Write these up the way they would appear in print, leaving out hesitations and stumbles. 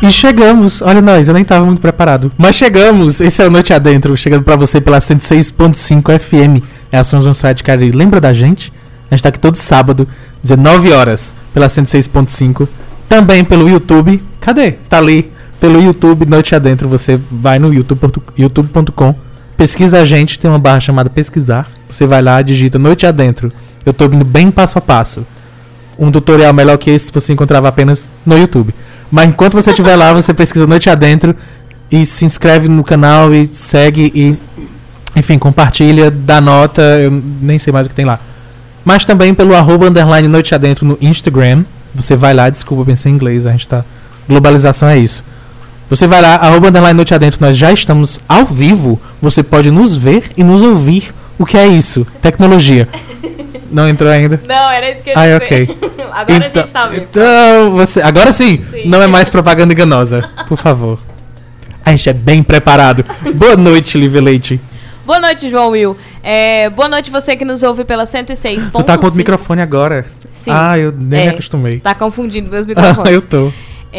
E chegamos, olha nós, eu nem tava muito preparado. Mas chegamos, esse é o Noite Adentro, chegando pra você pela 106.5 FM. É a Sons on Site, cara, e lembra da gente? A gente tá aqui todo sábado, 19 horas, pela 106.5. Também pelo YouTube. Cadê? Tá ali. Pelo YouTube, Noite Adentro, você vai no youtube.com, pesquisa a gente, tem uma barra chamada pesquisar. Você vai lá, digita Noite Adentro. Eu tô indo bem passo a passo. Um tutorial melhor que esse você encontrava apenas no YouTube. Mas enquanto você estiver lá, você pesquisa Noite Adentro e se inscreve no canal e segue e, enfim, compartilha, dá nota, eu nem sei mais o que tem lá. Mas também pelo @_Noite Adentro no Instagram. Você vai lá, desculpa, pensei em inglês, a gente tá... Globalização é isso. Você vai lá, @Noite Adentro, nós já estamos ao vivo. Você pode nos ver e nos ouvir. O que é isso? Tecnologia. Não entrou ainda? Não, era isso que eu ia dizer. Ok. Agora a gente tá ao vivo. Então, você... Agora sim, não é mais propaganda enganosa. Por favor. A gente é bem preparado. Boa noite, Lívia Leite. Boa noite, João Will. Boa noite você que nos ouve pela 106.5. Tu tá com o microfone agora. Sim. Eu nem me acostumei. Tá confundindo meus microfones. Eu tô.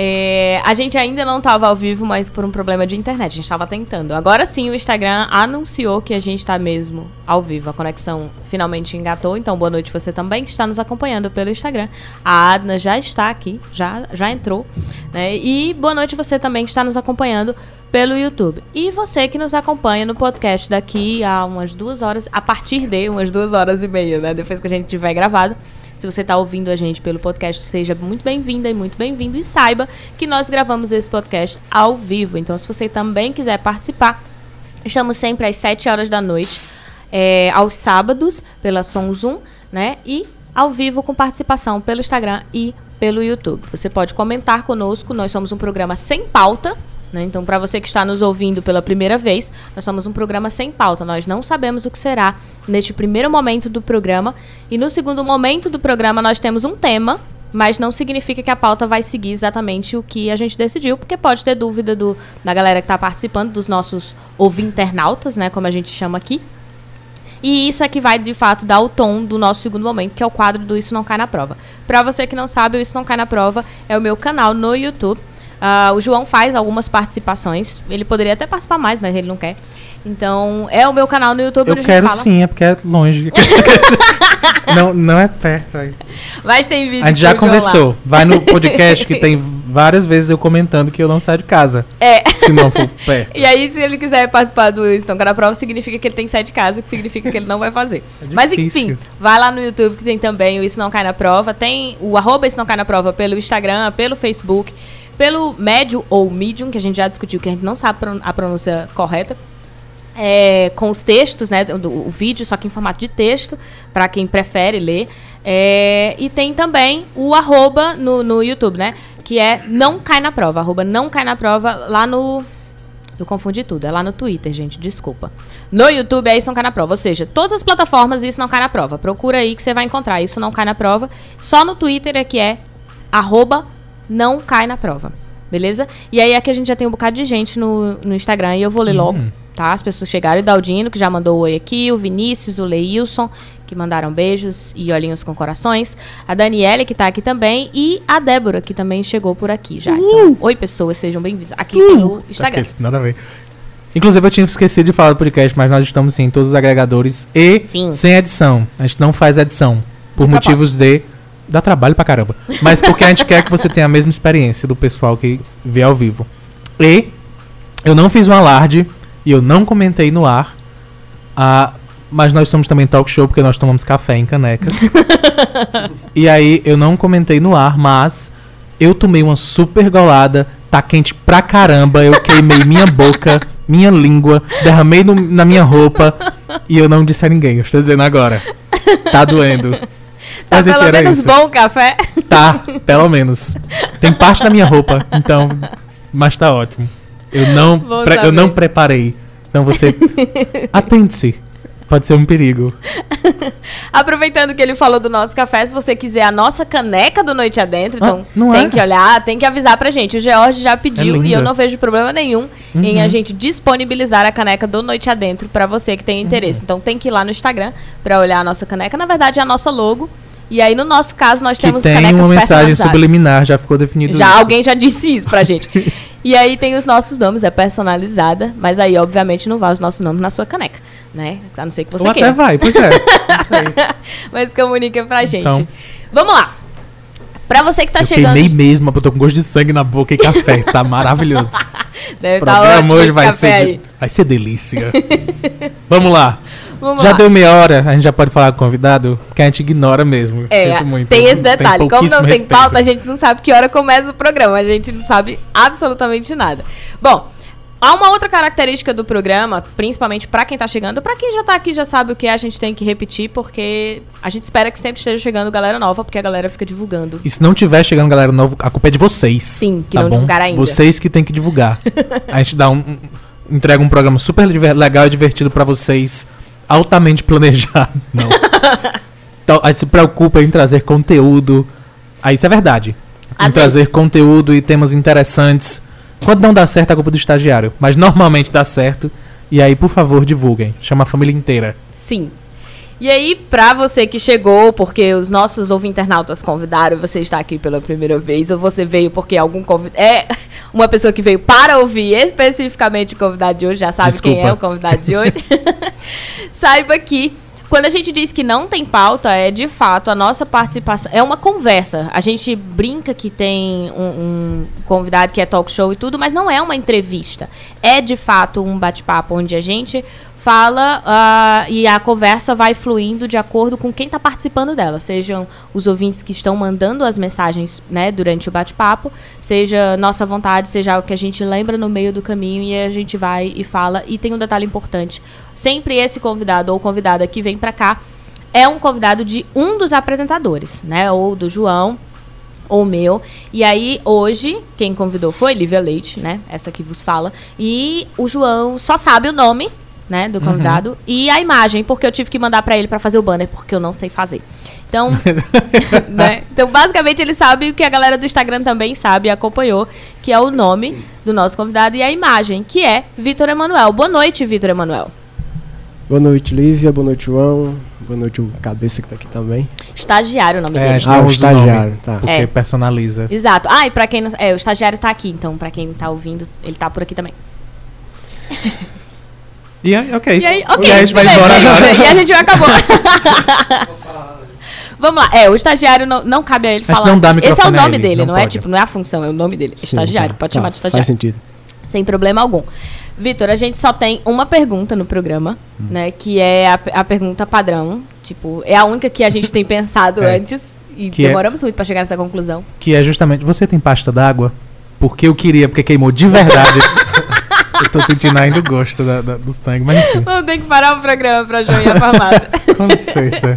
A gente ainda não estava ao vivo, mas por um problema de internet, a gente estava tentando. Agora sim, o Instagram anunciou que a gente está mesmo ao vivo. A conexão finalmente engatou, então boa noite você também que está nos acompanhando pelo Instagram. A Adna já está aqui, já entrou, né? E boa noite você também que está nos acompanhando pelo YouTube. E você que nos acompanha no podcast daqui a umas 2 horas, a partir de umas 2h30, né? Depois que a gente tiver gravado. Se você está ouvindo a gente pelo podcast, seja muito bem-vinda e muito bem-vindo. E saiba que nós gravamos esse podcast ao vivo. Então, se você também quiser participar, estamos sempre às 7 horas da noite, aos sábados, pela Som Zoom, né? E ao vivo com participação pelo Instagram e pelo YouTube. Você pode comentar conosco. Nós somos um programa sem pauta, né? Então, para você que está nos ouvindo pela primeira vez, nós somos um programa sem pauta. Nós não sabemos o que será neste primeiro momento do programa. E no segundo momento do programa, nós temos um tema, mas não significa que a pauta vai seguir exatamente o que a gente decidiu, porque pode ter dúvida da galera que está participando, dos nossos ouvinternautas, né, como a gente chama aqui. E isso é que vai, de fato, dar o tom do nosso segundo momento, que é o quadro do Isso Não Cai na Prova. Para você que não sabe, o Isso Não Cai na Prova é o meu canal no YouTube. O João faz algumas participações. Ele poderia até participar mais, mas ele não quer. Então, é o meu canal no YouTube. Eu quero sim, é porque é longe. não é perto aí. Mas tem vídeo. A gente já conversou. Vai no podcast que tem várias vezes eu comentando que eu não saio de casa. Se não for perto. E aí, se ele quiser participar do Isso Não Cai na Prova, significa que ele tem que sair de casa, o que significa que ele não vai fazer. Mas enfim, vai lá no YouTube que tem também o Isso Não Cai na Prova. Tem o @Isso Não Cai na Prova pelo Instagram, pelo Facebook, pelo Medium ou Medium, que a gente já discutiu, que a gente não sabe a pronúncia correta. Com os textos, né, o vídeo, só que em formato de texto, para quem prefere ler. E tem também o @ no YouTube, né, que é Não Cai na Prova, @ Não Cai na Prova, lá no... Eu confundi tudo, é lá no Twitter, gente, desculpa. No YouTube é Isso Não Cai na Prova, ou seja, todas as plataformas Isso Não Cai na Prova. Procura aí que você vai encontrar Isso Não Cai na Prova. Só no Twitter é que é @ Não Cai na Prova, beleza? E aí aqui a gente já tem um bocado de gente no Instagram e eu vou ler logo. Tá? As pessoas chegaram, o Daldino, que já mandou oi aqui, o Vinícius, o Leilson, que mandaram beijos e olhinhos com corações, a Daniele, que tá aqui também, e a Débora, que também chegou por aqui já. Então, oi, pessoas, sejam bem-vindos aqui pelo Instagram. Okay, nada a ver. Inclusive, eu tinha esquecido de falar do podcast, mas nós estamos sim em todos os agregadores e sem edição. A gente não faz edição, por motivos dá trabalho pra caramba. Mas porque a gente quer que você tenha a mesma experiência do pessoal que vê ao vivo. E eu não fiz um alarde, e eu não comentei no ar, mas nós somos também talk show, porque nós tomamos café em canecas. E aí, eu não comentei no ar, mas eu tomei uma super golada, tá quente pra caramba, eu queimei minha boca, minha língua, derramei na minha roupa, e eu não disse a ninguém, eu estou dizendo agora. Tá doendo. Tá pelo menos bom o café? Tá, pelo menos. Tem parte da minha roupa, então, mas tá ótimo. Eu não preparei. Então você... Atente-se. Pode ser um perigo. Aproveitando que ele falou do nosso café, se você quiser a nossa caneca do Noite Adentro, então tem que olhar, tem que avisar pra gente. O George já pediu e eu não vejo problema nenhum em a gente disponibilizar a caneca do Noite Adentro pra você que tem interesse. Então tem que ir lá no Instagram pra olhar a nossa caneca. Na verdade é a nossa logo E aí, no nosso caso, nós Que temos tem canecas uma mensagem personalizadas. subliminar, já ficou definido Já isso. alguém já disse isso pra gente. E aí tem os nossos nomes, é personalizada, mas aí, obviamente, não vai os nossos nomes na sua caneca, né? A não ser que você Ou queira. até vai, pois é. Não sei. Mas comunica pra gente. Então. Vamos lá. Pra você que tá Eu chegando... queimei mesmo, eu tô com gosto de sangue na boca e café. Tá maravilhoso. Deve O tá programa ótimo hoje esse vai café ser, aí. vai ser delícia. Vamos lá. Vamos Já lá. deu meia hora, a gente já pode falar com o convidado, porque a gente ignora mesmo. Sinto muito. Tem esse detalhe. Como não pouquíssimo tem respeito. pauta, a gente não sabe que hora começa o programa. A gente não sabe absolutamente nada. Bom, há uma outra característica do programa, principalmente pra quem tá chegando. Pra quem já tá aqui já sabe o que é, a gente tem que repetir, porque a gente espera que sempre esteja chegando galera nova, porque a galera fica divulgando. E se não tiver chegando galera nova, a culpa é de vocês. Sim, que tá não bom? divulgaram ainda. Vocês que tem que divulgar. A gente dá entrega um programa super legal e divertido pra vocês, altamente planejado. Não. Então, a gente se preocupa em trazer conteúdo. Aí isso é verdade. Em Às trazer vezes. conteúdo e temas interessantes. Quando não dá certo, é a culpa do estagiário. Mas normalmente dá certo. E aí, por favor, divulguem. Chama a família inteira. Sim. E aí, pra você que chegou, porque os nossos internautas convidaram, você está aqui pela primeira vez, ou você veio porque algum convidado... É uma pessoa que veio para ouvir especificamente o convidado de hoje, já sabe Desculpa. quem é o convidado de hoje. Saiba que quando a gente diz que não tem pauta, é de fato a nossa participação. É uma conversa. A gente brinca que tem um convidado que é talk show e tudo, mas não é uma entrevista. É de fato um bate-papo onde a gente fala e a conversa vai fluindo de acordo com quem está participando dela. Sejam os ouvintes que estão mandando as mensagens, né, durante o bate-papo, seja nossa vontade, seja o que a gente lembra no meio do caminho e a gente vai e fala. E tem um detalhe importante. Sempre esse convidado ou convidada que vem para cá é um convidado de um dos apresentadores, né? Ou do João, ou meu. E aí, hoje, quem convidou foi Lívia Leite, né? Essa que vos fala. E o João só sabe o nome, né, do convidado e a imagem, porque eu tive que mandar para ele para fazer o banner, porque eu não sei fazer. Então, né? Então, basicamente, ele sabe o que a galera do Instagram também sabe e acompanhou, que é o nome do nosso convidado e a imagem, que é Vitor Emanuel. Boa noite, Vitor Emanuel. Boa noite, Lívia. Boa noite, João. Boa noite, o Cabeça, que tá aqui também. Estagiário o nome A dele. gente não o usa o estagiário, nome, tá. porque É. personaliza. Exato. Ah, e pra quem não... o estagiário tá aqui, então, pra quem tá ouvindo, ele tá por aqui também. E aí, ok. E aí, ok. E aí a gente vai beleza, embora agora. E a gente acabou. Vamos lá. O estagiário não cabe a ele Mas falar. não dá Esse é o microfone a nome ele, dele, não não é pode. tipo, não é a função, é o nome dele. Sim, Estagiário, tá, pode tá, chamar de estagiário. Faz sentido. Sem problema algum. Vitor, a gente só tem uma pergunta no programa, né? Que é a pergunta padrão. Tipo, é a única que a gente tem pensado É. antes. E Que é- demoramos muito pra chegar nessa conclusão. Que é justamente, você tem pasta d'água? Porque eu queria, porque queimou de verdade. Eu tô sentindo ainda o gosto do sangue, mas enfim. Vamos ter que parar o programa pra João ir à farmácia. Com licença.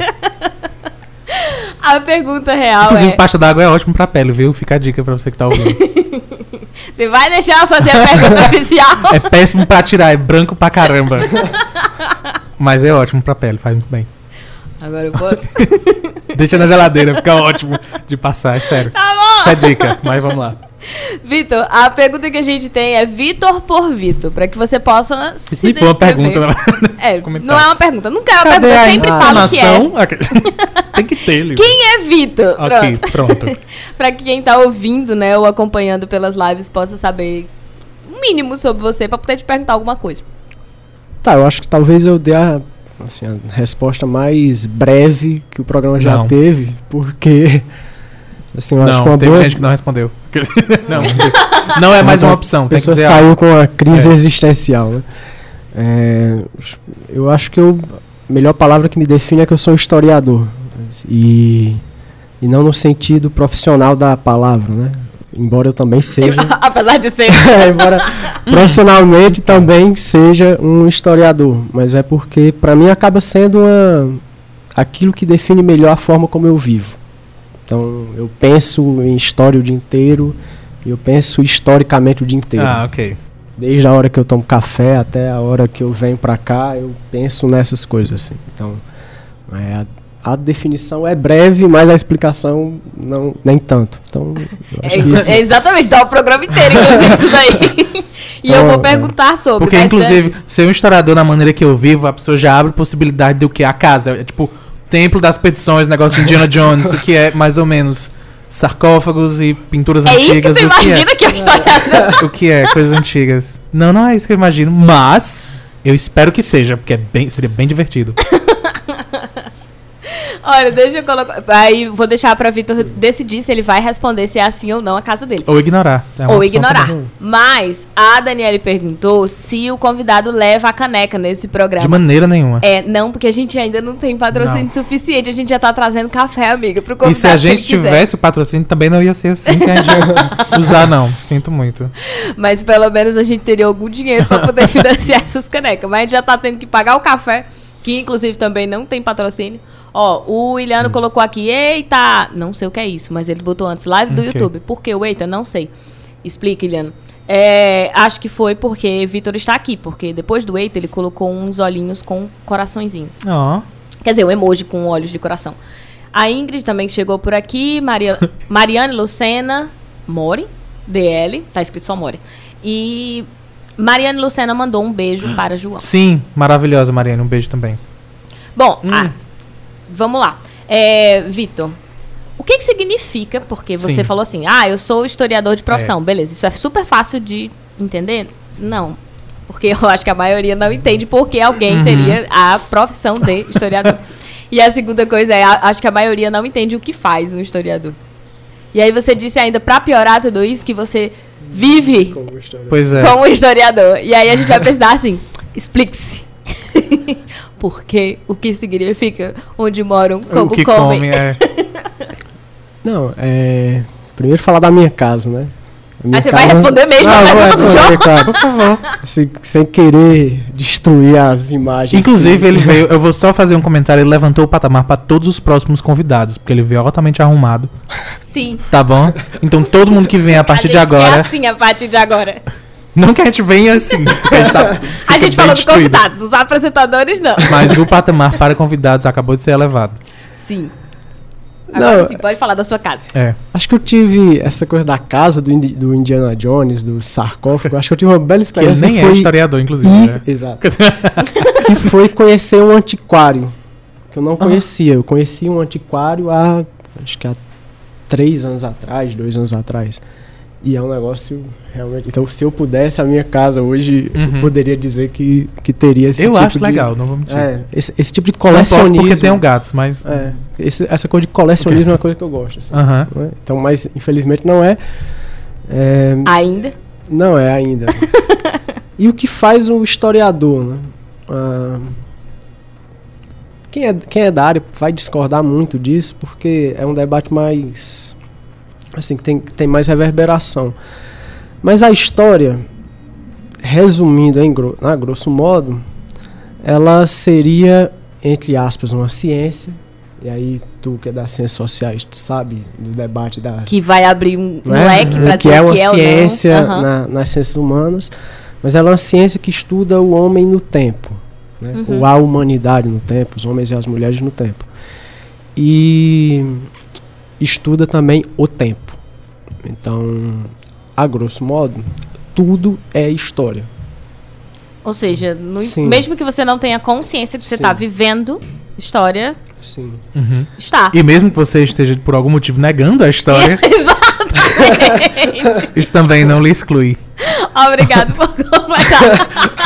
A pergunta real Inclusive, é... pasta d'água é ótimo pra pele, viu? Fica a dica pra você que tá ouvindo. Você vai deixar eu fazer a pergunta oficial? É péssimo pra tirar, é branco pra caramba. Mas é ótimo pra pele, faz muito bem. Agora eu posso? Deixa na geladeira, fica ótimo de passar, é sério. Tá bom! Essa é a dica, mas vamos lá. Vitor, a pergunta que a gente tem é Vitor por Vitor, pra que você possa se Isso nem foi uma descrever. pergunta, não. Comentário. Não é uma pergunta, nunca é uma Cadê pergunta, eu a sempre falo que é. informação? Tem que ter, Lívia. Quem é Vitor? Ok, pronto. Pra que quem tá ouvindo, né, ou acompanhando pelas lives possa saber o mínimo sobre você, pra poder te perguntar alguma coisa. Tá, eu acho que talvez eu dê a resposta mais breve que o programa já Não. teve, porque assim, eu acho que Não, uma teve boa gente que não respondeu. Não, não é mais uma opção, a tem que pessoa dizer. saiu com uma crise É. existencial, né? Eu acho que a melhor palavra que me define é que eu sou um historiador. E não no sentido profissional da palavra, né? Embora eu também seja... Apesar de ser. Embora profissionalmente também seja um historiador, mas é porque para mim acaba sendo aquilo que define melhor a forma como eu vivo. Então eu penso em história o dia inteiro e eu penso historicamente o dia inteiro. Ah, ok. Desde a hora que eu tomo café até a hora que eu venho para cá, eu penso nessas coisas assim. Então a definição é breve, mas a explicação não, nem tanto. Então, eu acho que isso- Exatamente, dá o programa inteiro, inclusive, isso daí. E eu vou perguntar sobre. Porque, mas inclusive, antes- ser um historiador na maneira que eu vivo, a pessoa já abre possibilidade do que? A casa. É tipo, Templo das Petições, negócio de Indiana Jones, o que é mais ou menos sarcófagos e pinturas antigas. Isso que você imagina que é o historiador. O que é? Coisas antigas. Não é isso que eu imagino, mas eu espero que seja, porque seria bem divertido. Olha, deixa eu colocar. Aí vou deixar pra Vitor decidir se ele vai responder se é assim ou não a casa dele. Ou ignorar. Ou ignorar. Mas a Daniele perguntou se o convidado leva a caneca nesse programa. De maneira nenhuma. Não, porque a gente ainda não tem patrocínio suficiente. A gente já tá trazendo café, amiga, pro convidado. E se a gente tivesse o patrocínio, também não ia ser assim que a gente ia usar, não. Sinto muito. Mas pelo menos a gente teria algum dinheiro pra poder financiar essas canecas. Mas a gente já tá tendo que pagar o café, que inclusive também não tem patrocínio. Ó, o Iliano colocou aqui, eita, não sei o que é isso, mas ele botou antes, live do YouTube. Por que o eita? Não sei. Explica, Iliano. Acho que foi porque Vitor está aqui, porque depois do eita ele colocou uns olhinhos com coraçõezinhos. Quer dizer, um emoji com olhos de coração. A Ingrid também chegou por aqui, Mariane Lucena, Mori, DL, tá escrito só Mori. E Mariane Lucena mandou um beijo para João. Sim, maravilhosa, Mariane, um beijo também. Bom, vamos lá. Vitor, o que significa, porque você falou assim, eu sou historiador de profissão, beleza, isso é super fácil de entender? Não, porque eu acho que a maioria não entende porque alguém teria a profissão de historiador. E a segunda coisa acho que a maioria não entende o que faz um historiador. E aí você disse ainda, pra piorar tudo isso, que você vive como historiador. E aí a gente vai precisar, assim, explique-se. Porque o que significa onde moram, como o que comem. Não, primeiro falar da minha casa, né? Você vai responder mesmo? Claro. Por favor. Sem querer destruir as imagens. Inclusive, ele veio... Eu vou só fazer um comentário. Ele levantou o patamar para todos os próximos convidados, porque ele veio altamente arrumado. Sim. Tá bom? Então, todo mundo que vem a partir de agora... assim a partir de agora. Não que a gente venha assim. A gente falou do convidado, dos apresentadores não. Mas o patamar para convidados acabou de ser elevado. Sim. Agora sim, pode falar da sua casa. Acho que eu tive essa coisa da casa do Indiana Jones, do sarcófago. Acho que eu tive uma bela experiência. Que ele nem é historiador, inclusive. Né? Exato. Que foi conhecer um antiquário. Que eu não conhecia. Eu conheci um antiquário acho que há 3 anos atrás, 2 anos atrás. E é um negócio realmente... Então, se eu pudesse, a minha casa hoje, eu poderia dizer que teria esse tipo de... Eu acho legal, não vou mentir. Esse tipo de colecionismo... Não posso porque tenho gatos, mas... Essa coisa de colecionismo é uma coisa que eu gosto. Assim, né? Então, mas infelizmente não é... Ainda? Não é ainda. E o que faz um historiador, né? Quem é da área vai discordar muito disso, porque é um debate mais... assim, que tem mais reverberação. Mas a história, resumindo a grosso modo, ela seria, entre aspas, uma ciência. E aí, tu que é das ciências sociais, tu sabe do debate da... Que vai abrir um leque para dizer que é uma ciência nas ciências humanas. Mas ela é uma ciência que estuda o homem no tempo. Né? Ou a humanidade no tempo, os homens e as mulheres no tempo. E... estuda também o tempo. Então, a grosso modo, tudo é história. Ou seja, mesmo que você não tenha consciência de que você está vivendo história, está. E mesmo que você esteja, por algum motivo, negando a história, exatamente. Isso também não lhe exclui. Obrigado por completar.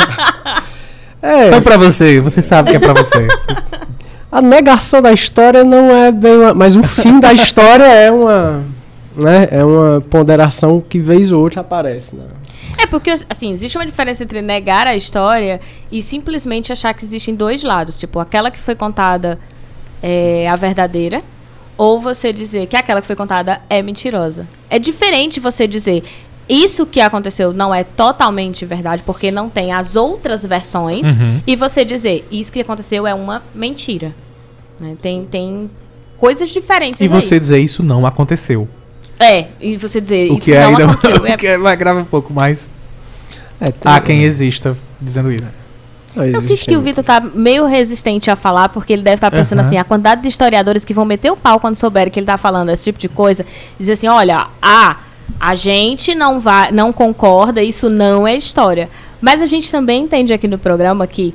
É pra você sabe que é pra você. A negação da história não é bem mas o fim da história é uma ponderação que vez ou outra aparece, né? Porque, assim, existe uma diferença entre negar a história e simplesmente achar que existem 2 lados. Tipo, aquela que foi contada é a verdadeira, ou você dizer que aquela que foi contada é mentirosa. É diferente você dizer isso que aconteceu não é totalmente verdade, porque não tem as outras versões, e você dizer isso que aconteceu é uma mentira. Né? Tem coisas diferentes e você dizer isso não aconteceu. E você dizer o isso que não ainda, aconteceu. O que vai gravar um pouco mais. Há quem exista dizendo isso. Eu sinto que o Vitor tá meio resistente a falar, porque ele deve estar pensando assim, a quantidade de historiadores que vão meter o pau quando souberem que ele tá falando esse tipo de coisa, dizer assim, olha, a gente não concorda, isso não é história. Mas a gente também entende aqui no programa que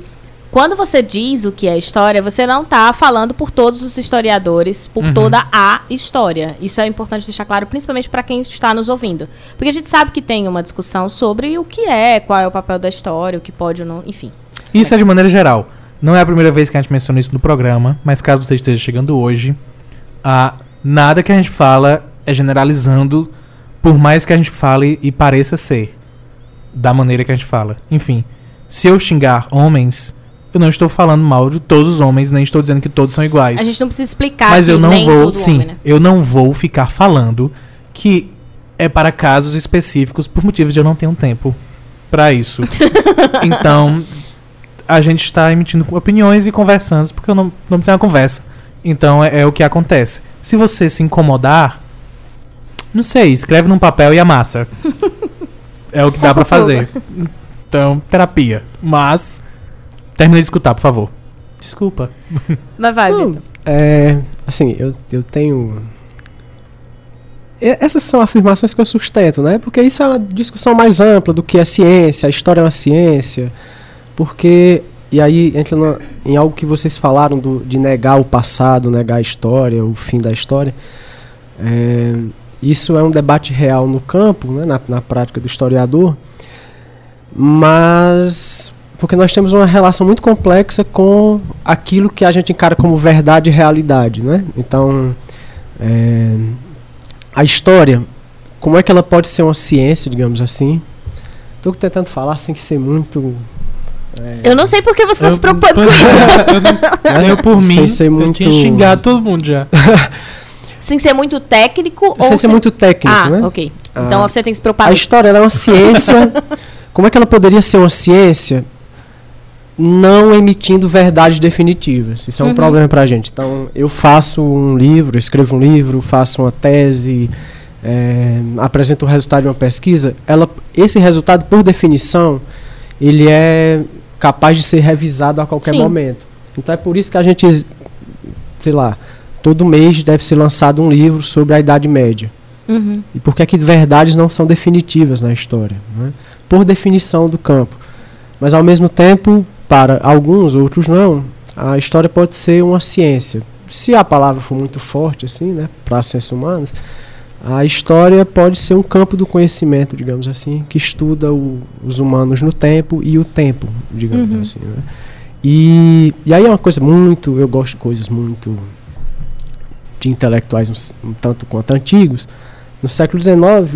quando você diz o que é história, você não está falando por todos os historiadores, por toda a história. Isso é importante deixar claro, principalmente para quem está nos ouvindo. Porque a gente sabe que tem uma discussão sobre o que é, qual é o papel da história, o que pode ou não, enfim. Isso é de maneira geral. Não é a primeira vez que a gente menciona isso no programa, mas caso você esteja chegando hoje, nada que a gente fala é generalizando, por mais que a gente fale e pareça ser da maneira que a gente fala. Enfim, se eu xingar homens, eu não estou falando mal de todos os homens, nem estou dizendo que todos são iguais. A gente não precisa explicar mas que eu não nem vou, todo sim, homem, né? eu não vou ficar falando que é para casos específicos por motivos de eu não ter um tempo para isso. Então, a gente está emitindo opiniões e conversando, porque eu não precisa ser uma conversa. Então, é o que acontece. Se você se incomodar, não sei, escreve num papel e amassa. É o que dá pra fazer. Então, terapia. Mas, termina de escutar, por favor. Desculpa. Mas vai, Vitor. Assim, eu tenho... Essas são afirmações que eu sustento, né? Porque isso é uma discussão mais ampla do que é ciência, a história é uma ciência. Porque, e aí entra em algo que vocês falaram de negar o passado, negar a história, o fim da história. Isso é um debate real no campo, né, na prática do historiador, mas porque nós temos uma relação muito complexa com aquilo que a gente encara como verdade e realidade, né? Então, a história, como é que ela pode ser uma ciência, digamos assim? Estou tentando falar sem ser muito... Eu não sei por que você está se preocupando com isso. Eu, por mim, eu tinha xingado todo mundo já. Sem ser muito técnico ou... Sem ser muito técnico, né? Ok. Então você tem que se preocupar. A história é uma ciência. Como é que ela poderia ser uma ciência não emitindo verdades definitivas? Isso é um problema pra gente. Então, eu faço um livro, escrevo um livro, faço uma tese, apresento o resultado de uma pesquisa. Esse resultado, por definição, ele é capaz de ser revisado a qualquer momento. Então, é por isso que a gente, sei lá, todo mês deve ser lançado um livro sobre a Idade Média. E por que verdades não são definitivas na história, né? Por definição do campo. Mas, ao mesmo tempo, para alguns, outros não, a história pode ser uma ciência. Se a palavra for muito forte, assim, né, para as ciências humanas, a história pode ser um campo do conhecimento, digamos assim, que estuda os humanos no tempo e o tempo, digamos assim, né? E aí é uma coisa muito... Eu gosto de coisas muito... de intelectuais um tanto quanto antigos. No século XIX,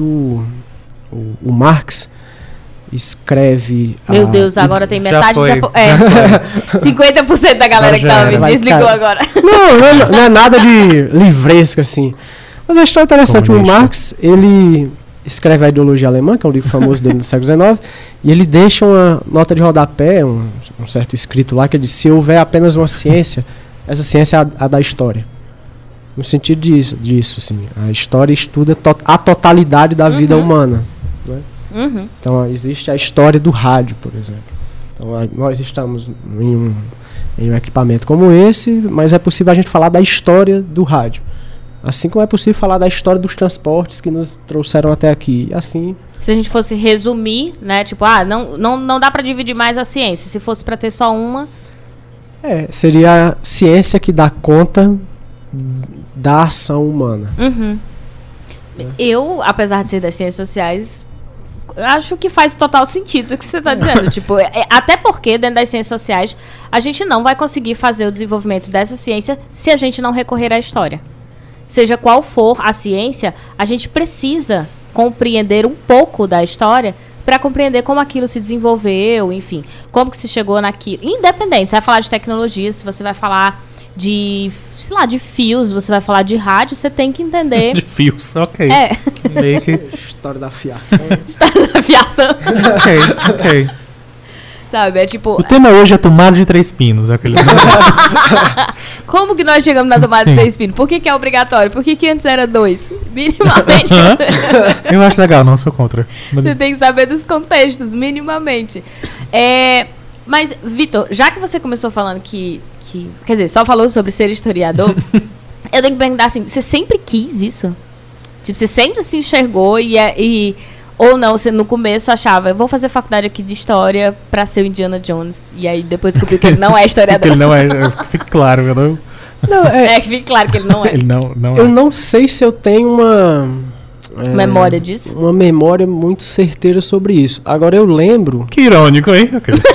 o Marx escreve... Meu Deus, agora tem metade da... 50% da galera que estava me desligou agora. Não é nada de livresco, assim. Mas a história é interessante. O Marx, ele escreve A Ideologia Alemã, que é um livro famoso dele no século XIX, e ele deixa uma nota de rodapé, um certo escrito lá, que ele diz: se houver apenas uma ciência, essa ciência é a da história. No sentido disso, assim, a história estuda a totalidade da vida humana, né? Então, existe a história do rádio, por exemplo. Então, nós estamos em um equipamento como esse, mas é possível a gente falar da história do rádio. Assim como é possível falar da história dos transportes que nos trouxeram até aqui. Assim, se a gente fosse resumir, né, tipo, não dá para dividir mais a ciência. Se fosse para ter só uma... seria a ciência que dá conta da ação humana. Eu, apesar de ser das ciências sociais, acho que faz total sentido o que você está dizendo. Tipo, até porque, dentro das ciências sociais, a gente não vai conseguir fazer o desenvolvimento dessa ciência se a gente não recorrer à história. Seja qual for a ciência, a gente precisa compreender um pouco da história para compreender como aquilo se desenvolveu, enfim, como que se chegou naquilo. Independente, você vai falar de tecnologia, se você vai falar de, sei lá, de fios, você vai falar de rádio, você tem que entender... De fios, ok. Meio que... História da fiação. História da fiação. Ok. Sabe, é tipo... O tema hoje é tomada de 3 pinos. Como que nós chegamos na tomada de 3 pinos? Por que é obrigatório? Por que antes era 2? Minimamente. Eu acho legal, não sou contra. Você tem que saber dos contextos, minimamente. Mas, Vitor, já que você começou falando que... Quer dizer, só falou sobre ser historiador, eu tenho que perguntar assim, você sempre quis isso? Tipo, você sempre se enxergou Ou não, você no começo achava, eu vou fazer faculdade aqui de história pra ser o Indiana Jones. E aí depois descobriu que ele não é historiador. Que ele não é, fica claro, eu não... Não, É que fica claro que ele não é. Ele não eu é. não sei se eu tenho uma... Memória disso? Uma memória muito certeira sobre isso. Agora eu lembro... Que irônico, hein?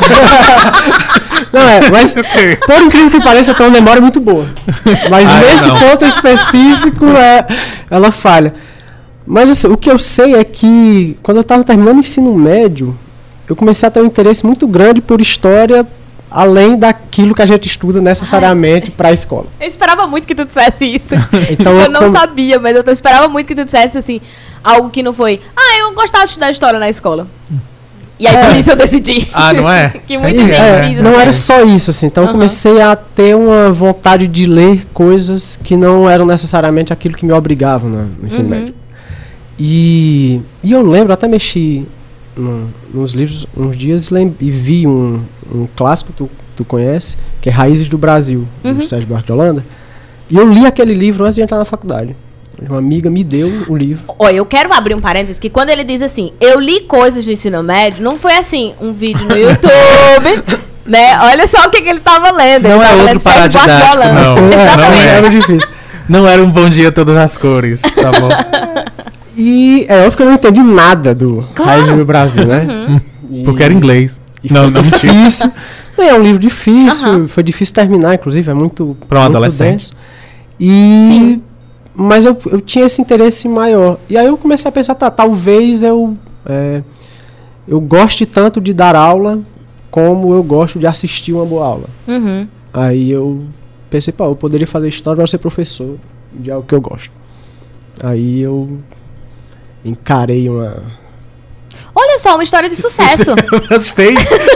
Não, mas por incrível que pareça, eu tenho uma memória muito boa. Mas nesse ponto específico, ela falha. Mas assim, o que eu sei é que quando eu estava terminando o ensino médio, eu comecei a ter um interesse muito grande por história, além daquilo que a gente estuda necessariamente para a escola. Eu esperava muito que tu dissesse isso. Então, eu não sabia, mas eu esperava muito que tu dissesse assim, algo que não foi, eu gostava de estudar história na escola. E aí por isso eu decidi. Ah, não é? Que muita gente diz não assim. era só isso, assim. Então eu comecei a ter uma vontade de ler coisas que não eram necessariamente aquilo que me obrigavam no ensino médio. E eu lembro, até mexi nos livros uns dias e vi um clássico, tu conhece, que é Raízes do Brasil, do Sérgio Buarque de Holanda. E eu li aquele livro antes de entrar na faculdade. Uma amiga me deu o livro. Olha, eu quero abrir um parênteses, que quando ele diz assim, eu li coisas do ensino médio, não foi assim, um vídeo no YouTube, né? Olha só o que ele tava lendo. Não é outro paradidático, não Era difícil. Não era um Bom Dia Todas as Cores, tá bom? E é óbvio que eu não entendi nada do Raízes do Brasil, né? Porque era inglês. Não, difícil. É um livro difícil, foi difícil terminar, inclusive, é muito para um adolescente. Sim. Mas eu tinha esse interesse maior. E aí eu comecei a pensar, talvez eu goste tanto de dar aula como eu gosto de assistir uma boa aula. Aí eu pensei, eu poderia fazer história para ser professor de algo que eu gosto. Aí eu encarei uma... Olha só, uma história de sucesso. Eu assustei.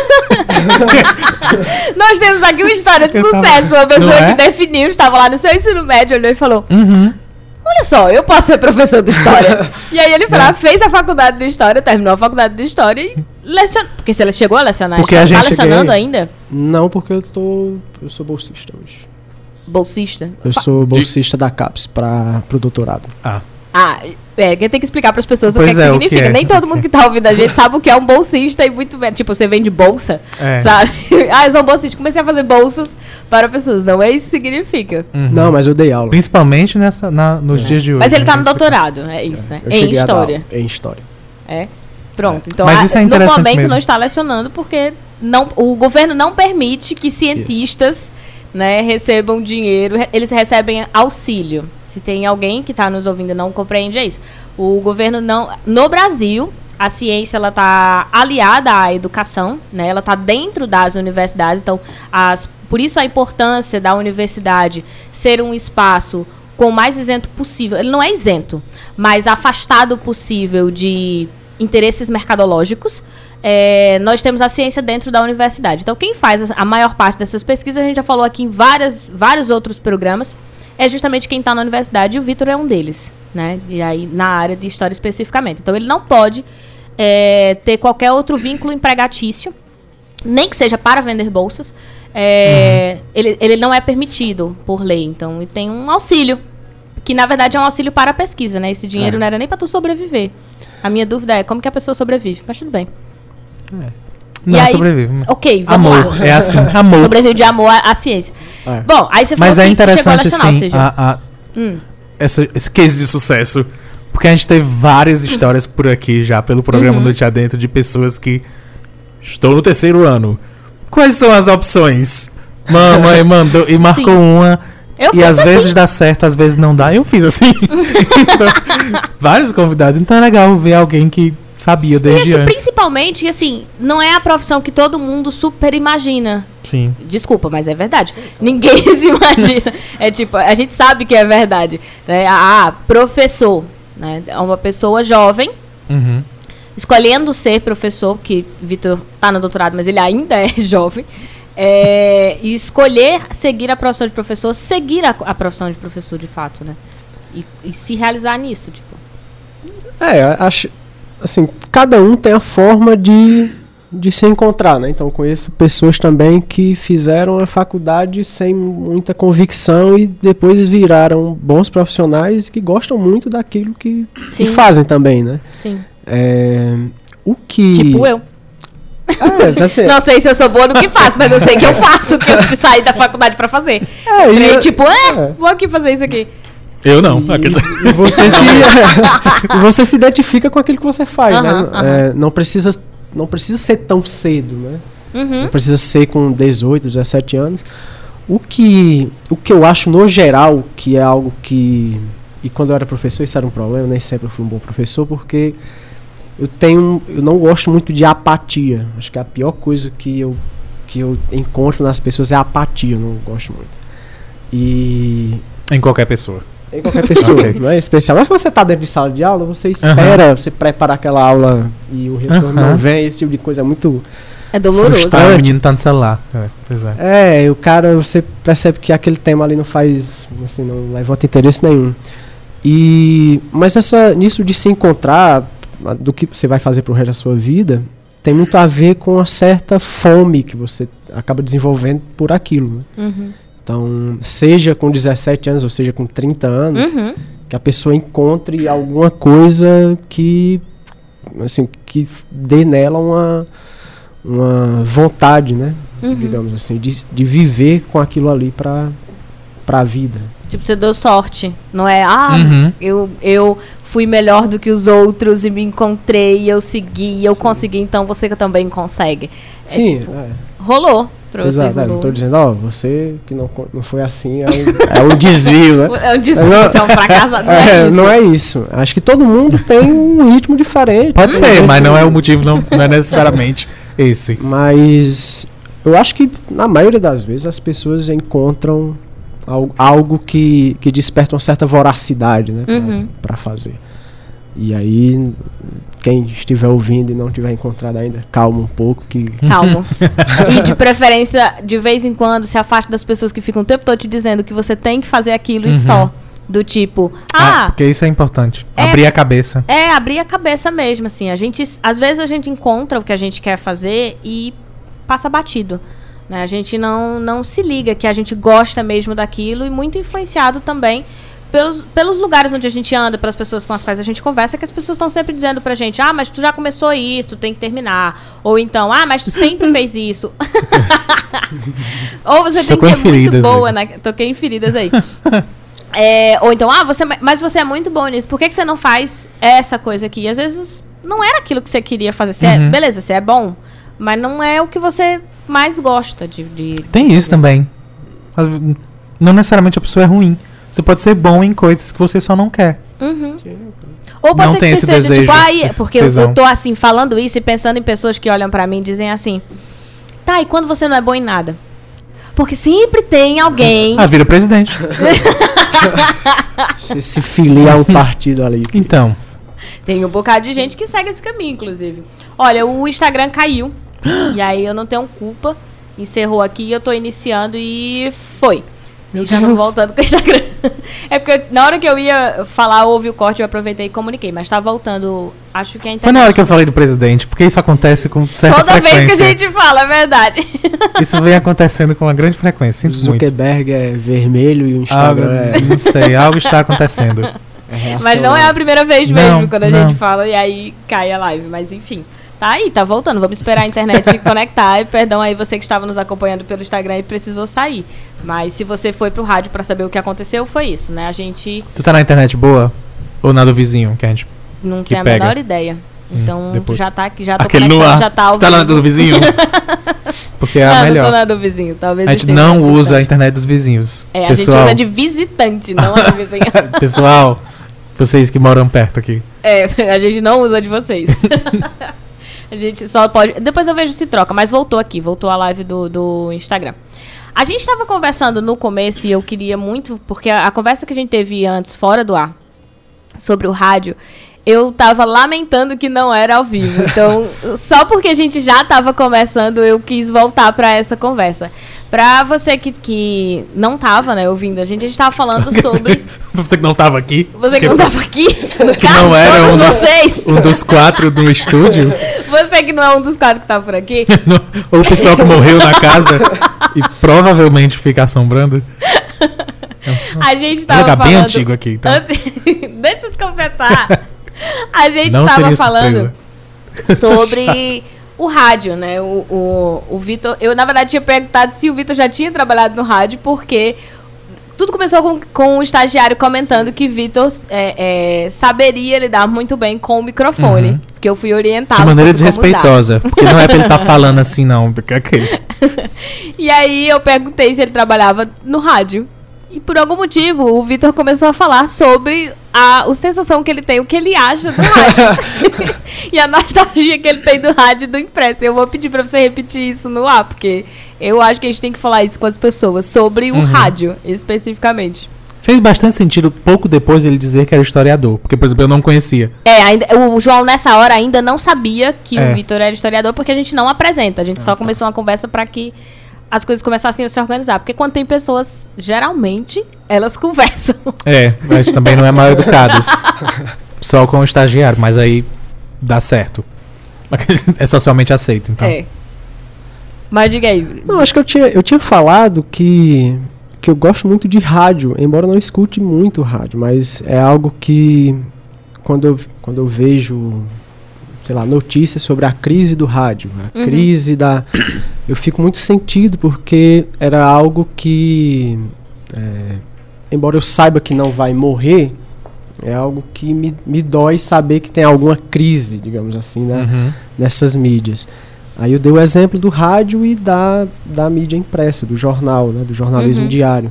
Nós temos aqui uma história de sucesso. Uma pessoa que definiu, estava lá no seu ensino médio, olhou e falou... Olha só, eu posso ser professor de história. E aí ele fez a faculdade de história, terminou a faculdade de história e lecionou. Porque se ela chegou a lecionar, porque a gente tá lecionando ainda? Não, porque eu sou bolsista hoje. Bolsista? Eu sou bolsista da CAPES pro doutorado. Quem tem que explicar para as pessoas o que significa. Nem todo mundo que tá ouvindo a gente sabe o que é um bolsista e muito bem. Tipo, você vende bolsa, sabe? Eu sou bolsista. Comecei a fazer bolsas para pessoas. Não é isso que significa. Não, mas eu dei aula. Principalmente nos dias de hoje. Mas ele tá no doutorado, é isso, né? Em história. Em história. Pronto. Então, mas isso é interessante no momento mesmo. não está lecionando porque o governo não permite que cientistas, né, recebam dinheiro. Eles recebem auxílio. Se tem alguém que está nos ouvindo e não compreende, é isso. O governo não... No Brasil, a ciência ela está aliada à educação, né? Ela está dentro das universidades. Então, por isso a importância da universidade ser um espaço com o mais isento possível. Ele não é isento, mas afastado possível de interesses mercadológicos. Nós temos a ciência dentro da universidade. Então, quem faz a maior parte dessas pesquisas, a gente já falou aqui em vários outros programas, é justamente quem está na universidade, e o Vitor é um deles, né? E aí, na área de história especificamente. Então, ele não pode ter qualquer outro vínculo empregatício, nem que seja para vender bolsas. Ele não é permitido por lei. Então, ele tem um auxílio, que na verdade é um auxílio para a pesquisa, né? Esse dinheiro não era nem para tu sobreviver. A minha dúvida é como que a pessoa sobrevive, mas tudo bem. Não, aí, sobrevive. Ok, vamos lá. Amor, é assim, amor. Sobrevive de amor à ciência. Bom, aí você falou mas é que interessante, chegou a lecionar, sim, esse case de sucesso. Porque a gente teve várias histórias por aqui já, pelo programa Noite Adentro, de pessoas que... Estou no 3º ano. Quais são as opções? Mamãe mandou e marcou uma... E às vezes dá certo, às vezes não dá. Eu fiz assim. Então, vários convidados. Então é legal ver alguém que sabia desde antes. Principalmente, assim, não é a profissão que todo mundo super imagina. Sim. Desculpa, mas é verdade. Ninguém se imagina. É tipo, a gente sabe que é verdade. Né? Professor. Né? É uma pessoa jovem, escolhendo ser professor, que Vitor tá no doutorado, mas ele ainda é jovem. E escolher seguir a profissão de professor, seguir a profissão de professor de fato, né? E se realizar nisso, tipo. Acho, assim, cada um tem a forma de se encontrar, né? Então, conheço pessoas também que fizeram a faculdade sem muita convicção e depois viraram bons profissionais que gostam muito daquilo que fazem também, né? Sim. O que... Tipo eu. Não sei se eu sou boa no que faço, mas eu sei que eu faço, que eu saí da faculdade pra fazer. Vou aqui fazer isso aqui. Eu não. E você se identifica com aquilo que você faz, né? Não precisa ser tão cedo, né? Não precisa ser com 18, 17 anos. O que eu acho, no geral, que é algo que... E quando eu era professor, isso era um problema. Nem sempre eu fui um bom professor, porque eu não gosto muito de apatia. Acho que a pior coisa que eu encontro nas pessoas é a apatia. Eu não gosto muito. Em qualquer pessoa. Em qualquer pessoa, okay. Não é especial. Mas quando você está dentro de sala de aula, você espera, você prepara aquela aula e o retorno não vem. Esse tipo de coisa é muito... É doloroso. O menino tá no celular. O cara, você percebe que aquele tema ali não faz, assim, não levanta interesse nenhum. Mas nisso de se encontrar, do que você vai fazer pro resto da sua vida, tem muito a ver com uma certa fome que você acaba desenvolvendo por aquilo, né? Então, seja com 17 anos ou seja com 30 anos, que a pessoa encontre alguma coisa que dê nela uma vontade, né? Digamos assim, de viver com aquilo ali pra vida. Tipo, você deu sorte, não é? Eu fui melhor do que os outros e me encontrei, eu segui, eu consegui, então você também consegue. Sim, rolou pra você. Exato, não tô dizendo, você que não foi assim, é um desvio, né? É um desvio, você é um fracassado. Não é isso. Acho que todo mundo tem um ritmo diferente. Pode ser, mas não é o motivo, não é necessariamente esse. Mas eu acho que na maioria das vezes as pessoas encontram algo que desperta uma certa voracidade, né, pra fazer. E aí, quem estiver ouvindo e não tiver encontrado ainda, calma um pouco. Calma. E de preferência, de vez em quando, se afaste das pessoas que ficam o tempo todo te dizendo que você tem que fazer aquilo e só. Do tipo, porque isso é importante. Abrir a cabeça. Abrir a cabeça mesmo, assim. Às vezes a gente encontra o que a gente quer fazer e passa batido. Né? A gente não se liga que a gente gosta mesmo daquilo, e muito influenciado também pelos lugares onde a gente anda, pelas pessoas com as quais a gente conversa, que as pessoas estão sempre dizendo pra gente, mas tu já começou isso, tu tem que terminar. Ou então, mas tu sempre fez isso. Ou você tem que ser muito boa, né? Toquei em feridas aí. Ou então, mas você é muito bom nisso, por que você não faz essa coisa aqui? E às vezes não era aquilo que você queria fazer. Beleza, você é bom, mas não é o que você mais gosta de Tem isso também. Não necessariamente a pessoa é ruim. Você pode ser bom em coisas que você só não quer. Ou pode ser que você seja tipo, porque tesão. eu tô assim, falando isso e pensando em pessoas que olham pra mim e dizem assim, e quando você não é bom em nada? Porque sempre tem alguém... vira presidente. Você se filia ao partido ali. Então. Tem um bocado de gente que segue esse caminho, inclusive. Olha, o Instagram caiu. E aí eu não tenho culpa. Encerrou aqui, eu tô iniciando e foi. E já tô voltando com o Instagram. É porque na hora que eu ia falar, houve o corte, eu aproveitei e comuniquei. Mas tá voltando, acho que a internet... Foi na hora que eu falei do presidente, porque isso acontece com certa frequência. Toda vez que a gente fala, é verdade. Isso vem acontecendo com uma grande frequência, o Zuckerberg é vermelho e o Instagram não sei, algo está acontecendo. Mas não é a primeira vez mesmo quando a gente fala e aí cai a live, mas enfim. Tá aí, tá voltando. Vamos esperar a internet conectar. E perdão aí você que estava nos acompanhando pelo Instagram e precisou sair. Mas se você foi pro rádio pra saber o que aconteceu, foi isso, né? A gente... Tu tá na internet boa? Ou na do vizinho que a gente não tem a menor ideia. Então, tu já tá aqui, já tô conectado, já tá ao vivo. Tá lá na do vizinho? Porque é a melhor. Não tô na do vizinho. Talvez a gente não usa a internet dos vizinhos. Pessoal, a gente usa de visitante, não a do vizinho. Pessoal, vocês que moram perto aqui. A gente não usa de vocês. A gente só pode... Depois eu vejo se troca, mas voltou aqui. Voltou a live do Instagram. A gente estava conversando no começo e eu queria muito... Porque a conversa que a gente teve antes, fora do ar, sobre o rádio, eu tava lamentando que não era ao vivo. Então, só porque a gente já tava conversando, eu quis voltar para essa conversa. Pra você que não tava, né, ouvindo a gente tava falando sobre... Você que não tava aqui. Você que não tava aqui. No que caso, não era um dos 4 do estúdio. Você que não é um dos 4 que tá por aqui. Ou o pessoal que morreu na casa e provavelmente fica assombrando. A gente tava falando... bem antigo aqui, então. Deixa eu te completar. A gente Não tava seria falando surpresa. sobre o rádio, né? O Vitor... Eu, na verdade, tinha perguntado se o Vitor já tinha trabalhado no rádio, porque tudo começou com um estagiário comentando que Vitor saberia lidar muito bem com o microfone. Porque eu fui orientado De maneira sobre como usar. desrespeitosa. Porque não é pra ele estar falando assim, não. Porque é aqueles. E aí eu perguntei se ele trabalhava no rádio. E por algum motivo, o Vitor começou a falar sobre a sensação que ele tem, o que ele acha do rádio. E a nostalgia que ele tem do rádio e do impresso. Eu vou pedir pra você repetir isso no ar, porque eu acho que a gente tem que falar isso com as pessoas, sobre o rádio, especificamente. Fez bastante sentido pouco depois ele dizer que era historiador. Porque, por exemplo, eu não conhecia. O João nessa hora ainda não sabia que o Vitor era historiador, porque a gente não apresenta. A gente só começou uma conversa pra que as coisas começassem a se organizar. Porque quando tem pessoas, geralmente, elas conversam. A gente também não é mal educado. Só com o estagiário, mas aí dá certo. É socialmente aceito, então. Mas diga aí. Não, acho que eu tinha falado que eu gosto muito de rádio, embora não escute muito rádio, mas é algo que quando eu vejo, sei lá, notícias sobre a crise do rádio, a crise eu fico muito sentido, porque era algo que, embora eu saiba que não vai morrer, é algo que me dói saber que tem alguma crise, digamos assim, né, nessas mídias. Aí eu dei o exemplo do rádio e da mídia impressa, do jornal, né, do jornalismo diário,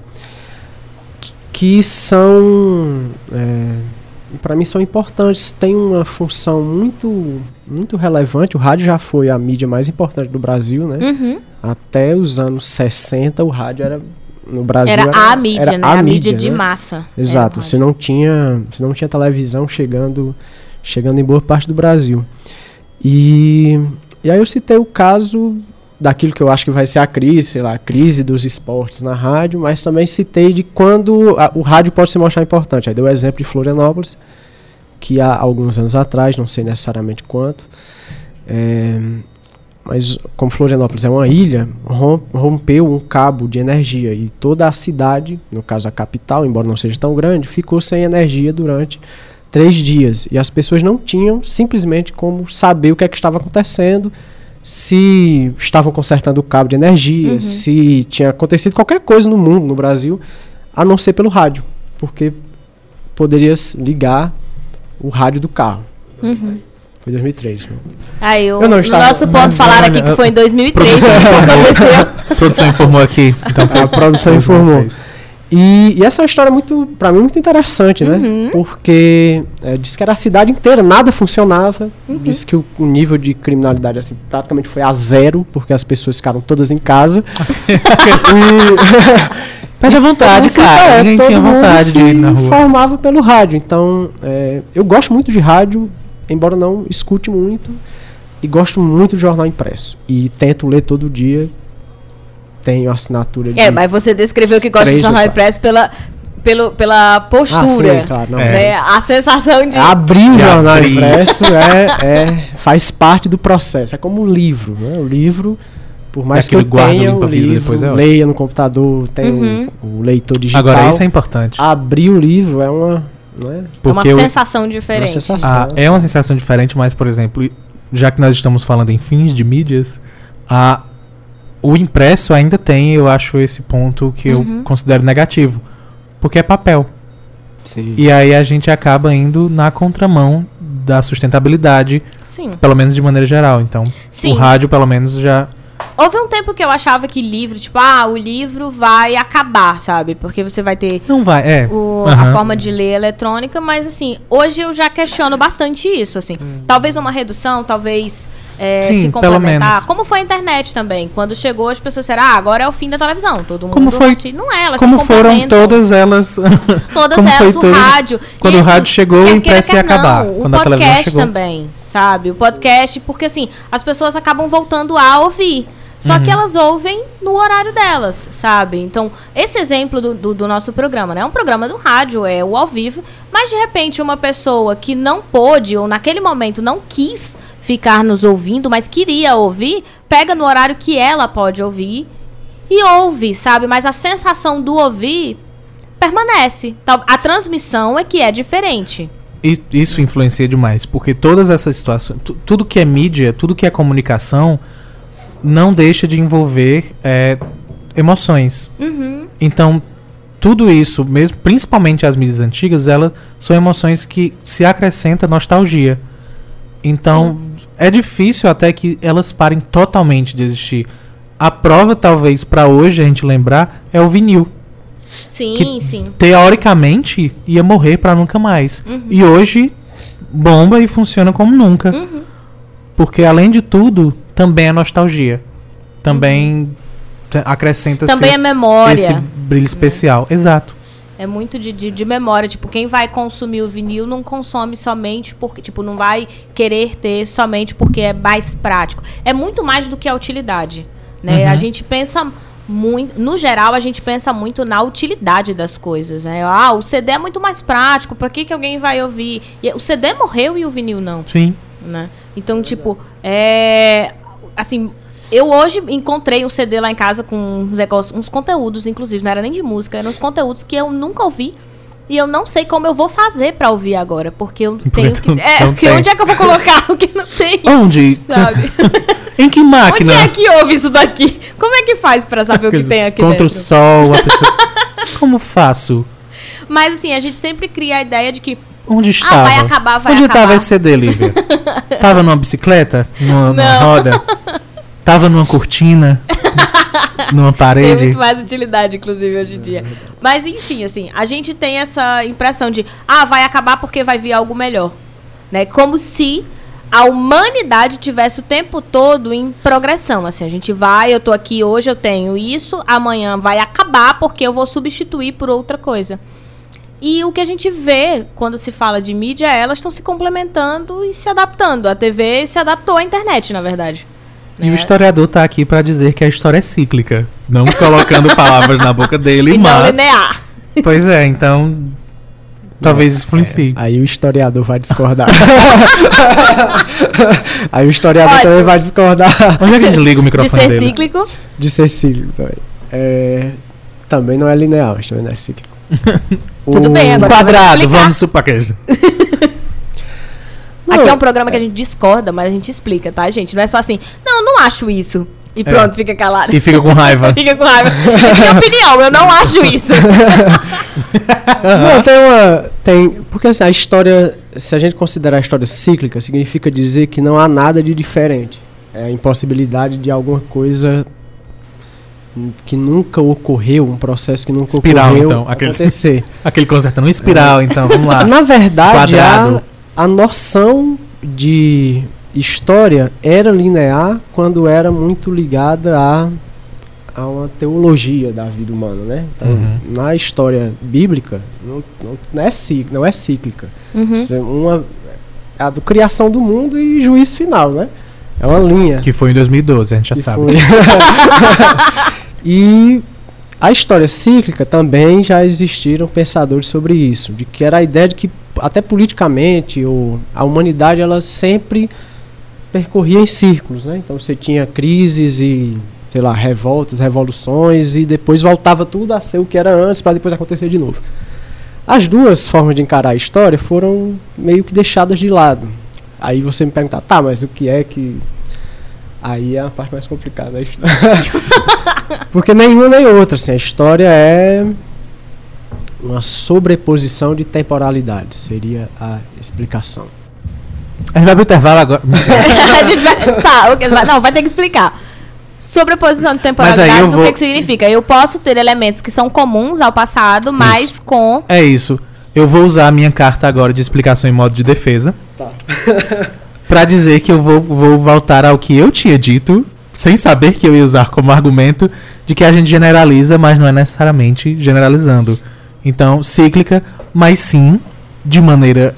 que são, para mim, são importantes, tem uma função muito, muito relevante. O rádio já foi a mídia mais importante do Brasil, né? Até os anos 60, o rádio era, no Brasil, era a mídia, né? A mídia de né? massa. Exato, você não tinha televisão chegando em boa parte do Brasil. E aí eu citei o caso daquilo que eu acho que vai ser a crise, sei lá, a crise dos esportes na rádio, mas também citei de quando o rádio pode se mostrar importante. Aí dei o exemplo de Florianópolis, que há alguns anos atrás, não sei necessariamente quanto, mas como Florianópolis é uma ilha, rompeu um cabo de energia e toda a cidade, no caso a capital, embora não seja tão grande, ficou sem energia durante 3 dias. E as pessoas não tinham simplesmente como saber o que é que estava acontecendo, se estavam consertando o cabo de energia, se tinha acontecido qualquer coisa no mundo, no Brasil, a não ser pelo rádio, porque poderia ligar o rádio do carro. Foi 2003. Aí no nosso ponto falaram aqui que foi em 2003 que isso aconteceu. A produção informou aqui. Então a produção informou. E essa é uma história pra mim muito interessante, né? Porque diz que era a cidade inteira, nada funcionava. Diz que o nível de criminalidade assim, praticamente foi a 0, porque as pessoas ficaram todas em casa. Pede à vontade, cara. Ninguém tinha vontade de ir na rua. Informava pelo rádio. Então, eu gosto muito de rádio, embora não escute muito. E gosto muito de jornal impresso. E tento ler todo dia. Tenho assinatura de... mas você descreveu que gosta de jornal impresso pela postura. Sim, claro. Não, a sensação de... Abrir o jornal impresso faz parte do processo. É como o livro, né? O livro, por mais que eu tenha o livro, depois leia no computador, tem o leitor digital. Agora, isso é importante. Abrir o livro é uma... é uma sensação diferente. É uma sensação diferente, mas, por exemplo, já que nós estamos falando em fins de mídias, o impresso ainda tem, eu acho, esse ponto que eu considero negativo. Porque é papel. Sim. E aí a gente acaba indo na contramão da sustentabilidade. Sim. Pelo menos de maneira geral. Então, o rádio, pelo menos, já... Houve um tempo que eu achava que livro, o livro vai acabar, sabe? Porque você vai ter... Não vai, a forma de ler eletrônica, mas, assim, hoje eu já questiono bastante isso, assim. Talvez uma redução, talvez... se complementar, como foi a internet também. Quando chegou, as pessoas disseram, agora é o fim da televisão. Todo mundo não é, elas como se foram todas elas. Todas elas, o rádio. Quando o rádio chegou, o impresso ia acabar. O quando a televisão chegou também, sabe? O podcast, porque assim, as pessoas acabam voltando a ouvir. Só que elas ouvem no horário delas, sabe? Então, esse exemplo do nosso programa, né? É um programa do rádio, é o ao vivo, mas de repente uma pessoa que não pôde, ou naquele momento não quis ficar nos ouvindo, mas queria ouvir, pega no horário que ela pode ouvir e ouve, sabe? Mas a sensação do ouvir permanece. A transmissão é que é diferente. Isso influencia demais, porque todas essas situações, tudo que é mídia, tudo que é comunicação, não deixa de envolver emoções. Então, tudo isso, mesmo, principalmente as mídias antigas, elas são emoções que se acrescenta nostalgia. Então, é difícil até que elas parem totalmente de existir. A prova, talvez, para hoje a gente lembrar, é o vinil. Sim, sim. Teoricamente, ia morrer pra nunca mais. E hoje, bomba e funciona como nunca. Porque, além de tudo, também é nostalgia. Também acrescenta-se... Também é memória. Esse brilho especial. Exato. É muito de memória. Tipo, quem vai consumir o vinil não consome somente porque... Tipo, não vai querer ter somente porque é mais prático. É muito mais do que a utilidade, né? A gente pensa... muito, no geral, a gente pensa muito na utilidade das coisas, né? O CD é muito mais prático, pra que alguém vai ouvir? O CD morreu e o vinil não. Sim. Né? Então, tipo, assim, eu hoje encontrei um CD lá em casa com uns conteúdos, inclusive, não era nem de música, eram uns conteúdos que eu nunca ouvi. E eu não sei como eu vou fazer pra ouvir agora, porque eu tenho que... onde é que eu vou colocar o que não tem? Onde? Sabe? Em que máquina? Onde é que ouve isso daqui? Como é que faz pra saber o que tem aqui contra dentro? o sol, a pessoa... Como faço? Mas assim, a gente sempre cria a ideia de que... Onde estava? vai acabar. Onde estava esse CD, Lívia? Tava numa bicicleta? Numa roda? Tava numa cortina? Numa parede? Tem muito mais utilidade, inclusive, hoje em dia. Mas enfim, assim, a gente tem essa impressão de... vai acabar porque vai vir algo melhor. Né? Como se... a humanidade tivesse o tempo todo em progressão, assim, a gente eu tô aqui hoje, eu tenho isso, amanhã vai acabar porque eu vou substituir por outra coisa. E o que a gente vê quando se fala de mídia, elas estão se complementando e se adaptando. A TV se adaptou à internet, na verdade. E o historiador tá aqui pra dizer que a história é cíclica, não colocando palavras na boca dele, e mas... não linear. Pois é, então... Talvez influencie. Aí o historiador vai discordar. Aí o historiador também vai discordar. Onde é que desliga o microfone dele? De ser cíclico? De ser cíclico também. Também não é linear, mas também não é cíclico. Tudo bem, agora quadrado, vamos supor que... Aqui é um programa que a gente discorda, mas a gente explica, tá, gente? Não é só assim, não acho isso. E pronto, fica calado. E fica com raiva. Fica com raiva. É minha opinião, eu não acho isso. Não, porque assim, a história, se a gente considerar a história cíclica, significa dizer que não há nada de diferente. É a impossibilidade de alguma coisa que nunca ocorreu, um processo que nunca ocorreu então, acontecer. Aquele consertando uma espiral, então, vamos lá. Na verdade, a noção de história era linear quando era muito ligada a uma teologia da vida humana, né? Então, na história bíblica, não é cíclica. Isso é a criação do mundo e juízo final, né? É uma linha. Que foi em 2012, a gente já sabe. E a história cíclica também já existiram pensadores sobre isso, de que era a ideia de que até politicamente a humanidade ela sempre percorria em círculos, né? Então você tinha crises e, sei lá, revoltas, revoluções e depois voltava tudo a ser o que era antes para depois acontecer de novo. As duas formas de encarar a história foram meio que deixadas de lado. Aí você me pergunta, tá, mas o que é que... Aí é a parte mais complicada da história. Porque nenhuma nem outra, assim, a história é uma sobreposição de temporalidade, seria a explicação. A gente vai pro intervalo agora. A gente vai ter que explicar. Sobreposição de temporalidades, o que significa? Eu posso ter elementos que são comuns ao passado, mas com... É isso. Eu vou usar a minha carta agora de explicação em modo de defesa. Tá. Pra dizer que eu vou voltar ao que eu tinha dito, sem saber que eu ia usar como argumento, de que a gente generaliza, mas não é necessariamente generalizando. Então, cíclica, mas sim, de maneira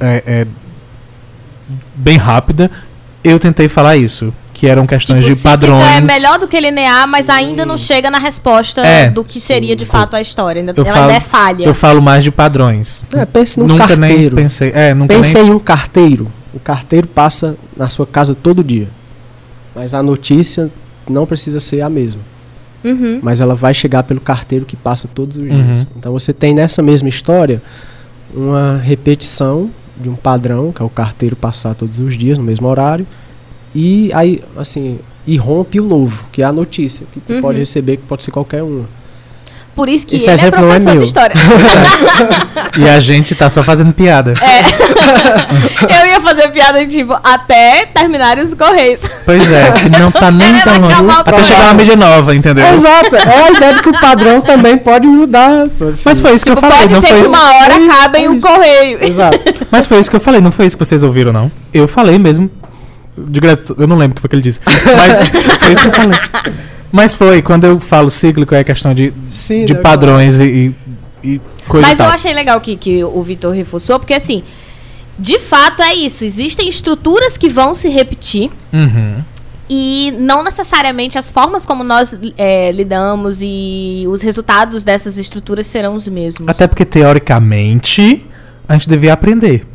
bem rápida, eu tentei falar isso. Que eram questões de padrões. É melhor do que linear, mas ainda não chega na resposta do que seria de fato a história. Ela ainda é falha. Eu falo mais de padrões. Pense num carteiro. Nem pensei, pense em um carteiro. O carteiro passa na sua casa todo dia. Mas a notícia não precisa ser a mesma. Mas ela vai chegar pelo carteiro que passa todos os dias. Então você tem nessa mesma história uma repetição de um padrão, que é o carteiro passar todos os dias no mesmo horário, e aí, assim, irrompe o novo, que é a notícia, que tu pode receber, que pode ser qualquer uma. Por isso que Esse ele é exemplo não é professor meu. de história. E a gente tá só fazendo piada. Eu ia fazer piada, tipo, até terminarem os Correios. Pois é, que não tá nem Vai tão acabar longe. o Até programa. chegar uma mídia nova, entendeu? Exato, é a ideia de que o padrão também pode mudar. Mas foi isso que eu falei, Pode não ser foi que isso. uma hora acabem o Correio. Exato. Mas foi isso que eu falei, não foi isso que vocês ouviram, não. Eu falei mesmo. De graça, eu não lembro o que foi que ele disse. Mas foi isso que eu falei. Mas foi, quando eu falo cíclico, é questão de Sim, padrões e coisa e Mas tal. eu achei legal que o Vitor reforçou, porque assim, de fato é isso. Existem estruturas que vão se repetir. Uhum. E não necessariamente as formas como nós lidamos e os resultados dessas estruturas serão os mesmos. Até porque, teoricamente, a gente devia aprender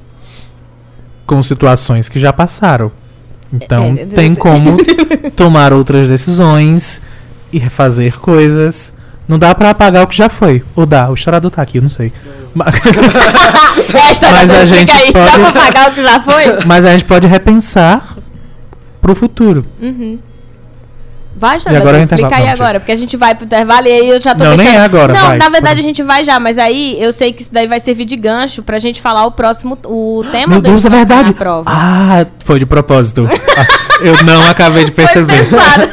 com situações que já passaram. Então, tem como tomar outras decisões e refazer coisas. Não dá pra apagar o que já foi. Ou dá, o historiador tá aqui, eu não sei. Mas Mas a gente aí, pode- dá pra pagar o que já foi? mas a gente pode repensar pro futuro. Vai, E Jana, agora é o explica intervalo. aí Não, agora, porque a gente vai pro intervalo e aí eu já tô Não, nem deixando... é agora, Não, vai. na verdade a gente vai já, mas aí eu sei que isso daí vai servir de gancho pra gente falar o tema Meu do Deus, é Estudo verdade. na prova. Ah, foi de propósito. Eu não acabei de perceber.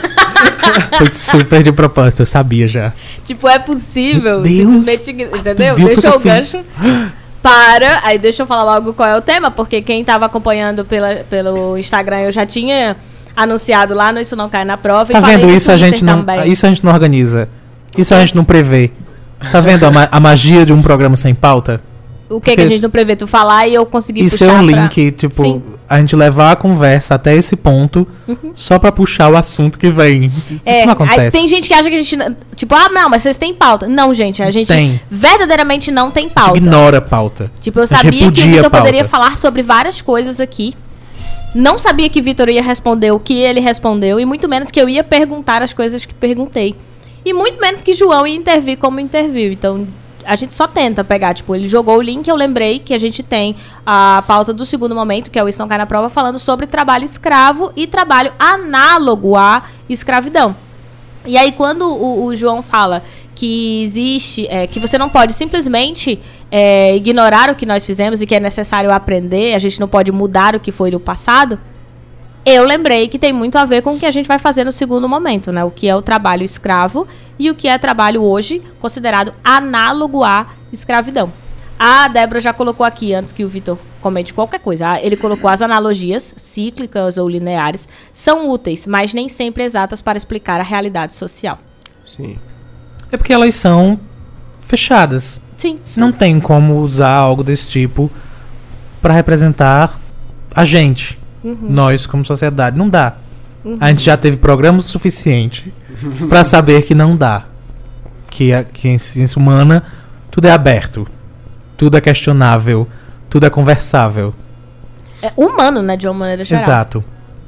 Foi super de propósito, eu sabia já. Tipo, é possível, Meu Deus. simplesmente, entendeu? Tu viu o que Deixou eu o fiz? gancho. Para, aí deixa eu falar logo qual é o tema, porque quem tava acompanhando pelo Instagram eu já tinha anunciado lá no Isso Não Cai na Prova. Tá e falei vendo? no Isso a Twitter gente não, também. isso a gente não organiza. Isso a gente não prevê. Tá vendo a magia de um programa sem pauta? O que a Porque gente não prevê tu falar e eu consegui Isso puxar é um pra- link, tipo, Sim. a gente levar a conversa até esse ponto só pra puxar o assunto que vem. Isso não Aí acontece. tem gente que acha que a gente... Tipo, não, mas vocês têm pauta. Não, gente, a gente Tem. verdadeiramente não tem A gente pauta. ignora a pauta. Tipo, eu A gente sabia que o repudia a Vitor pauta. poderia falar sobre várias coisas aqui. Não sabia que o Vitor ia responder o que ele respondeu. E muito menos que eu ia perguntar as coisas que perguntei. E muito menos que João ia intervir como interviu. Então, a gente só tenta pegar. Tipo, ele jogou o link, eu lembrei que a gente tem a pauta do segundo momento, que é o Isso Não Cai na Prova, falando sobre trabalho escravo e trabalho análogo à escravidão. E aí, quando o João fala que existe, que você não pode simplesmente ignorar o que nós fizemos e que é necessário aprender, a gente não pode mudar o que foi do passado, eu lembrei que tem muito a ver com o que a gente vai fazer no segundo momento, né? O que é o trabalho escravo e o que é trabalho hoje considerado análogo à escravidão. A Débora já colocou aqui, antes que o Vitor comente qualquer coisa, ele colocou as analogias, cíclicas ou lineares, são úteis, mas nem sempre exatas para explicar a realidade social. Sim. É porque elas são fechadas. Sim. Não tem como usar algo desse tipo pra representar a gente. Nós, como sociedade. Não dá. A gente já teve programa o suficiente pra saber que não dá. Que em ciência humana tudo é aberto. Tudo é questionável. Tudo é conversável. É humano, né, de uma maneira geral. Exato.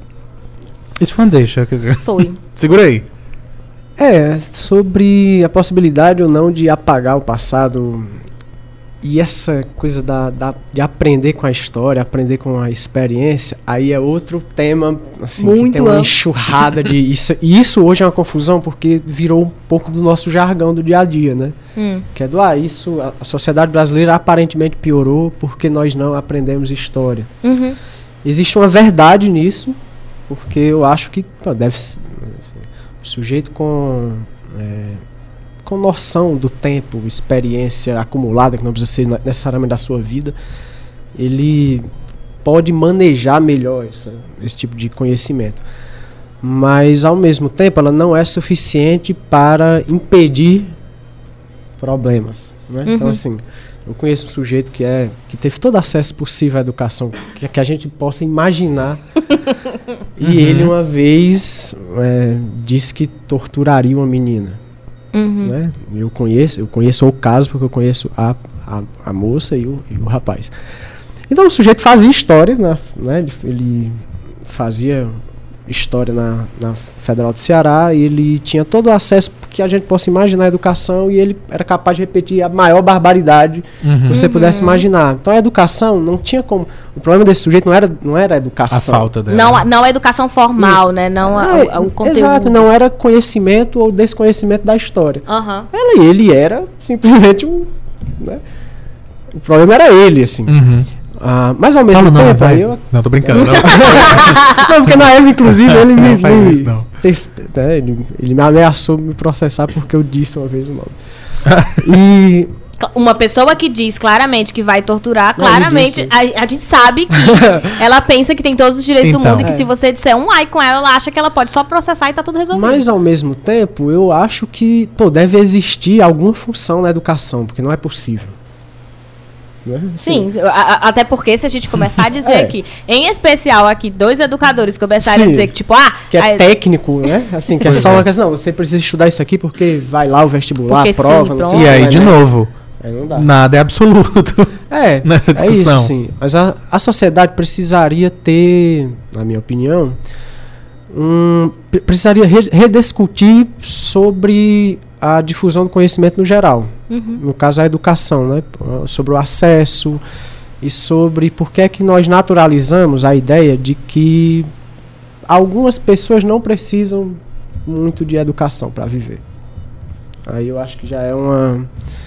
Isso foi uma deixa, quer dizer. Foi. Segura aí. Sobre a possibilidade ou não de apagar o passado e essa coisa de aprender com a história, aprender com a experiência, aí é outro tema, assim, que Muito tem uma amplo. enxurrada de isso. E isso hoje é uma confusão porque virou um pouco do nosso jargão do dia a dia, né? Que é isso, a sociedade brasileira aparentemente piorou porque nós não aprendemos história. Existe uma verdade nisso, porque eu acho que deve ser o sujeito com noção do tempo, experiência acumulada, que não precisa ser necessariamente da sua vida, ele pode manejar melhor esse tipo de conhecimento. Mas, ao mesmo tempo, ela não é suficiente para impedir problemas, né? Então, assim, eu conheço um sujeito que teve todo acesso possível à educação que a gente possa imaginar. E ele uma vez disse que torturaria uma menina. Né? Eu conheço o caso porque eu conheço a moça e o rapaz. Então o sujeito fazia história, né? Ele fazia história na Federal do Ceará e ele tinha todo o acesso que a gente possa imaginar a educação, e ele era capaz de repetir a maior barbaridade que você pudesse imaginar. Então a educação não tinha como... O problema desse sujeito não era a educação. A falta dela. Não a educação formal, né? Não o conteúdo. Exato, não era conhecimento ou desconhecimento da história. Uhum. Ele era simplesmente um... Né? O problema era ele, assim. Mas ao mesmo tempo... Não, tô brincando. Não, porque na época, inclusive, ele me... Ele me ameaçou me processar porque eu disse uma vez o nome. E... Uma pessoa que diz claramente que vai torturar, claramente, a gente sabe que ela pensa que tem todos os direitos do mundo e que se você disser um ai com ela, ela acha que ela pode só processar e tá tudo resolvido. Mas ao mesmo tempo, eu acho que deve existir alguma função na educação, porque não é possível. Né? Sim, até porque se a gente começar a dizer aqui, em especial aqui, 2 educadores começarem a dizer que tipo, que é técnico, né? Assim, que é só uma questão, você precisa estudar isso aqui porque vai lá o vestibular, porque a prova, não sei. E aí, de novo, aí não dá. Nada é absoluto nessa discussão. É isso, sim. Mas a sociedade precisaria ter, na minha opinião, precisaria rediscutir sobre a difusão do conhecimento no geral. No caso, a educação, né? Sobre o acesso e sobre por que é que nós naturalizamos a ideia de que algumas pessoas não precisam muito de educação para viver. Aí eu acho que já é uma...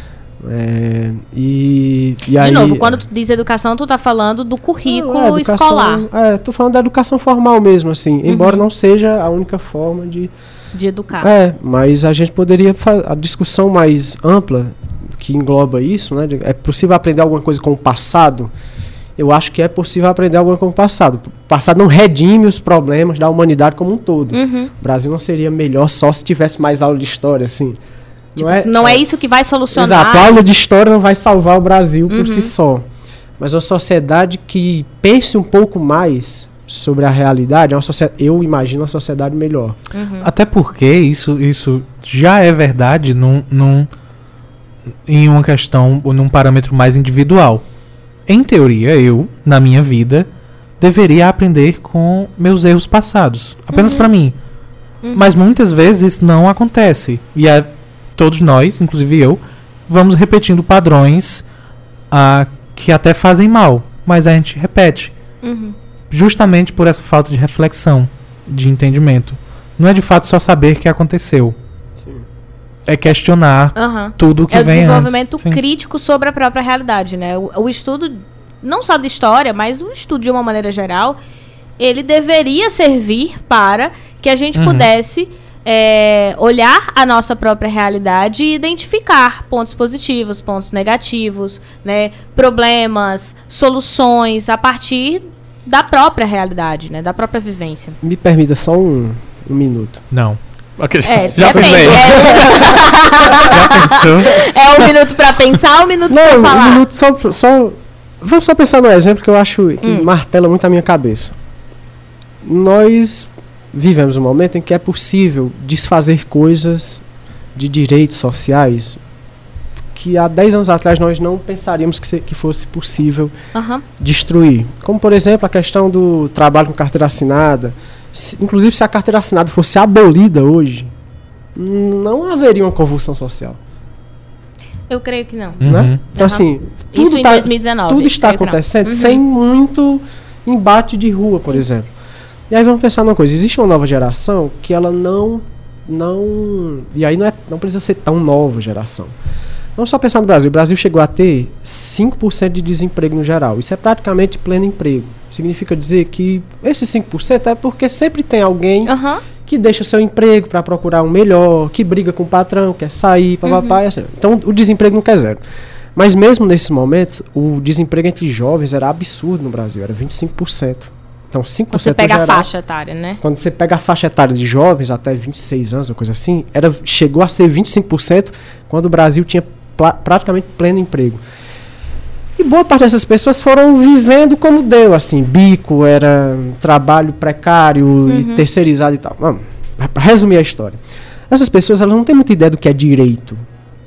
de aí, novo, quando tu diz educação, tu tá falando do currículo escolar. Tô falando da educação formal mesmo, assim, embora não seja a única forma de educar. Mas a gente poderia fazer a discussão mais ampla que engloba isso, né? É possível aprender alguma coisa com o passado? Eu acho que é possível aprender alguma coisa com o passado. O passado não redime os problemas da humanidade como um todo. O Brasil não seria melhor só se tivesse mais aula de história, assim. Tipo, não é isso que vai solucionar. Exato, a aula de história não vai salvar o Brasil por si só. Mas uma sociedade que pense um pouco mais sobre a realidade, eu imagino uma sociedade melhor. Até porque isso já é verdade em uma questão, num parâmetro mais individual. Em teoria, eu, na minha vida, deveria aprender com meus erros passados. Apenas para mim. Mas muitas vezes isso não acontece. E todos nós, inclusive eu, vamos repetindo padrões que até fazem mal, mas a gente repete. Justamente por essa falta de reflexão, de entendimento. Não é de fato só saber que aconteceu. Sim. É questionar tudo o que vem antes. É o desenvolvimento crítico sobre a própria realidade, né? O estudo, não só de história, mas o estudo de uma maneira geral, ele deveria servir para que a gente pudesse olhar a nossa própria realidade e identificar pontos positivos, pontos negativos, né? Problemas, soluções a partir da própria realidade, né? Da própria vivência. Me permita só um minuto. Não. Já pensei. Já pensou? É 1 minuto pra pensar, 1 minuto pra falar. 1 minuto só... Vamos só pensar num exemplo que eu acho que martela muito a minha cabeça. Nós vivemos um momento em que é possível desfazer coisas de direitos sociais que há 10 anos atrás nós não pensaríamos que fosse possível destruir. Como, por exemplo, a questão do trabalho com carteira assinada. Inclusive, se a carteira assinada fosse abolida hoje, não haveria uma convulsão social. Eu creio que não. Né? Então, assim, isso em 2019. Tudo está acontecendo sem muito embate de rua, por exemplo. E aí vamos pensar numa coisa. Existe uma nova geração que ela não... E aí não precisa ser tão nova geração. Vamos só pensar no Brasil. O Brasil chegou a ter 5% de desemprego no geral. Isso é praticamente pleno emprego. Significa dizer que esses 5% é porque sempre tem alguém que deixa seu emprego para procurar um melhor, que briga com o patrão, quer sair, papapá. Assim. Então o desemprego nunca é zero. Mas mesmo nesses momentos, o desemprego entre jovens era absurdo no Brasil. Era 25%. Então 5% Você pega geral, a faixa etária, né? Quando você pega a faixa etária de jovens até 26 anos, uma coisa assim, chegou a ser 25% quando o Brasil tinha praticamente pleno emprego. E boa parte dessas pessoas foram vivendo como deu, assim, bico, era trabalho precário e terceirizado e tal. Vamos, para resumir a história. Essas pessoas, elas não têm muita ideia do que é direito.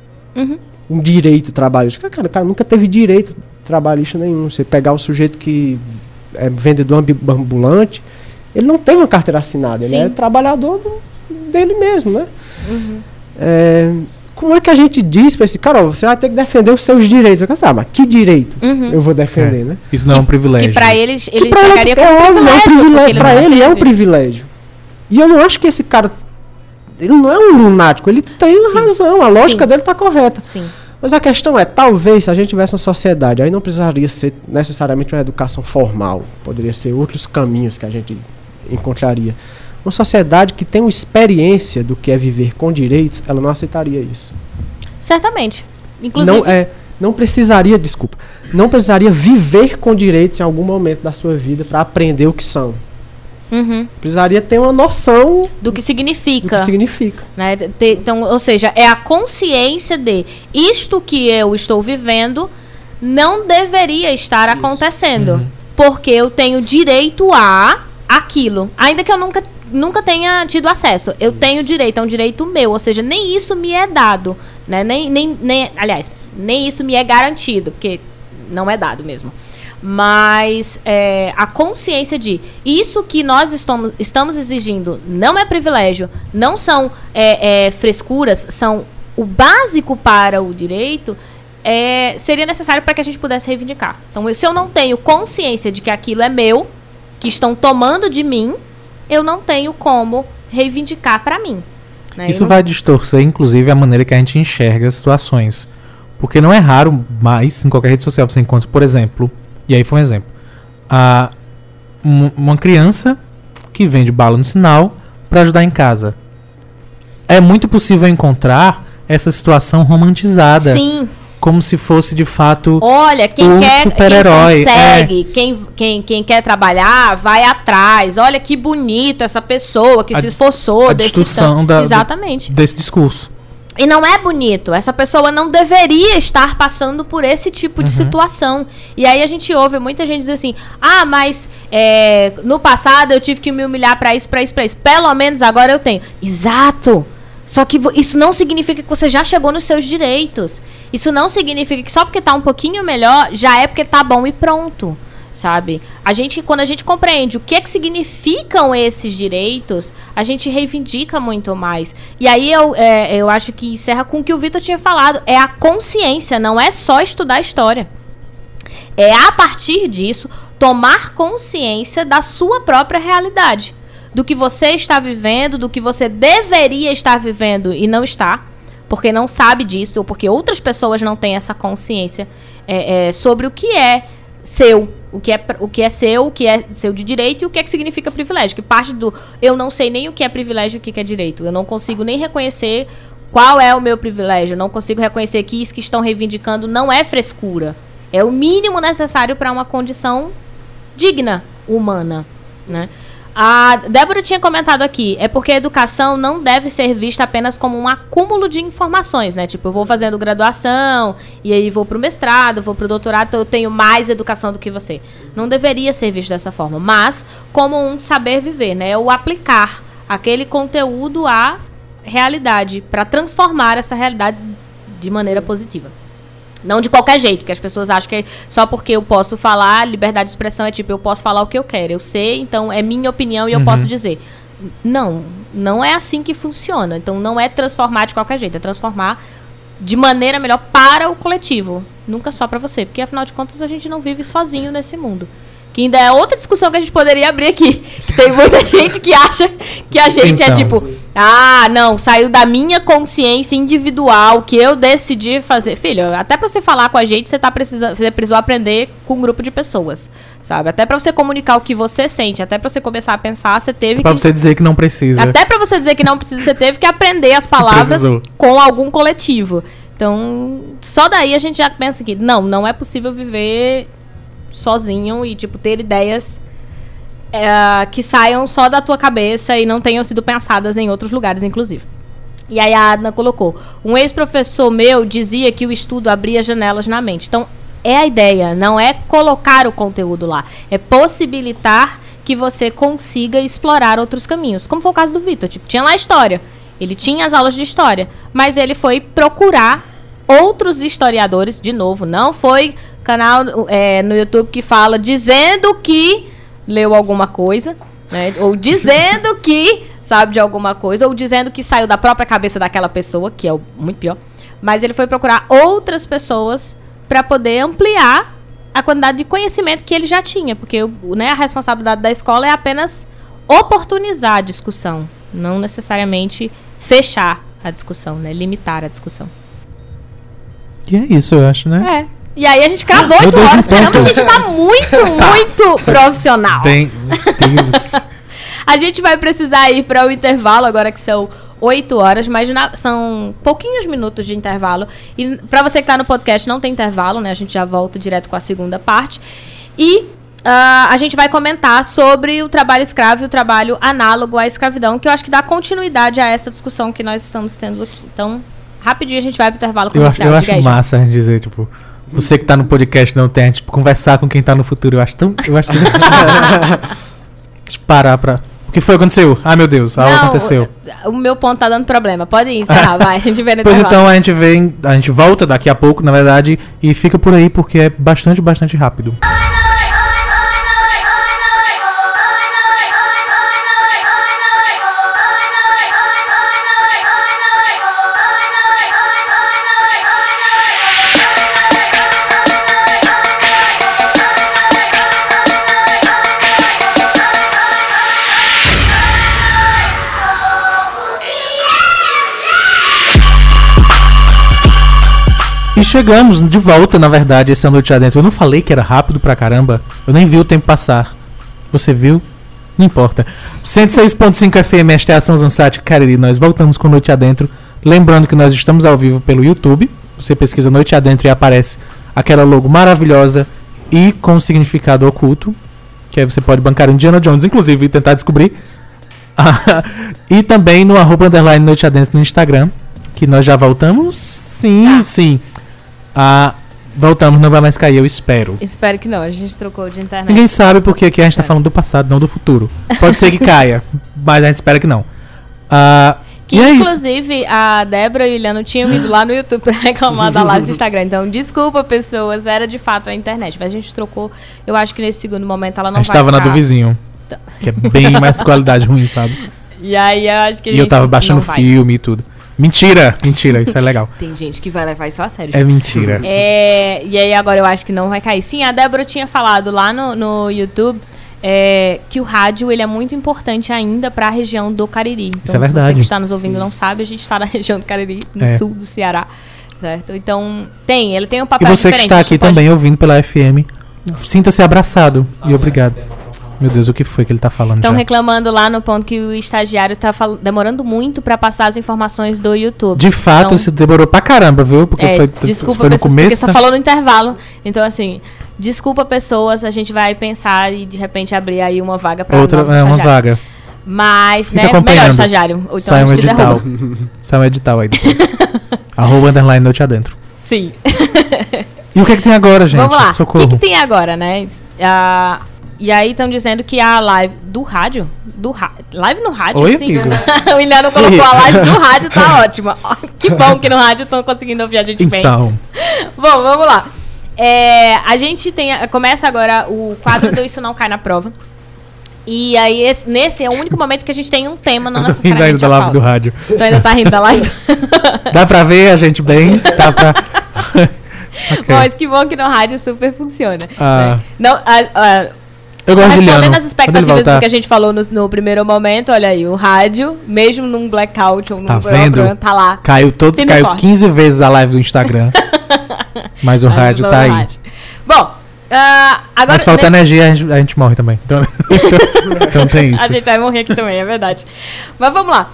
Um direito trabalhista. O cara nunca teve direito trabalhista nenhum. Você pegar o sujeito que é vendedor ambulante, ele não tem uma carteira assinada, ele é trabalhador dele mesmo, né? Como é que a gente diz para esse cara, você vai ter que defender os seus direitos? Eu quero mas que direito eu vou defender, né? Isso não é um privilégio. E para eles chegaria como privilégio. Para ele é um privilégio. E eu não acho que esse cara, ele não é um lunático, ele tem razão, a lógica dele está correta. Sim. Mas a questão é, talvez, se a gente tivesse uma sociedade, aí não precisaria ser necessariamente uma educação formal, poderia ser outros caminhos que a gente encontraria. Uma sociedade que tem uma experiência do que é viver com direitos, ela não aceitaria isso. Certamente. Inclusive... Não precisaria viver com direitos em algum momento da sua vida para aprender o que são. Precisaria ter uma noção do que significa. Né? Então, ou seja, é a consciência de isto que eu estou vivendo não deveria estar acontecendo. Porque eu tenho direito a aquilo. Ainda que eu nunca tenha tido acesso. Eu tenho direito, é um direito meu. Ou seja, nem isso me é dado. Né? Aliás, nem isso me é garantido. Porque não é dado mesmo. Mas a consciência de isso que nós estamos exigindo não é privilégio, não são frescuras, são o básico para o direito, seria necessário para que a gente pudesse reivindicar. Então, se eu não tenho consciência de que aquilo é meu, que estão tomando de mim, eu não tenho como reivindicar para mim. Né? Isso vai distorcer, inclusive, a maneira que a gente enxerga as situações. Porque não é raro mais, em qualquer rede social, você encontra, por exemplo... E aí foi um exemplo. Uma criança que vende bala no sinal para ajudar em casa. É muito possível encontrar essa situação romantizada. Sim. Como se fosse, de fato, olha, quem quer, super-herói. Quem consegue, quem quer trabalhar, vai atrás. Olha que bonita essa pessoa que se esforçou. A distorção exatamente. Desse discurso. E não é bonito. Essa pessoa não deveria estar passando por esse tipo de situação. E aí a gente ouve muita gente dizer assim, mas no passado eu tive que me humilhar pra isso. Pelo menos agora eu tenho. Exato. Só que isso não significa que você já chegou nos seus direitos. Isso não significa que só porque tá um pouquinho melhor, já é porque tá bom e pronto. Sabe? Quando a gente compreende o que é que significam esses direitos, a gente reivindica muito mais. E aí eu acho que encerra com o que o Vitor tinha falado. É a consciência, não é só estudar história. É a partir disso, tomar consciência da sua própria realidade. Do que você está vivendo, do que você deveria estar vivendo e não está. Porque não sabe disso, ou porque outras pessoas não têm essa consciência sobre o que é seu. O que é seu, o que é seu de direito e o que é que significa privilégio. Que parte do eu não sei nem o que é privilégio e o que é direito. Eu não consigo nem reconhecer qual é o meu privilégio. Eu não consigo reconhecer que isso que estão reivindicando não é frescura. É o mínimo necessário para uma condição digna, humana, né? A Débora tinha comentado aqui, é porque a educação não deve ser vista apenas como um acúmulo de informações, né? Tipo, eu vou fazendo graduação, e aí vou pro mestrado, vou pro doutorado, então eu tenho mais educação do que você. Não deveria ser visto dessa forma, mas como um saber viver, né? O aplicar aquele conteúdo à realidade, para transformar essa realidade de maneira positiva. Não de qualquer jeito, que as pessoas acham que só porque eu posso falar, liberdade de expressão é tipo, eu posso falar o que eu quero, eu sei, então é minha opinião e eu posso dizer. Não é assim que funciona. Então não é transformar de qualquer jeito, é transformar de maneira melhor para o coletivo, nunca só para você, porque afinal de contas a gente não vive sozinho nesse mundo. Que ainda é outra discussão que a gente poderia abrir aqui. Que tem muita gente que acha que a gente é tipo... não, saiu da minha consciência individual que eu decidi fazer. Filho, até pra você falar com a gente, você precisou aprender com um grupo de pessoas, sabe? Até pra você comunicar o que você sente, até pra você começar a pensar, você teve pra você dizer que não precisa. Até pra você dizer que não precisa, você teve que aprender as palavras com algum coletivo. Então, só daí a gente já pensa que não é possível viver sozinho e, tipo, ter ideias que saiam só da tua cabeça e não tenham sido pensadas em outros lugares, inclusive. E aí a Adna colocou, um ex-professor meu dizia que o estudo abria janelas na mente. Então, é a ideia, não é colocar o conteúdo lá, é possibilitar que você consiga explorar outros caminhos. Como foi o caso do Vitor, tipo, tinha lá a história, ele tinha as aulas de história, mas ele foi procurar outros historiadores, de novo, não foi canal no YouTube que fala dizendo que leu alguma coisa, né? Ou dizendo que sabe de alguma coisa, ou dizendo que saiu da própria cabeça daquela pessoa, que é muito pior. Mas ele foi procurar outras pessoas para poder ampliar a quantidade de conhecimento que ele já tinha, porque né, a responsabilidade da escola é apenas oportunizar a discussão, não necessariamente fechar a discussão, né, limitar a discussão. E é isso, eu acho, né? É. E aí a gente cravou 8 horas. Caramba, a gente tá muito profissional. Meu Deus. A gente vai precisar ir para o intervalo agora, que são 8 horas, mas são pouquinhos minutos de intervalo. E para você que tá no podcast, não tem intervalo, né? A gente já volta direto com a segunda parte. E a gente vai comentar sobre o trabalho escravo e o trabalho análogo à escravidão, que eu acho que dá continuidade a essa discussão que nós estamos tendo aqui. Então, rapidinho a gente vai pro intervalo comercial. Eu acho massa a gente dizer, tipo, você que tá no podcast não tem, tipo, conversar com quem tá no futuro. Eu acho divertido. Deixa eu parar pra... O que foi que aconteceu? Ai, meu Deus, algo aconteceu. O meu ponto tá dando problema. Pode ir, encerrar, vai. A gente vê no Pois intervalo. então a gente volta daqui a pouco, na verdade, e fica por aí porque é bastante rápido. E chegamos de volta, na verdade, essa noite lá dentro. Eu não falei que era rápido pra caramba. Eu nem vi o tempo passar. Você viu? Não importa. 106.5 FM, esta é a Sons on Site Cariri. Nós voltamos com Noite Adentro. Lembrando que nós estamos ao vivo pelo YouTube. Você pesquisa Noite Adentro e aparece aquela logo maravilhosa e com significado oculto. Que aí você pode bancar Indiana Jones, inclusive, e tentar descobrir. E também no @_ Noite Adentro no Instagram. Que nós já voltamos? Sim. Voltamos, não vai mais cair, eu espero. Espero que não, a gente trocou de internet. Ninguém sabe porque aqui a gente tá falando do passado, não do futuro. Pode ser que caia, mas a gente espera que não. Que inclusive a Débora e o Iliano tinham ido lá no YouTube pra reclamar da live do Instagram. Então, desculpa, pessoas, era de fato a internet. Mas a gente trocou, eu acho que nesse segundo momento ela não vai ficar. A gente tava na do vizinho, que é bem mais qualidade ruim, sabe? E aí eu acho que a gente eu tava baixando filme e tudo. Mentira, isso é legal. Tem gente que vai levar isso a sério. É mentira. E aí agora eu acho que não vai cair. Sim, a Débora tinha falado lá no YouTube que o rádio ele é muito importante ainda para a região do Cariri. Então, isso é verdade. Se você que está nos ouvindo não sabe, a gente está na região do Cariri, no sul do Ceará. Certo? Então, ele tem um papel diferente. E você que está aqui também ouvindo pela FM, sinta-se abraçado e obrigado. Meu Deus, o que foi que ele tá falando? Estão reclamando lá no ponto que o estagiário tá demorando muito pra passar as informações do YouTube. De fato, então, isso demorou pra caramba, viu? Porque desculpa, foi no pessoas, começo. porque só falou no intervalo. Então, assim, desculpa, pessoas, a gente vai pensar e de repente abrir aí uma vaga pra outra, uma vaga. Mas, fica acompanhando. Melhor estagiário. Então sai um edital. Sai um edital aí depois. @ Noite Adentro. Sim. E o que é que tem agora, gente? Vamos lá. Socorro. O que tem agora, né? E aí estão dizendo que a live do rádio... Live no rádio, oi, sim. Amigo. O Williano colocou a live do rádio, tá ótima. Que bom que no rádio estão conseguindo ouvir a gente bem. Então. Bom, vamos lá. A gente começa agora o quadro do Isso Não Cai na Prova. E aí nesse é o único momento que a gente tem um tema na nossa ainda da live do rádio. Tu ainda tá rindo da live? Dá pra ver a gente bem? Dá pra... Okay. Mas que bom que no rádio super funciona. Né? Não, eu gosto de respondendo as expectativas do que a gente falou no primeiro momento, olha aí, o rádio, mesmo num blackout ou num programa, tá lá. Caiu 15 vezes a live do Instagram. Mas o rádio tá aí. Bom, agora... Mas falta energia, a gente morre também. Então tem isso. A gente vai morrer aqui também, é verdade. Mas vamos lá.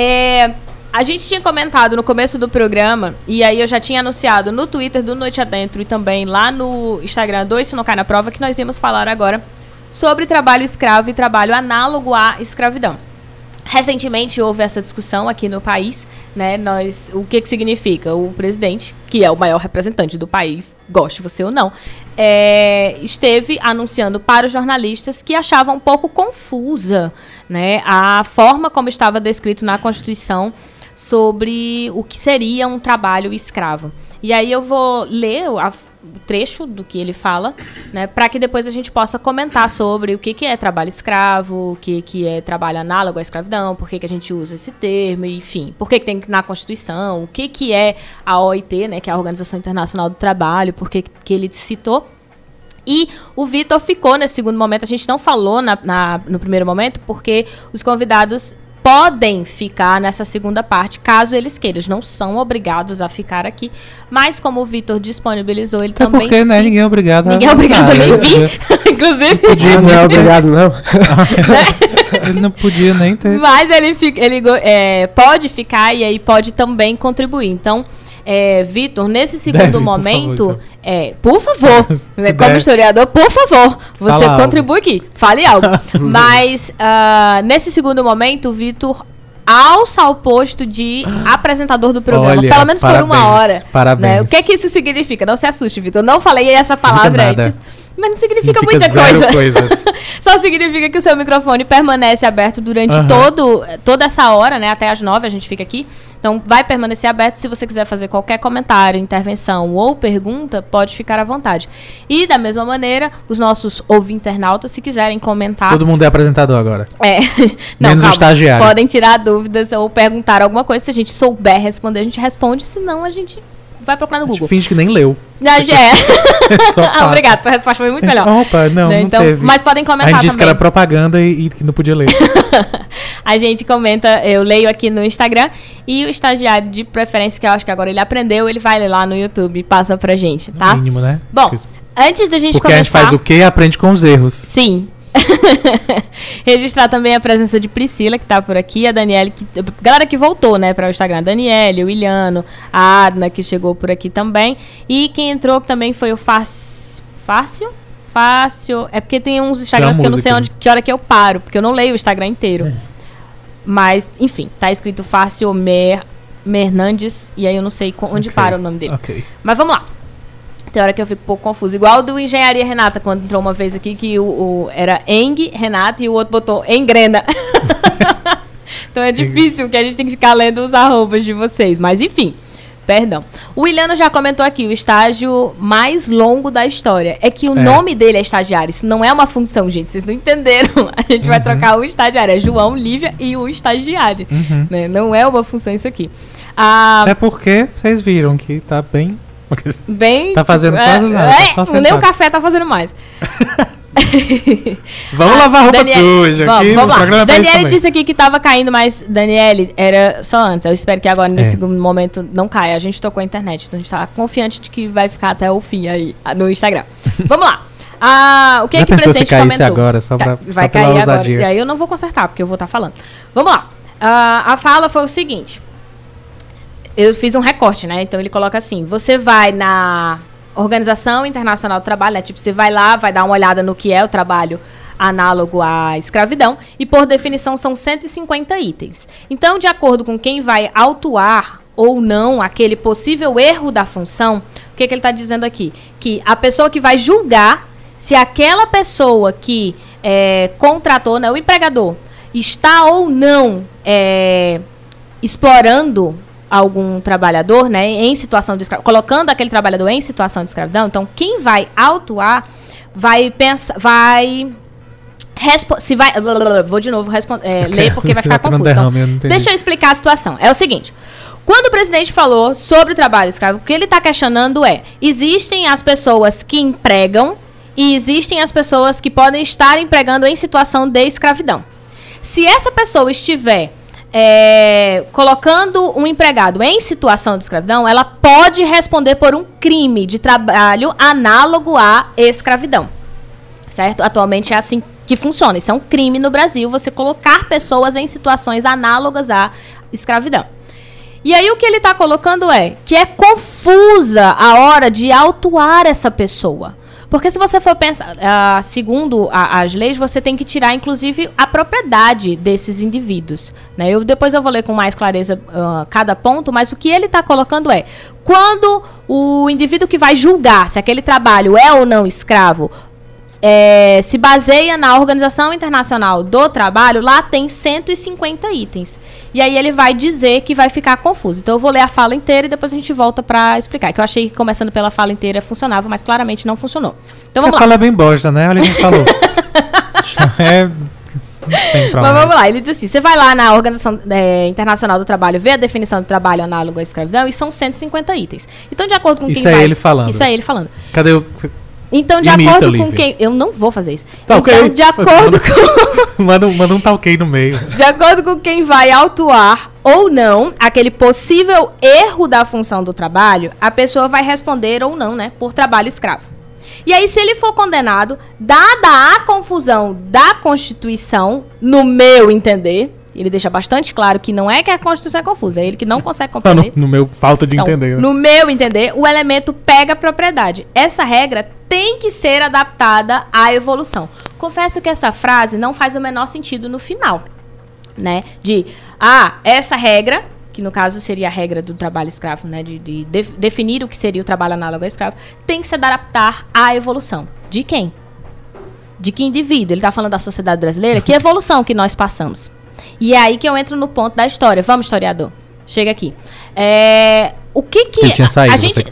A gente tinha comentado no começo do programa, e aí eu já tinha anunciado no Twitter do Noite Adentro e também lá no Instagram do Isso Não Cai na Prova, que nós íamos falar agora sobre trabalho escravo e trabalho análogo à escravidão. Recentemente houve essa discussão aqui no país, né? O que significa? O presidente, que é o maior representante do país, goste você ou não, esteve anunciando para os jornalistas que achavam um pouco confusa, né, a forma como estava descrito na Constituição sobre o que seria um trabalho escravo. E aí eu vou ler o trecho do que ele fala, né, para que depois a gente possa comentar sobre o que é trabalho escravo, o que é trabalho análogo à escravidão, por que a gente usa esse termo, enfim, por que tem na Constituição, o que é a OIT, né, que é a Organização Internacional do Trabalho, por que ele citou. E o Vitor ficou nesse segundo momento, a gente não falou no primeiro momento, porque os convidados podem ficar nessa segunda parte, caso eles queiram. Eles não são obrigados a ficar aqui. Mas como o Vitor disponibilizou, ele até também... porque, né, ninguém é obrigado Ninguém é obrigado a nem vir, inclusive. Podia, não é obrigado, não. Ele não podia nem ter. Mas ele pode ficar e aí pode também contribuir. Então, Vitor, nesse segundo momento... Por favor, como historiador, por favor, você Fala contribui aqui, fale algo. Mas, nesse segundo momento, o Vitor alça ao posto de apresentador do programa, Olha, pelo menos por uma hora. Parabéns. Né? O que isso significa? Não se assuste, Vitor. Eu não falei essa palavra antes. Mas não significa muita zero coisa. Coisas. Só significa que o seu microfone permanece aberto durante toda essa hora, né? Até às 9 a gente fica aqui. Então, vai permanecer aberto. Se você quiser fazer qualquer comentário, intervenção ou pergunta, pode ficar à vontade. E, da mesma maneira, os nossos ouvintes-internautas, se quiserem comentar... Todo mundo é apresentador agora. Não, menos o estagiário. Podem tirar dúvidas ou perguntar alguma coisa. Se a gente souber responder, a gente responde. Se não, a gente... vai procurar no Google. Finge que nem leu. Só obrigado, tua resposta foi muito melhor. Opa, não então, teve. Mas podem comentar também. A também. gente disse que era propaganda e que não podia ler. A gente comenta, eu leio aqui no Instagram. E o estagiário de preferência, que eu acho que agora ele aprendeu, ele vai ler lá no YouTube e passa pra gente, tá? No mínimo, né? Bom, antes da gente porque começar... a gente faz o quê e aprende com os erros. Sim. Registrar também a presença de Priscila, que tá por aqui, a Daniele, galera que voltou, né, para o Instagram, a Daniele, o Iliano, a Adna, que chegou por aqui também, e quem entrou também foi o Fácil, é porque tem uns Instagrams que eu não sei que hora que eu paro, porque eu não leio o Instagram inteiro, mas, enfim, tá escrito Fácil Hernandes, e aí eu não sei onde para o nome dele, mas vamos lá. Tem hora que eu fico um pouco confuso. Igual do Engenharia Renata, quando entrou uma vez aqui, que era Eng Renata e o outro botou Engrena. Então é difícil, que a gente tem que ficar lendo os arrobas de vocês. Mas enfim, perdão. O Iliano já comentou aqui, o estágio mais longo da história. É que o nome dele é estagiário. Isso não é uma função, gente. Vocês não entenderam. A gente vai trocar o estagiário. É João, Lívia e o estagiário. Né? Não é uma função isso aqui. É porque vocês viram que tá bem... Bem, tá fazendo quase nada. Tá só nem o café tá fazendo mais. Vamos lavar roupa suja aqui. Vamos lá. Daniele disse aqui que tava caindo, mas Daniele, era só antes. Eu espero que agora, nesse segundo momento, não caia. A gente tocou a internet, então a gente tá confiante de que vai ficar até o fim aí no Instagram. Vamos lá. O que é que o presidente comentou? Agora, só pra, vai só cair agora. ousadia. E aí eu não vou consertar, porque eu vou estar falando. Vamos lá. A fala foi o seguinte. Eu fiz um recorte, né? Então ele coloca assim: você vai na Organização Internacional do Trabalho, né? Tipo, você vai lá, vai dar uma olhada no que é o trabalho análogo à escravidão, e por definição são 150 itens. Então, de acordo com quem vai autuar ou não aquele possível erro da função, o que ele está dizendo aqui? Que a pessoa que vai julgar se aquela pessoa que contratou, né, o empregador, está ou não explorando algum trabalhador, né, em situação de escravidão, colocando aquele trabalhador em situação de escravidão. Então, quem vai autuar vai pensar, vou de novo ler porque vai ficar confuso. Então, deixa eu explicar a situação. É o seguinte: quando o presidente falou sobre o trabalho escravo, o que ele está questionando existem as pessoas que empregam e existem as pessoas que podem estar empregando em situação de escravidão. Se essa pessoa estiver colocando um empregado em situação de escravidão, ela pode responder por um crime de trabalho análogo à escravidão. Certo? Atualmente é assim que funciona. Isso é um crime no Brasil, você colocar pessoas em situações análogas à escravidão. E aí o que ele está colocando que é confusa a hora de autuar essa pessoa. Porque se você for pensar, segundo as leis, você tem que tirar, inclusive, a propriedade desses indivíduos. Né? Depois eu vou ler com mais clareza cada ponto, mas o que ele está colocando quando o indivíduo que vai julgar se aquele trabalho é ou não escravo, se baseia na Organização Internacional do Trabalho, lá tem 150 itens. E aí ele vai dizer que vai ficar confuso. Então eu vou ler a fala inteira e depois a gente volta pra explicar. Que eu achei que começando pela fala inteira funcionava, mas claramente não funcionou. Então vamos lá. A fala é bem bosta, né? Olha quem falou. Mas vamos lá, ele diz assim, você vai lá na Organização Internacional do Trabalho, vê a definição do trabalho análogo à escravidão e são 150 itens. Então, de acordo com quem vai... Isso é ele falando. Isso é ele falando. Cadê o... Então, de Imita, acordo Olivia. com quem... Eu não vou fazer isso. Tá, então, ok. de acordo com... manda um tá ok no meio. De acordo com quem vai autuar ou não aquele possível erro da função do trabalho, a pessoa vai responder ou não, né, por trabalho escravo. E aí, se ele for condenado, dada a confusão da Constituição, no meu entender, ele deixa bastante claro que não é que a Constituição é confusa, é ele que não consegue compreender. No meu falta de entender. Né? No meu entender, o elemento pega a propriedade. Essa regra tem que ser adaptada à evolução. Confesso que essa frase não faz o menor sentido no final, né? Essa regra, que no caso seria a regra do trabalho escravo, né? De definir o que seria o trabalho análogo ao escravo, tem que se adaptar à evolução. De quem? De que indivíduo? Ele está falando da sociedade brasileira? Que evolução que nós passamos? E é aí que eu entro no ponto da história. Vamos, historiador. Chega aqui. O que Ele tinha saído, a gente,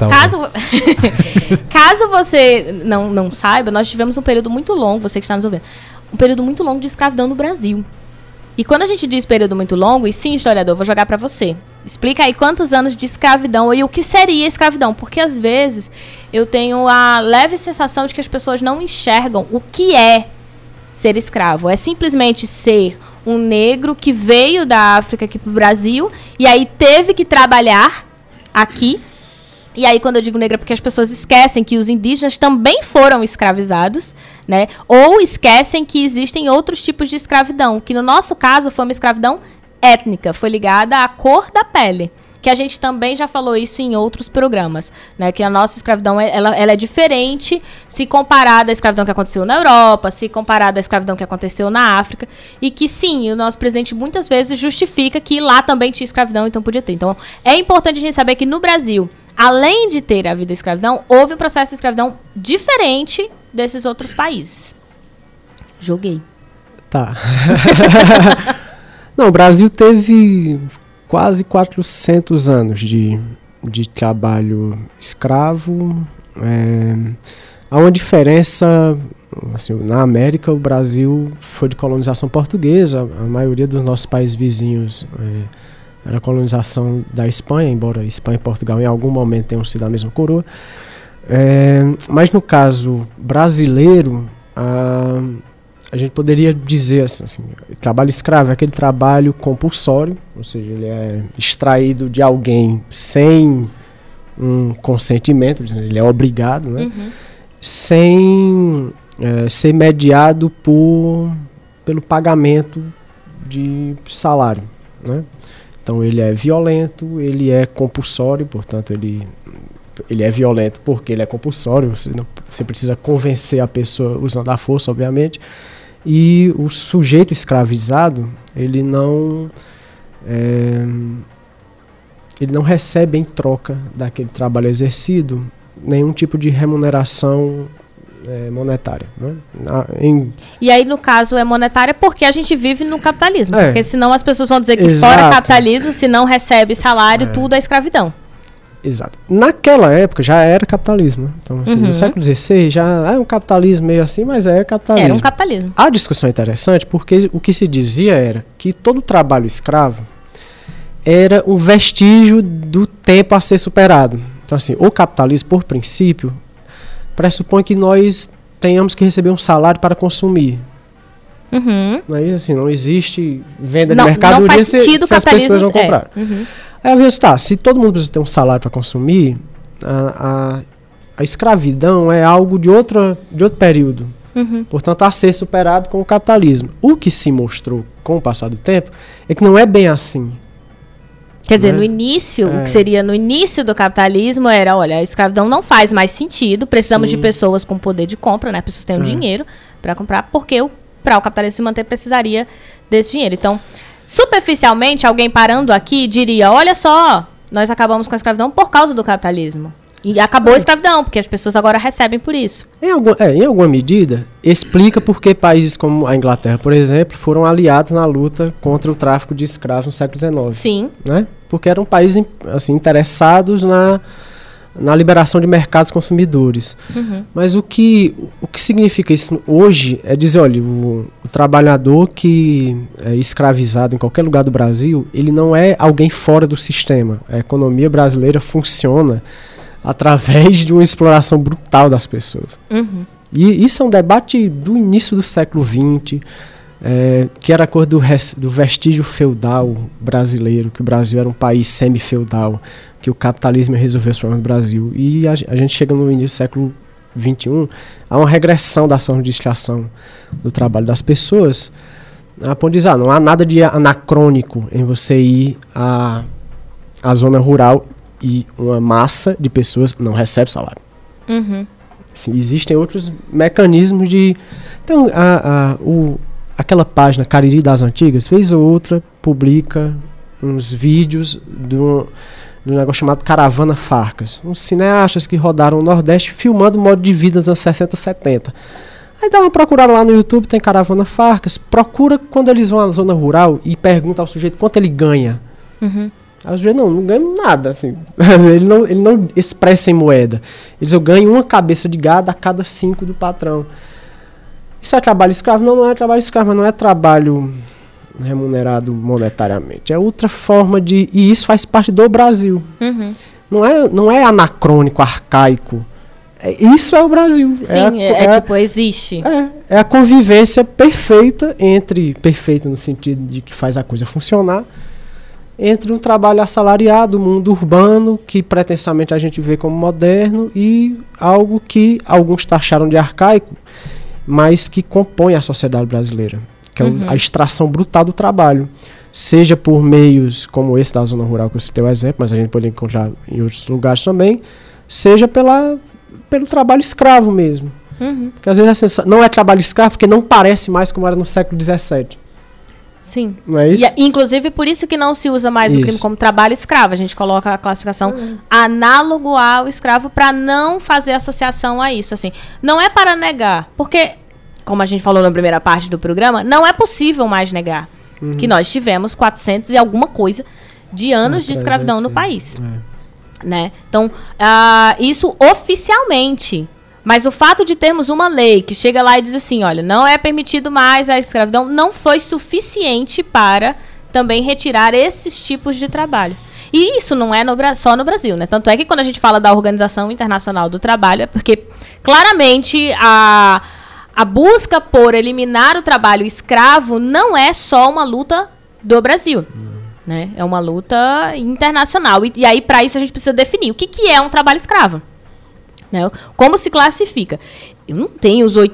caso você não saiba, nós tivemos um período muito longo, você que está nos ouvindo, um período muito longo de escravidão no Brasil. E quando a gente diz período muito longo, e sim, historiador, vou jogar pra você. Explica aí quantos anos de escravidão e o que seria escravidão. Porque às vezes eu tenho a leve sensação de que as pessoas não enxergam o que é ser escravo. É simplesmente ser um negro que veio da África aqui pro Brasil e aí teve que trabalhar aqui. E aí, quando eu digo negra, é porque as pessoas esquecem que os indígenas também foram escravizados, né? Ou esquecem que existem outros tipos de escravidão, que no nosso caso foi uma escravidão étnica, foi ligada à cor da pele. Que a gente também já falou isso em outros programas, né? Que a nossa escravidão, ela é diferente se comparada à escravidão que aconteceu na Europa, se comparada à escravidão que aconteceu na África. E que sim, o nosso presidente muitas vezes justifica que lá também tinha escravidão, então podia ter. Então, é importante a gente saber que no Brasil, além de ter havido a escravidão, houve um processo de escravidão diferente desses outros países. Joguei. Tá. Não, o Brasil teve quase 400 anos de trabalho escravo. Há uma diferença, assim, na América o Brasil foi de colonização portuguesa, a maioria dos nossos países vizinhos era colonização da Espanha, embora Espanha e Portugal em algum momento tenham sido a mesma coroa. Mas no caso brasileiro, a gente poderia dizer assim, trabalho escravo é aquele trabalho compulsório, ou seja, ele é extraído de alguém sem um consentimento, ele é obrigado, né? Uhum. Sem ser mediado pelo pagamento de salário, né? Então ele é violento, ele é compulsório, portanto ele é violento porque ele é compulsório, você precisa convencer a pessoa usando a força, obviamente. E o sujeito escravizado, ele não recebe em troca daquele trabalho exercido nenhum tipo de remuneração monetária, né? E aí, no caso, é monetária porque a gente vive no capitalismo. Porque senão as pessoas vão dizer que Exato. Fora capitalismo, se não recebe salário, tudo é escravidão. Exato. Naquela época já era capitalismo. Então, assim, no século XVI já é um capitalismo meio assim, mas é capitalismo. Era um capitalismo. A discussão é interessante porque o que se dizia era que todo trabalho escravo era um vestígio do tempo a ser superado. Então, assim, o capitalismo, por princípio, pressupõe que nós tenhamos que receber um salário para consumir. Não é isso, assim, não existe venda de mercadoria não faz sentido se as pessoas não comprar. Aí a vez se todo mundo precisa ter um salário para consumir, a escravidão é algo de outro período. Portanto, a ser superado com o capitalismo. O que se mostrou com o passar do tempo é que não é bem assim. Quer dizer, no início, o que seria no início do capitalismo era, olha, a escravidão não faz mais sentido, precisamos de pessoas com poder de compra, né? Pessoas que têm dinheiro para comprar, porque para o capitalismo se manter precisaria desse dinheiro. Então, superficialmente, alguém parando aqui diria, olha só, nós acabamos com a escravidão por causa do capitalismo. E acabou a escravidão, porque as pessoas agora recebem por isso. Em alguma medida, explica por que países como a Inglaterra, por exemplo, foram aliados na luta contra o tráfico de escravos no século XIX. Sim. Né? Porque eram países assim, interessados na liberação de mercados consumidores. Mas o que significa isso hoje é dizer, olha, o trabalhador que é escravizado em qualquer lugar do Brasil, ele não é alguém fora do sistema. A economia brasileira funciona através de uma exploração brutal das pessoas. E isso é um debate do início do século XX, que era a cor do vestígio feudal brasileiro, que o Brasil era um país semi-feudal, que o capitalismo ia resolver os problemas do Brasil. E a gente chega no início do século XXI, há uma regressão da ação de extração do trabalho das pessoas, a ponto de dizer, não há nada de anacrônico em você ir à zona rural e uma massa de pessoas não recebe salário. Assim, existem outros mecanismos de... Então, aquela página Cariri das Antigas, vez ou outra, publica uns vídeos de um negócio chamado Caravana Farcas. Uns cineastas que rodaram o Nordeste filmando o modo de vida dos anos 60, 70. Aí dá uma procurada lá no YouTube, tem Caravana Farcas. Procura quando eles vão à zona rural e pergunta ao sujeito quanto ele ganha. Aí o sujeito, não ganha nada. Assim. ele não expressa em moeda. Ele diz, eu ganho uma cabeça de gado a cada 5 do patrão. Isso é trabalho escravo? Não é trabalho escravo, mas não é trabalho remunerado monetariamente. É outra forma de... E isso faz parte do Brasil. Não é anacrônico, arcaico. Isso é o Brasil. Sim, tipo, existe. É a convivência perfeita perfeita no sentido de que faz a coisa funcionar, entre um trabalho assalariado, o mundo urbano, que pretensamente a gente vê como moderno, e algo que alguns taxaram de arcaico, mas que compõe a sociedade brasileira, que é a extração brutal do trabalho, seja por meios como esse da zona rural que eu citei o exemplo, mas a gente pode encontrar em outros lugares também, seja pelo trabalho escravo mesmo. Porque às vezes não é trabalho escravo porque não parece mais como era no século XVII. Sim. Não é isso? Inclusive, por isso que não se usa mais o crime como trabalho escravo. A gente coloca a classificação análogo ao escravo para não fazer associação a isso. Assim. Não é para negar, porque, como a gente falou na primeira parte do programa, não é possível mais negar que nós tivemos 400 e alguma coisa de anos de escravidão no país. Né? Então, isso oficialmente... Mas o fato de termos uma lei que chega lá e diz assim, olha, não é permitido mais a escravidão, não foi suficiente para também retirar esses tipos de trabalho. E isso não é só no Brasil, né? Tanto é que quando a gente fala da Organização Internacional do Trabalho, é porque claramente a busca por eliminar o trabalho escravo não é só uma luta do Brasil. Né? É uma luta internacional. E aí, para isso, a gente precisa definir o que é um trabalho escravo. Né? Como se classifica? Eu não tenho os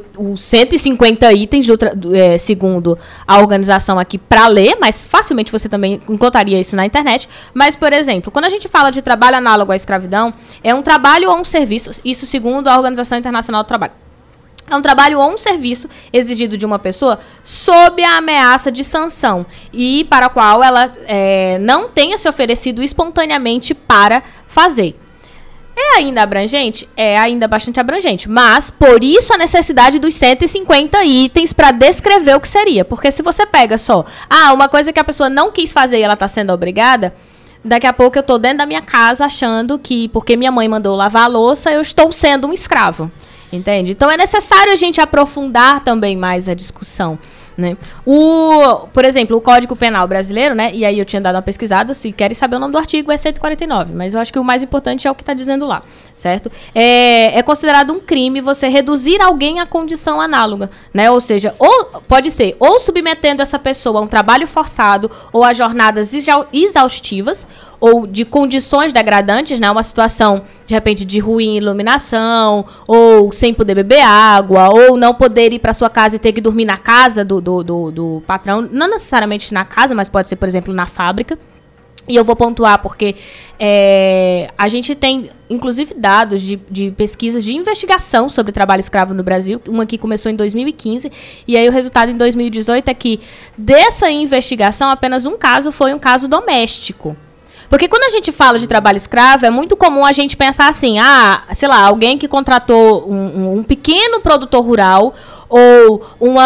150 itens, segundo a organização aqui, para ler, mas facilmente você também encontraria isso na internet. Mas, por exemplo, quando a gente fala de trabalho análogo à escravidão, é um trabalho ou um serviço, isso segundo a Organização Internacional do Trabalho. É um trabalho ou um serviço exigido de uma pessoa sob a ameaça de sanção e para a qual ela não tenha se oferecido espontaneamente para fazer. É ainda abrangente? É ainda bastante abrangente. Mas, por isso, a necessidade dos 150 itens para descrever o que seria. Porque se você pega só, uma coisa que a pessoa não quis fazer e ela está sendo obrigada, daqui a pouco eu estou dentro da minha casa achando que, porque minha mãe mandou lavar a louça, eu estou sendo um escravo. Entende? Então, é necessário a gente aprofundar também mais a discussão. Né? Por exemplo, o Código Penal brasileiro, né? E aí eu tinha dado uma pesquisada, se querem saber o nome do artigo, é 149, mas eu acho que o mais importante é o que está dizendo lá, certo? É considerado um crime você reduzir alguém à condição análoga, né? Ou seja, pode ser ou submetendo essa pessoa a um trabalho forçado ou a jornadas exaustivas, ou de condições degradantes, né? Uma situação, de repente, de ruim iluminação, ou sem poder beber água, ou não poder ir para sua casa e ter que dormir na casa do patrão, não necessariamente na casa, mas pode ser, por exemplo, na fábrica. E eu vou pontuar porque a gente tem, inclusive, dados de pesquisas de investigação sobre trabalho escravo no Brasil. Uma que começou em 2015, e aí o resultado em 2018 é que dessa investigação, apenas um caso foi um caso doméstico. Porque quando a gente fala de trabalho escravo, é muito comum a gente pensar assim, sei lá, alguém que contratou um pequeno produtor rural ou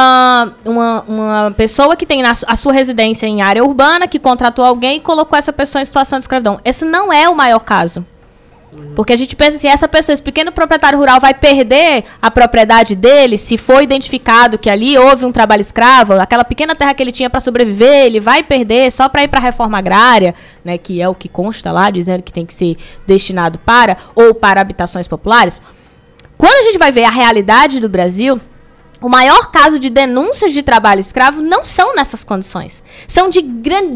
uma pessoa que tem a sua residência em área urbana, que contratou alguém e colocou essa pessoa em situação de escravidão. Esse não é o maior caso. Porque a gente pensa assim, essa pessoa, esse pequeno proprietário rural vai perder a propriedade dele se for identificado que ali houve um trabalho escravo, aquela pequena terra que ele tinha para sobreviver, ele vai perder só para ir para a reforma agrária, né, que é o que consta lá, dizendo que tem que ser destinado para, ou para habitações populares. Quando a gente vai ver a realidade do Brasil, o maior caso de denúncias de trabalho escravo não são nessas condições. São de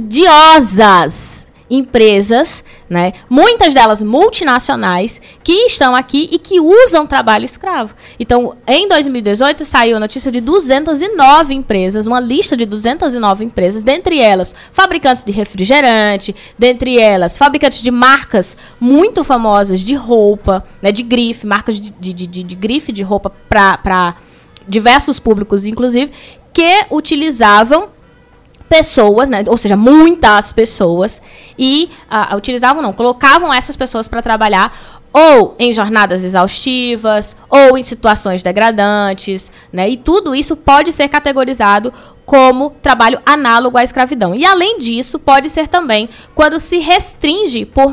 grandiosas empresas, né, muitas delas multinacionais, que estão aqui e que usam trabalho escravo. Então, em 2018, saiu a notícia de 209 empresas, uma lista de 209 empresas, dentre elas fabricantes de refrigerante, dentre elas fabricantes de marcas muito famosas de roupa, né, de grife, marcas de grife de roupa para diversos públicos, inclusive, que utilizavam pessoas, né, ou seja, muitas pessoas, e colocavam essas pessoas para trabalhar ou em jornadas exaustivas, ou em situações degradantes, né, e tudo isso pode ser categorizado como trabalho análogo à escravidão. E, além disso, pode ser também quando se restringe, por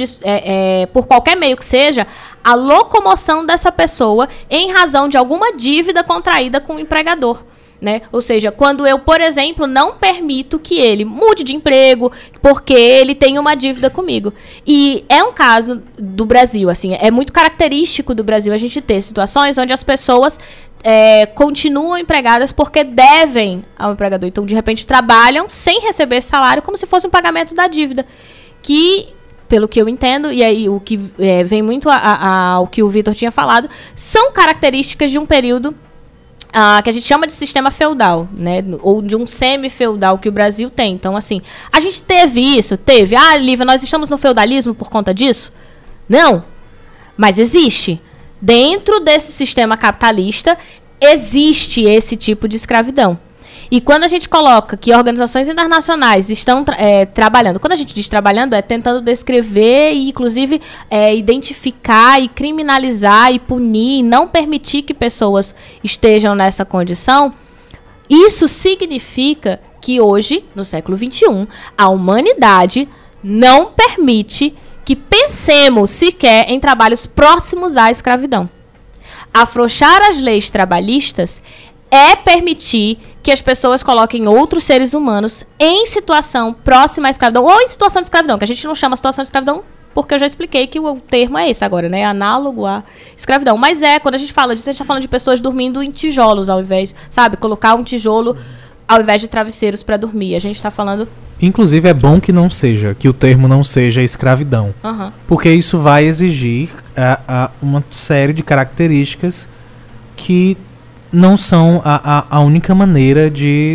qualquer meio que seja, a locomoção dessa pessoa em razão de alguma dívida contraída com o empregador. Né? Ou seja, quando eu, por exemplo, não permito que ele mude de emprego porque ele tem uma dívida comigo. E é um caso do Brasil, assim, é muito característico do Brasil a gente ter situações onde as pessoas continuam empregadas porque devem ao empregador. Então, de repente, trabalham sem receber esse salário como se fosse um pagamento da dívida. Que, pelo que eu entendo, e aí o que vem muito ao que o Vitor tinha falado, são características de um período que a gente chama de sistema feudal, né? Ou de um semi-feudal que o Brasil tem. Então, assim, a gente teve isso? Teve. Lívia, nós estamos no feudalismo por conta disso? Não. Mas existe. Dentro desse sistema capitalista, existe esse tipo de escravidão. E quando a gente coloca que organizações internacionais estão trabalhando, quando a gente diz trabalhando, é tentando descrever e, inclusive, identificar e criminalizar e punir e não permitir que pessoas estejam nessa condição, isso significa que hoje, no século XXI, a humanidade não permite que pensemos sequer em trabalhos próximos à escravidão. Afrouxar as leis trabalhistas é permitir que as pessoas coloquem outros seres humanos em situação próxima à escravidão, ou em situação de escravidão, que a gente não chama situação de escravidão, porque eu já expliquei que o termo é esse agora, né? Análogo à escravidão. Mas quando a gente fala disso, a gente está falando de pessoas dormindo em tijolos, ao invés, colocar um tijolo ao invés de travesseiros para dormir. A gente está falando... Inclusive, é bom que o termo não seja escravidão. Uhum. Porque isso vai exigir uma série de características que não são a única maneira de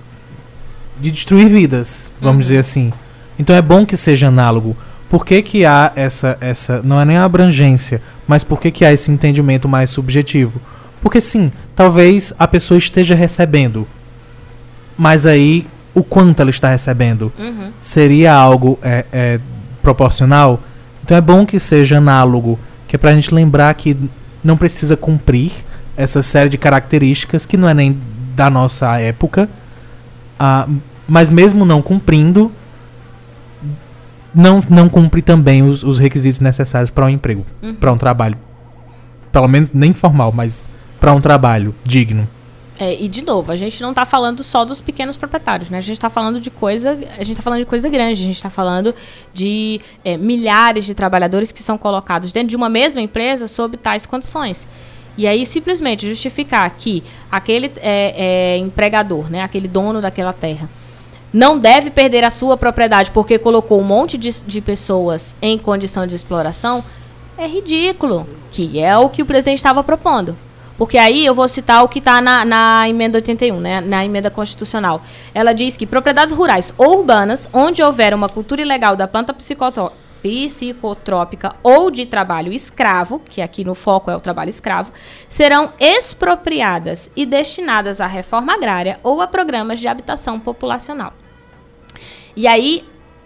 destruir vidas, vamos dizer assim. Então é bom que seja análogo. Por que há essa não é nem a abrangência, mas por que há esse entendimento mais subjetivo? Porque sim, talvez a pessoa esteja recebendo, mas aí o quanto ela está recebendo seria algo proporcional. Então é bom que seja análogo, que é pra gente lembrar que não precisa cumprir essa série de características que não é nem da nossa época, mas mesmo não cumprindo, não cumpre também os requisitos necessários para um emprego, para um trabalho, pelo menos nem formal, mas para um trabalho digno. E de novo, a gente não está falando só dos pequenos proprietários, né? A gente está falando de coisa grande, a gente está falando de milhares de trabalhadores que são colocados dentro de uma mesma empresa sob tais condições. E aí, simplesmente, justificar que aquele empregador, né, aquele dono daquela terra, não deve perder a sua propriedade porque colocou um monte de pessoas em condição de exploração, é ridículo, que é o que o presidente estava propondo. Porque aí eu vou citar o que está na emenda 81, né, na emenda constitucional. Ela diz que propriedades rurais ou urbanas, onde houver uma cultura ilegal da planta psicotrópica ou de trabalho escravo, que aqui no foco é o trabalho escravo, serão expropriadas e destinadas à reforma agrária ou a programas de habitação populacional. E aí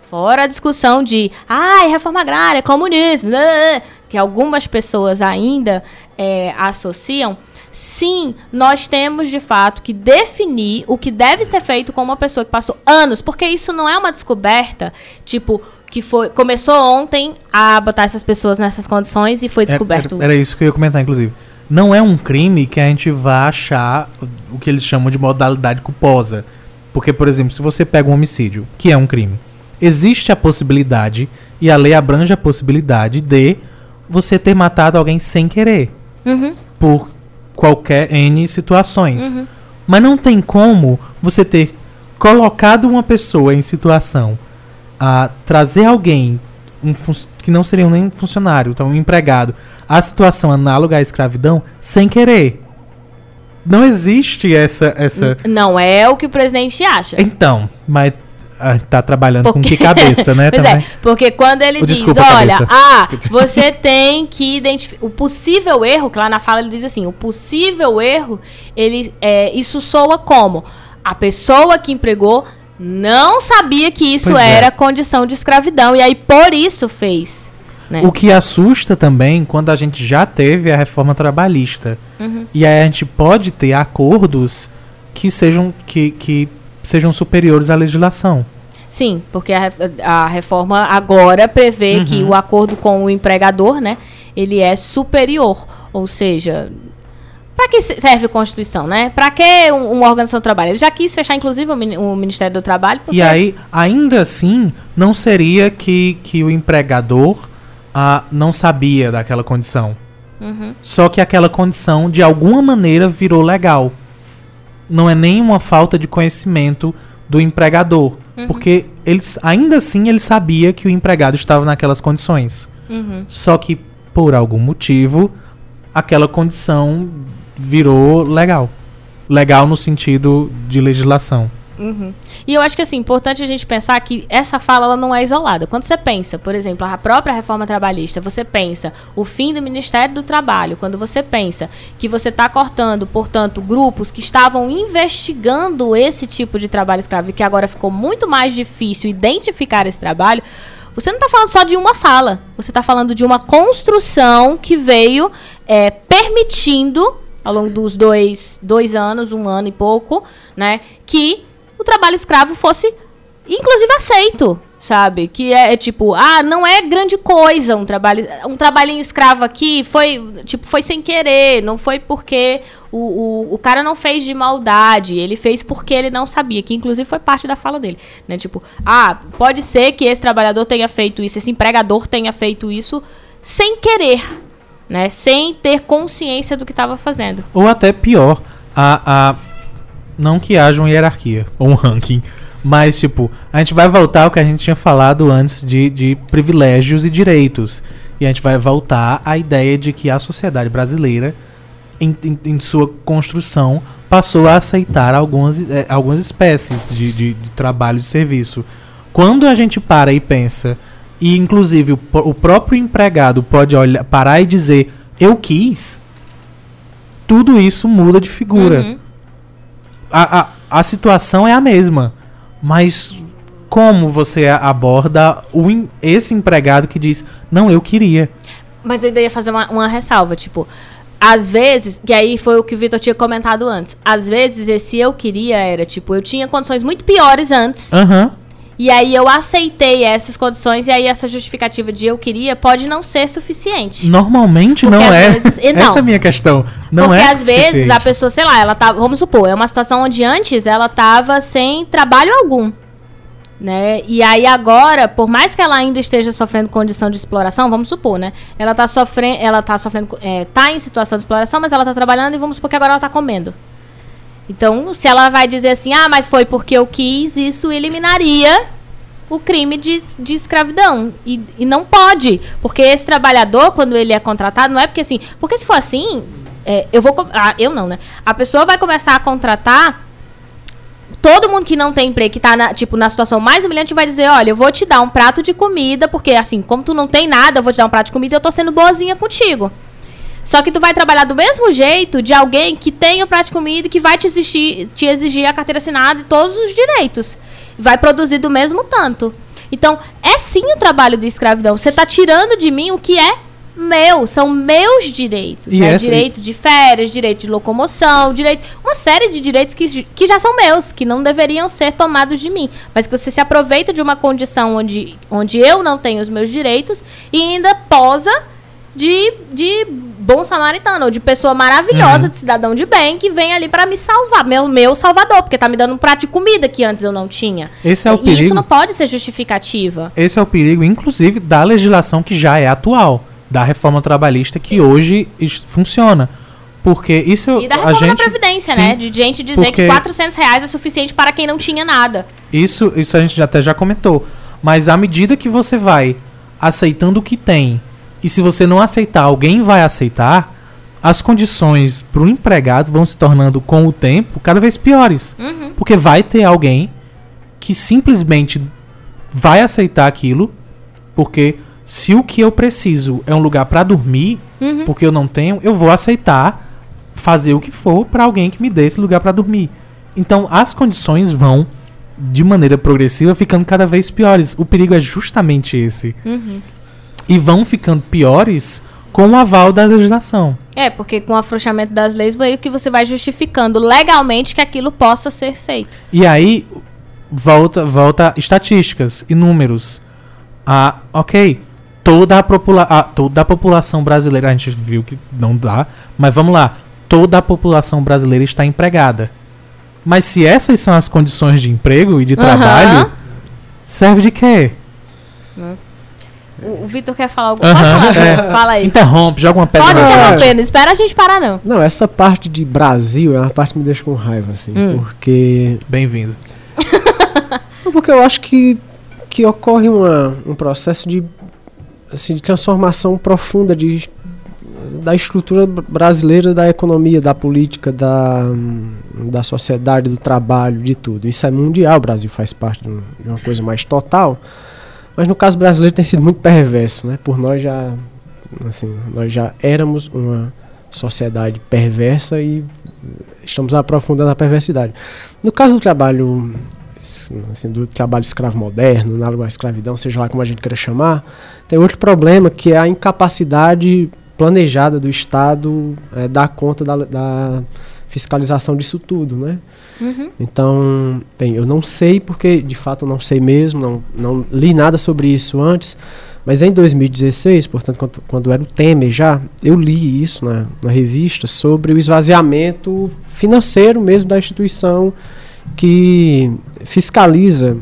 Fora a discussão de, reforma agrária, comunismo, que algumas pessoas ainda associam. Sim, nós temos, de fato, que definir o que deve ser feito com uma pessoa que passou anos, porque isso não é uma descoberta, tipo, que começou ontem a botar essas pessoas nessas condições e foi descoberto. Era isso que eu ia comentar, inclusive. Não é um crime que a gente vá achar o que eles chamam de modalidade culposa. Porque, por exemplo, se você pega um homicídio, que é um crime, existe a possibilidade, e a lei abrange a possibilidade de você ter matado alguém sem querer. Por qualquer N situações. Mas não tem como você ter colocado uma pessoa em situação a trazer alguém que não seria nem um funcionário, então um empregado, a situação análoga à escravidão sem querer. Não existe essa... Não é o que o presidente acha. Então, mas tá trabalhando com que cabeça, né? Pois também. porque quando ele diz, olha, você tem que identificar o possível erro, que lá na fala ele diz assim, o possível erro, isso soa como a pessoa que empregou não sabia que isso era condição de escravidão, e aí por isso fez. Né? O que assusta também quando a gente já teve a reforma trabalhista. E aí a gente pode ter acordos que sejam superiores à legislação. Sim, porque a reforma agora prevê que o acordo com o empregador, né, ele é superior. Ou seja, para que serve a Constituição, né? Para que uma organização do trabalho? Ele já quis fechar, inclusive, o Ministério do Trabalho. E aí, ainda assim, não seria que o empregador não sabia daquela condição. Só que aquela condição, de alguma maneira, virou legal. Não é nem uma falta de conhecimento do empregador. Porque ainda assim ele sabia que o empregado estava naquelas condições. Só que, por algum motivo, aquela condição virou legal. Legal no sentido de legislação. E eu acho que assim, importante a gente pensar que essa fala ela não é isolada. Quando você pensa, por exemplo, a própria reforma trabalhista, você pensa o fim do Ministério do Trabalho, quando você pensa que você está cortando, portanto, grupos que estavam investigando esse tipo de trabalho escravo e que agora ficou muito mais difícil identificar esse trabalho, você não está falando só de uma fala, você está falando de uma construção que veio permitindo, ao longo dos dois anos, 1 ano e pouco, né, que o trabalho escravo fosse, inclusive, aceito, sabe? Que é tipo, não é grande coisa um trabalhinho escravo aqui, foi sem querer, não foi porque o cara não fez de maldade, ele fez porque ele não sabia, que inclusive foi parte da fala dele, né? Tipo, pode ser que esse trabalhador tenha feito isso, esse empregador tenha feito isso sem querer, né? Sem ter consciência do que estava fazendo. Ou até pior, não que haja uma hierarquia ou um ranking, mas tipo, a gente vai voltar ao que a gente tinha falado antes de privilégios e direitos. E a gente vai voltar à ideia de que a sociedade brasileira, em sua construção, passou a aceitar algumas espécies de trabalho e de serviço. Quando a gente para e pensa, e inclusive o próprio empregado pode parar e dizer, eu quis, tudo isso muda de figura. A situação é a mesma, mas como você aborda esse empregado que diz, não, eu queria. Mas eu ainda ia fazer uma ressalva, tipo, às vezes, que aí foi o que o Vitor tinha comentado antes, às vezes esse eu queria era, tipo, eu tinha condições muito piores antes, e aí eu aceitei essas condições, e aí essa justificativa de eu queria pode não ser suficiente. Normalmente porque não é. Vezes, não. Essa é a minha questão. Não porque é às vezes a pessoa, sei lá, ela tá, vamos supor, é uma situação onde antes ela tava sem trabalho algum, né? E aí agora, por mais que ela ainda esteja sofrendo condição de exploração, vamos supor, né? Ela tá em situação de exploração, mas ela tá trabalhando e vamos supor que agora ela tá comendo. Então, se ela vai dizer assim, mas foi porque eu quis, isso eliminaria o crime de escravidão. E não pode, porque esse trabalhador, quando ele é contratado, não é porque assim... Porque se for assim, eu não, né? A pessoa vai começar a contratar todo mundo que não tem emprego, que tá na situação mais humilhante, vai dizer, olha, eu vou te dar um prato de comida, porque assim, como tu não tem nada, eu vou te dar um prato de comida e eu tô sendo boazinha contigo. Só que tu vai trabalhar do mesmo jeito de alguém que tem o prato de comida e que vai te exigir a carteira assinada e todos os direitos. Vai produzir do mesmo tanto. Então, é sim o trabalho da escravidão. Você está tirando de mim o que é meu, são meus direitos, né? Direito de férias, direito de locomoção, uma série de direitos que já são meus, que não deveriam ser tomados de mim, mas que você se aproveita de uma condição onde eu não tenho os meus direitos e ainda posa de bom samaritano, ou de pessoa maravilhosa, de cidadão de bem, que vem ali para me salvar, meu salvador, porque tá me dando um prato de comida que antes eu não tinha. Esse é o perigo. E isso não pode ser justificativa. Esse é o perigo, inclusive, da legislação que já é atual, da reforma trabalhista que hoje funciona. Porque isso... E da reforma da Previdência, sim, né? De gente dizer que R$400 é suficiente para quem não tinha nada. Isso a gente até já comentou. Mas à medida que você vai aceitando o que tem, e se você não aceitar, alguém vai aceitar, as condições para o empregado vão se tornando, com o tempo, cada vez piores. Porque vai ter alguém que simplesmente vai aceitar aquilo, porque se o que eu preciso é um lugar para dormir, porque eu não tenho, eu vou aceitar fazer o que for para alguém que me dê esse lugar para dormir. Então as condições vão, de maneira progressiva, ficando cada vez piores. O perigo é justamente esse. E vão ficando piores com o aval da legislação. Porque com o afrouxamento das leis, meio que você vai justificando legalmente que aquilo possa ser feito. E aí volta estatísticas e números. Toda a população brasileira, a gente viu que não dá, mas vamos lá, toda a população brasileira está empregada. Mas se essas são as condições de emprego e de trabalho, serve de quê? O Vitor quer falar alguma coisa? Fala aí. Interrompe, joga uma pedra. Pode interromper, não espera a gente parar, não. Não, essa parte de Brasil é uma parte que me deixa com raiva, assim, porque... Bem-vindo. Porque eu acho que ocorre um processo de transformação profunda da estrutura brasileira, da economia, da política, da sociedade, do trabalho, de tudo. Isso é mundial, o Brasil faz parte de uma coisa mais total, mas no caso brasileiro tem sido muito perverso, né? Por nós já éramos uma sociedade perversa e estamos aprofundando a perversidade. No caso do trabalho escravo moderno, análogo à escravidão, seja lá como a gente queira chamar, tem outro problema, que é a incapacidade planejada do Estado dar conta da fiscalização disso tudo, né? Então, bem, eu não sei, porque de fato eu não sei mesmo, não li nada sobre isso antes, mas em 2016, portanto, quando era o Temer já, eu li isso na revista sobre o esvaziamento financeiro mesmo da instituição que fiscaliza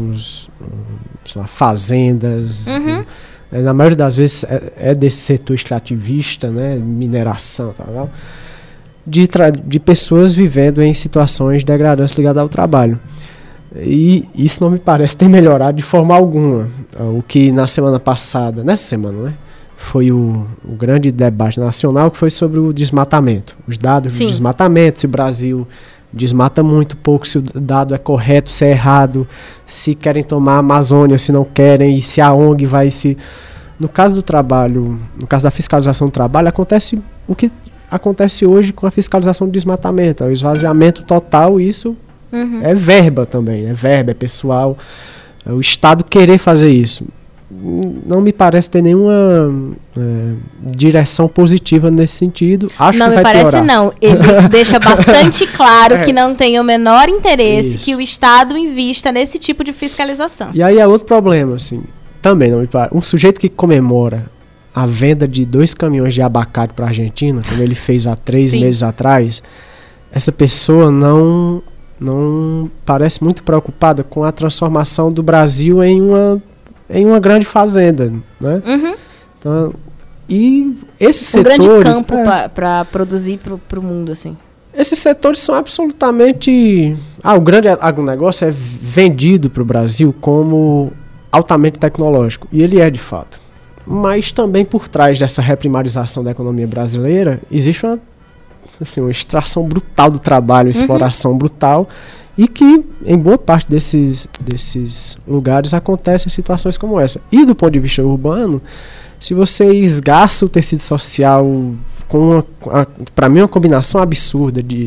fazendas, na maioria das vezes é desse setor extrativista, né, mineração, tal, de pessoas vivendo em situações degradantes ligadas ao trabalho. E isso não me parece ter melhorado de forma alguma. O que nessa semana, né, foi o grande debate nacional, que foi sobre o desmatamento, os dados do desmatamento, se o Brasil desmata muito pouco, se o dado é correto, se é errado, se querem tomar a Amazônia, se não querem, e se a ONG vai se... No caso do trabalho, no caso da fiscalização do trabalho, acontece o que acontece hoje com a fiscalização do desmatamento, é o esvaziamento total, isso é verba também, é pessoal, é o Estado querer fazer isso. Não me parece ter nenhuma direção positiva nesse sentido. Acho que vai piorar. Não me parece, não. Ele deixa bastante claro que não tem o menor interesse que o Estado invista nesse tipo de fiscalização. E aí é outro problema, assim, também não me parece. Um sujeito que comemora a venda de 2 caminhões de abacate para a Argentina, como ele fez há 3 meses atrás, essa pessoa não parece muito preocupada com a transformação do Brasil em uma grande fazenda, né? Então, e esses setores... Um grande campo para produzir para o mundo, assim. Esses setores são absolutamente... o grande agronegócio é vendido para o Brasil como altamente tecnológico, e ele é de fato. Mas também por trás dessa reprimarização da economia brasileira, existe uma extração brutal do trabalho, uma exploração brutal, e que em boa parte desses lugares acontecem situações como essa. E do ponto de vista urbano, se você esgaça o tecido social com para mim uma combinação absurda de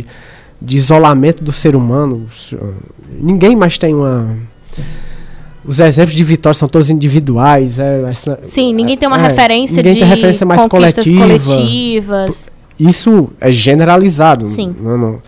os exemplos de vitória são todos individuais. Sim, ninguém tem uma referência ninguém de tem referência mais conquistas coletivas. Isso é generalizado. Sim. Não.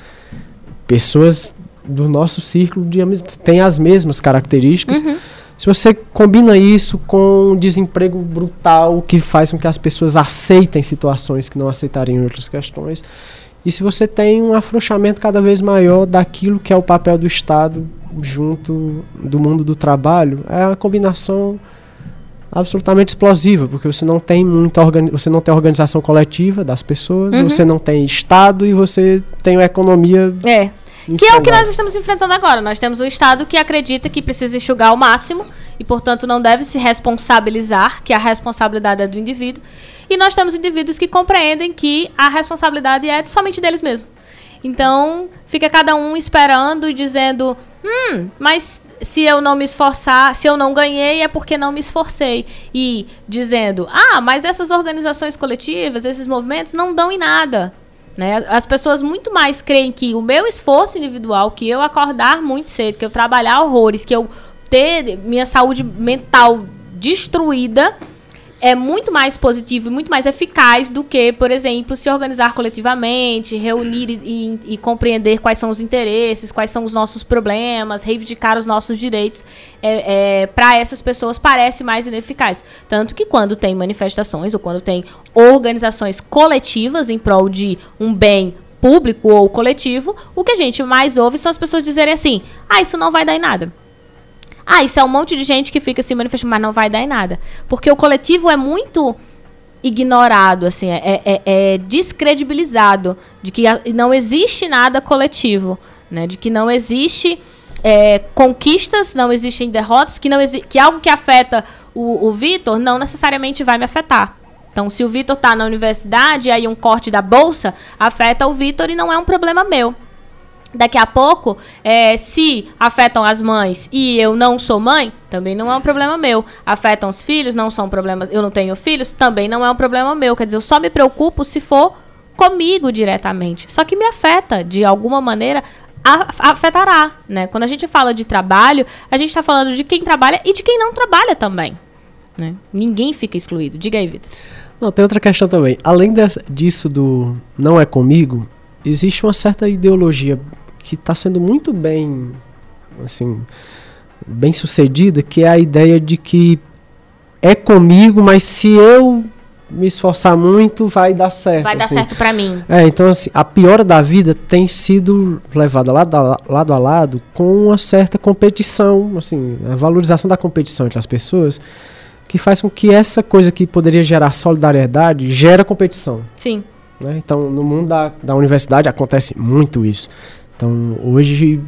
Pessoas do nosso círculo de amizade têm as mesmas características. Se você combina isso com um desemprego brutal que faz com que as pessoas aceitem situações que não aceitariam em outras questões, e se você tem um afrouxamento cada vez maior daquilo que é o papel do Estado junto do mundo do trabalho, é uma combinação absolutamente explosiva, porque você não tem você não tem organização coletiva das pessoas, você não tem Estado e você tem uma economia... Que é o que nós estamos enfrentando agora. Nós temos um Estado que acredita que precisa enxugar ao máximo e, portanto, não deve se responsabilizar, que a responsabilidade é do indivíduo. E nós temos indivíduos que compreendem que a responsabilidade é somente deles mesmos. Então, fica cada um esperando e dizendo, mas se eu não me esforçar, se eu não ganhei, é porque não me esforcei. E dizendo, mas essas organizações coletivas, esses movimentos não dão em nada. Né? As pessoas muito mais creem que o meu esforço individual, que eu acordar muito cedo, que eu trabalhar horrores, que eu ter minha saúde mental destruída, é muito mais positivo e muito mais eficaz do que, por exemplo, se organizar coletivamente, reunir e compreender quais são os interesses, quais são os nossos problemas, reivindicar os nossos direitos. Para essas pessoas parece mais ineficaz. Tanto que quando tem manifestações ou quando tem organizações coletivas em prol de um bem público ou coletivo, o que a gente mais ouve são as pessoas dizerem assim, isso não vai dar em nada. Isso é um monte de gente que fica se manifestando, mas não vai dar em nada. Porque o coletivo é muito ignorado, assim, é descredibilizado, de que não existe nada coletivo, né? De que não existe conquistas, não existem derrotas, que algo que afeta o Vitor não necessariamente vai me afetar. Então, se o Vitor está na universidade, aí um corte da bolsa afeta o Vitor e não é um problema meu. Daqui a pouco, se afetam as mães e eu não sou mãe, também não é um problema meu. Afetam os filhos, não são problemas. Eu não tenho filhos, também não é um problema meu. Quer dizer, eu só me preocupo se for comigo diretamente. Só que me afeta, de alguma maneira, afetará, né? Quando a gente fala de trabalho, a gente está falando de quem trabalha e de quem não trabalha também, né? Ninguém fica excluído. Diga aí, Vitor. Não, tem outra questão também. Além disso do não é comigo, existe uma certa ideologia que está sendo muito bem, assim, bem sucedida, que é a ideia de que é comigo, mas se eu me esforçar muito, vai dar certo. Vai dar certo para mim. Então, assim, a piora da vida tem sido levada lado a lado com uma certa competição, assim, a valorização da competição entre as pessoas, que faz com que essa coisa que poderia gerar solidariedade, gera competição. Sim. Né? Então, no mundo da universidade acontece muito isso. Então, hoje,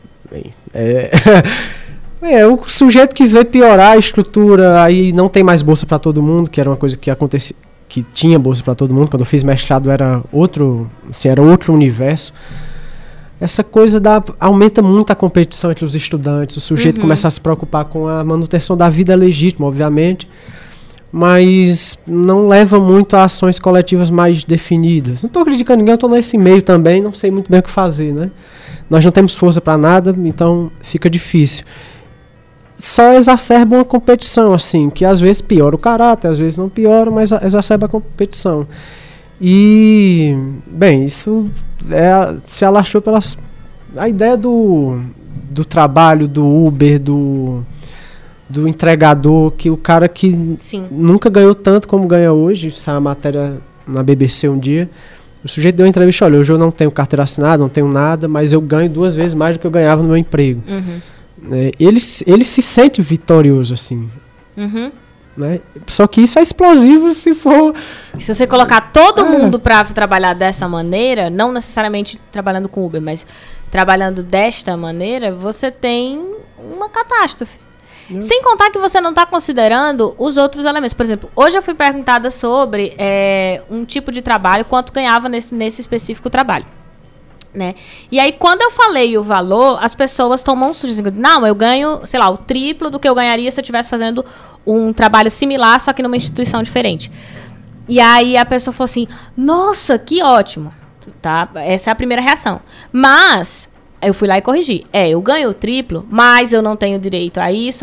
o sujeito que vê piorar a estrutura, aí não tem mais bolsa para todo mundo, que era uma coisa que acontecia, que tinha bolsa para todo mundo. Quando eu fiz mestrado era outro universo. Essa coisa aumenta muito a competição entre os estudantes, o sujeito começa a se preocupar com a manutenção da vida legítima, obviamente, mas não leva muito a ações coletivas mais definidas. Não estou criticando ninguém, eu estou nesse meio também, não sei muito bem o que fazer, né? Nós não temos força para nada, então fica difícil. Só exacerba uma competição, assim, que às vezes piora o caráter, às vezes não piora, mas exacerba a competição. E, bem, isso se alastrou a ideia do trabalho, do Uber, do entregador, que o cara que nunca ganhou tanto como ganha hoje, saiu a matéria na BBC um dia, o sujeito deu uma entrevista, olha, hoje eu não tenho carteira assinada, não tenho nada, mas eu ganho 2 vezes mais do que eu ganhava no meu emprego. Ele se sente vitorioso, assim. Né? Só que isso é explosivo se você colocar todo mundo para trabalhar dessa maneira, não necessariamente trabalhando com Uber, mas trabalhando desta maneira, você tem uma catástrofe. Sem contar que você não está considerando os outros elementos. Por exemplo, hoje eu fui perguntada sobre um tipo de trabalho, quanto ganhava nesse específico trabalho. Né? E aí, quando eu falei o valor, as pessoas tomam um susto. Não, eu ganho, sei lá, o triplo do que eu ganharia se eu estivesse fazendo um trabalho similar, só que numa instituição diferente. E aí a pessoa falou assim, nossa, que ótimo. Tá? Essa é a primeira reação. Mas Eu fui lá e corrigi. Eu ganho o triplo, mas eu não tenho direito a isso,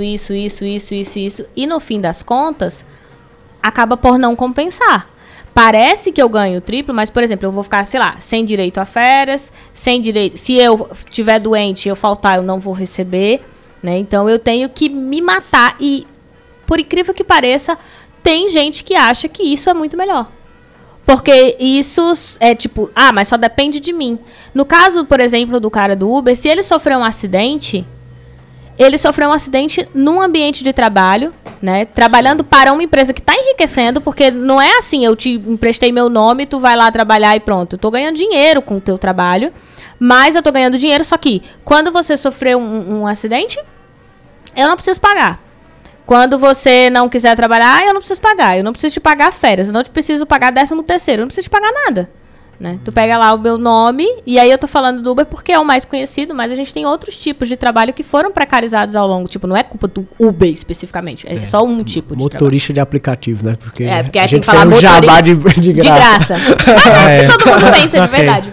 isso. E no fim das contas, acaba por não compensar. Parece que eu ganho o triplo, mas, por exemplo, eu vou ficar, sei lá, sem direito a férias, sem direito... Se eu estiver doente e eu faltar, eu não vou receber, né? Então, eu tenho que me matar. E, por incrível que pareça, tem gente que acha que isso é muito melhor. Porque isso é tipo... mas só depende de mim. No caso, por exemplo, do cara do Uber, se ele sofreu um acidente... Ele sofreu um acidente num ambiente de trabalho, né? Trabalhando para uma empresa que está enriquecendo, porque não é assim, eu te emprestei meu nome, tu vai lá trabalhar e pronto. Eu tô ganhando dinheiro com o teu trabalho, mas eu tô ganhando dinheiro, só que quando você sofreu um acidente, eu não preciso pagar. Quando você não quiser trabalhar, eu não preciso pagar. Eu não preciso te pagar férias, eu não te preciso pagar 13º, eu não preciso te pagar nada. Né? Tu pega lá o meu nome, e aí eu tô falando do Uber porque é o mais conhecido, mas a gente tem outros tipos de trabalho que foram precarizados ao longo. Tipo, não é culpa do Uber especificamente, é só um tipo de motorista de aplicativo, né? Porque porque a aí gente tem que falar um jabá de graça. De graça. Todo mundo pensa, de verdade.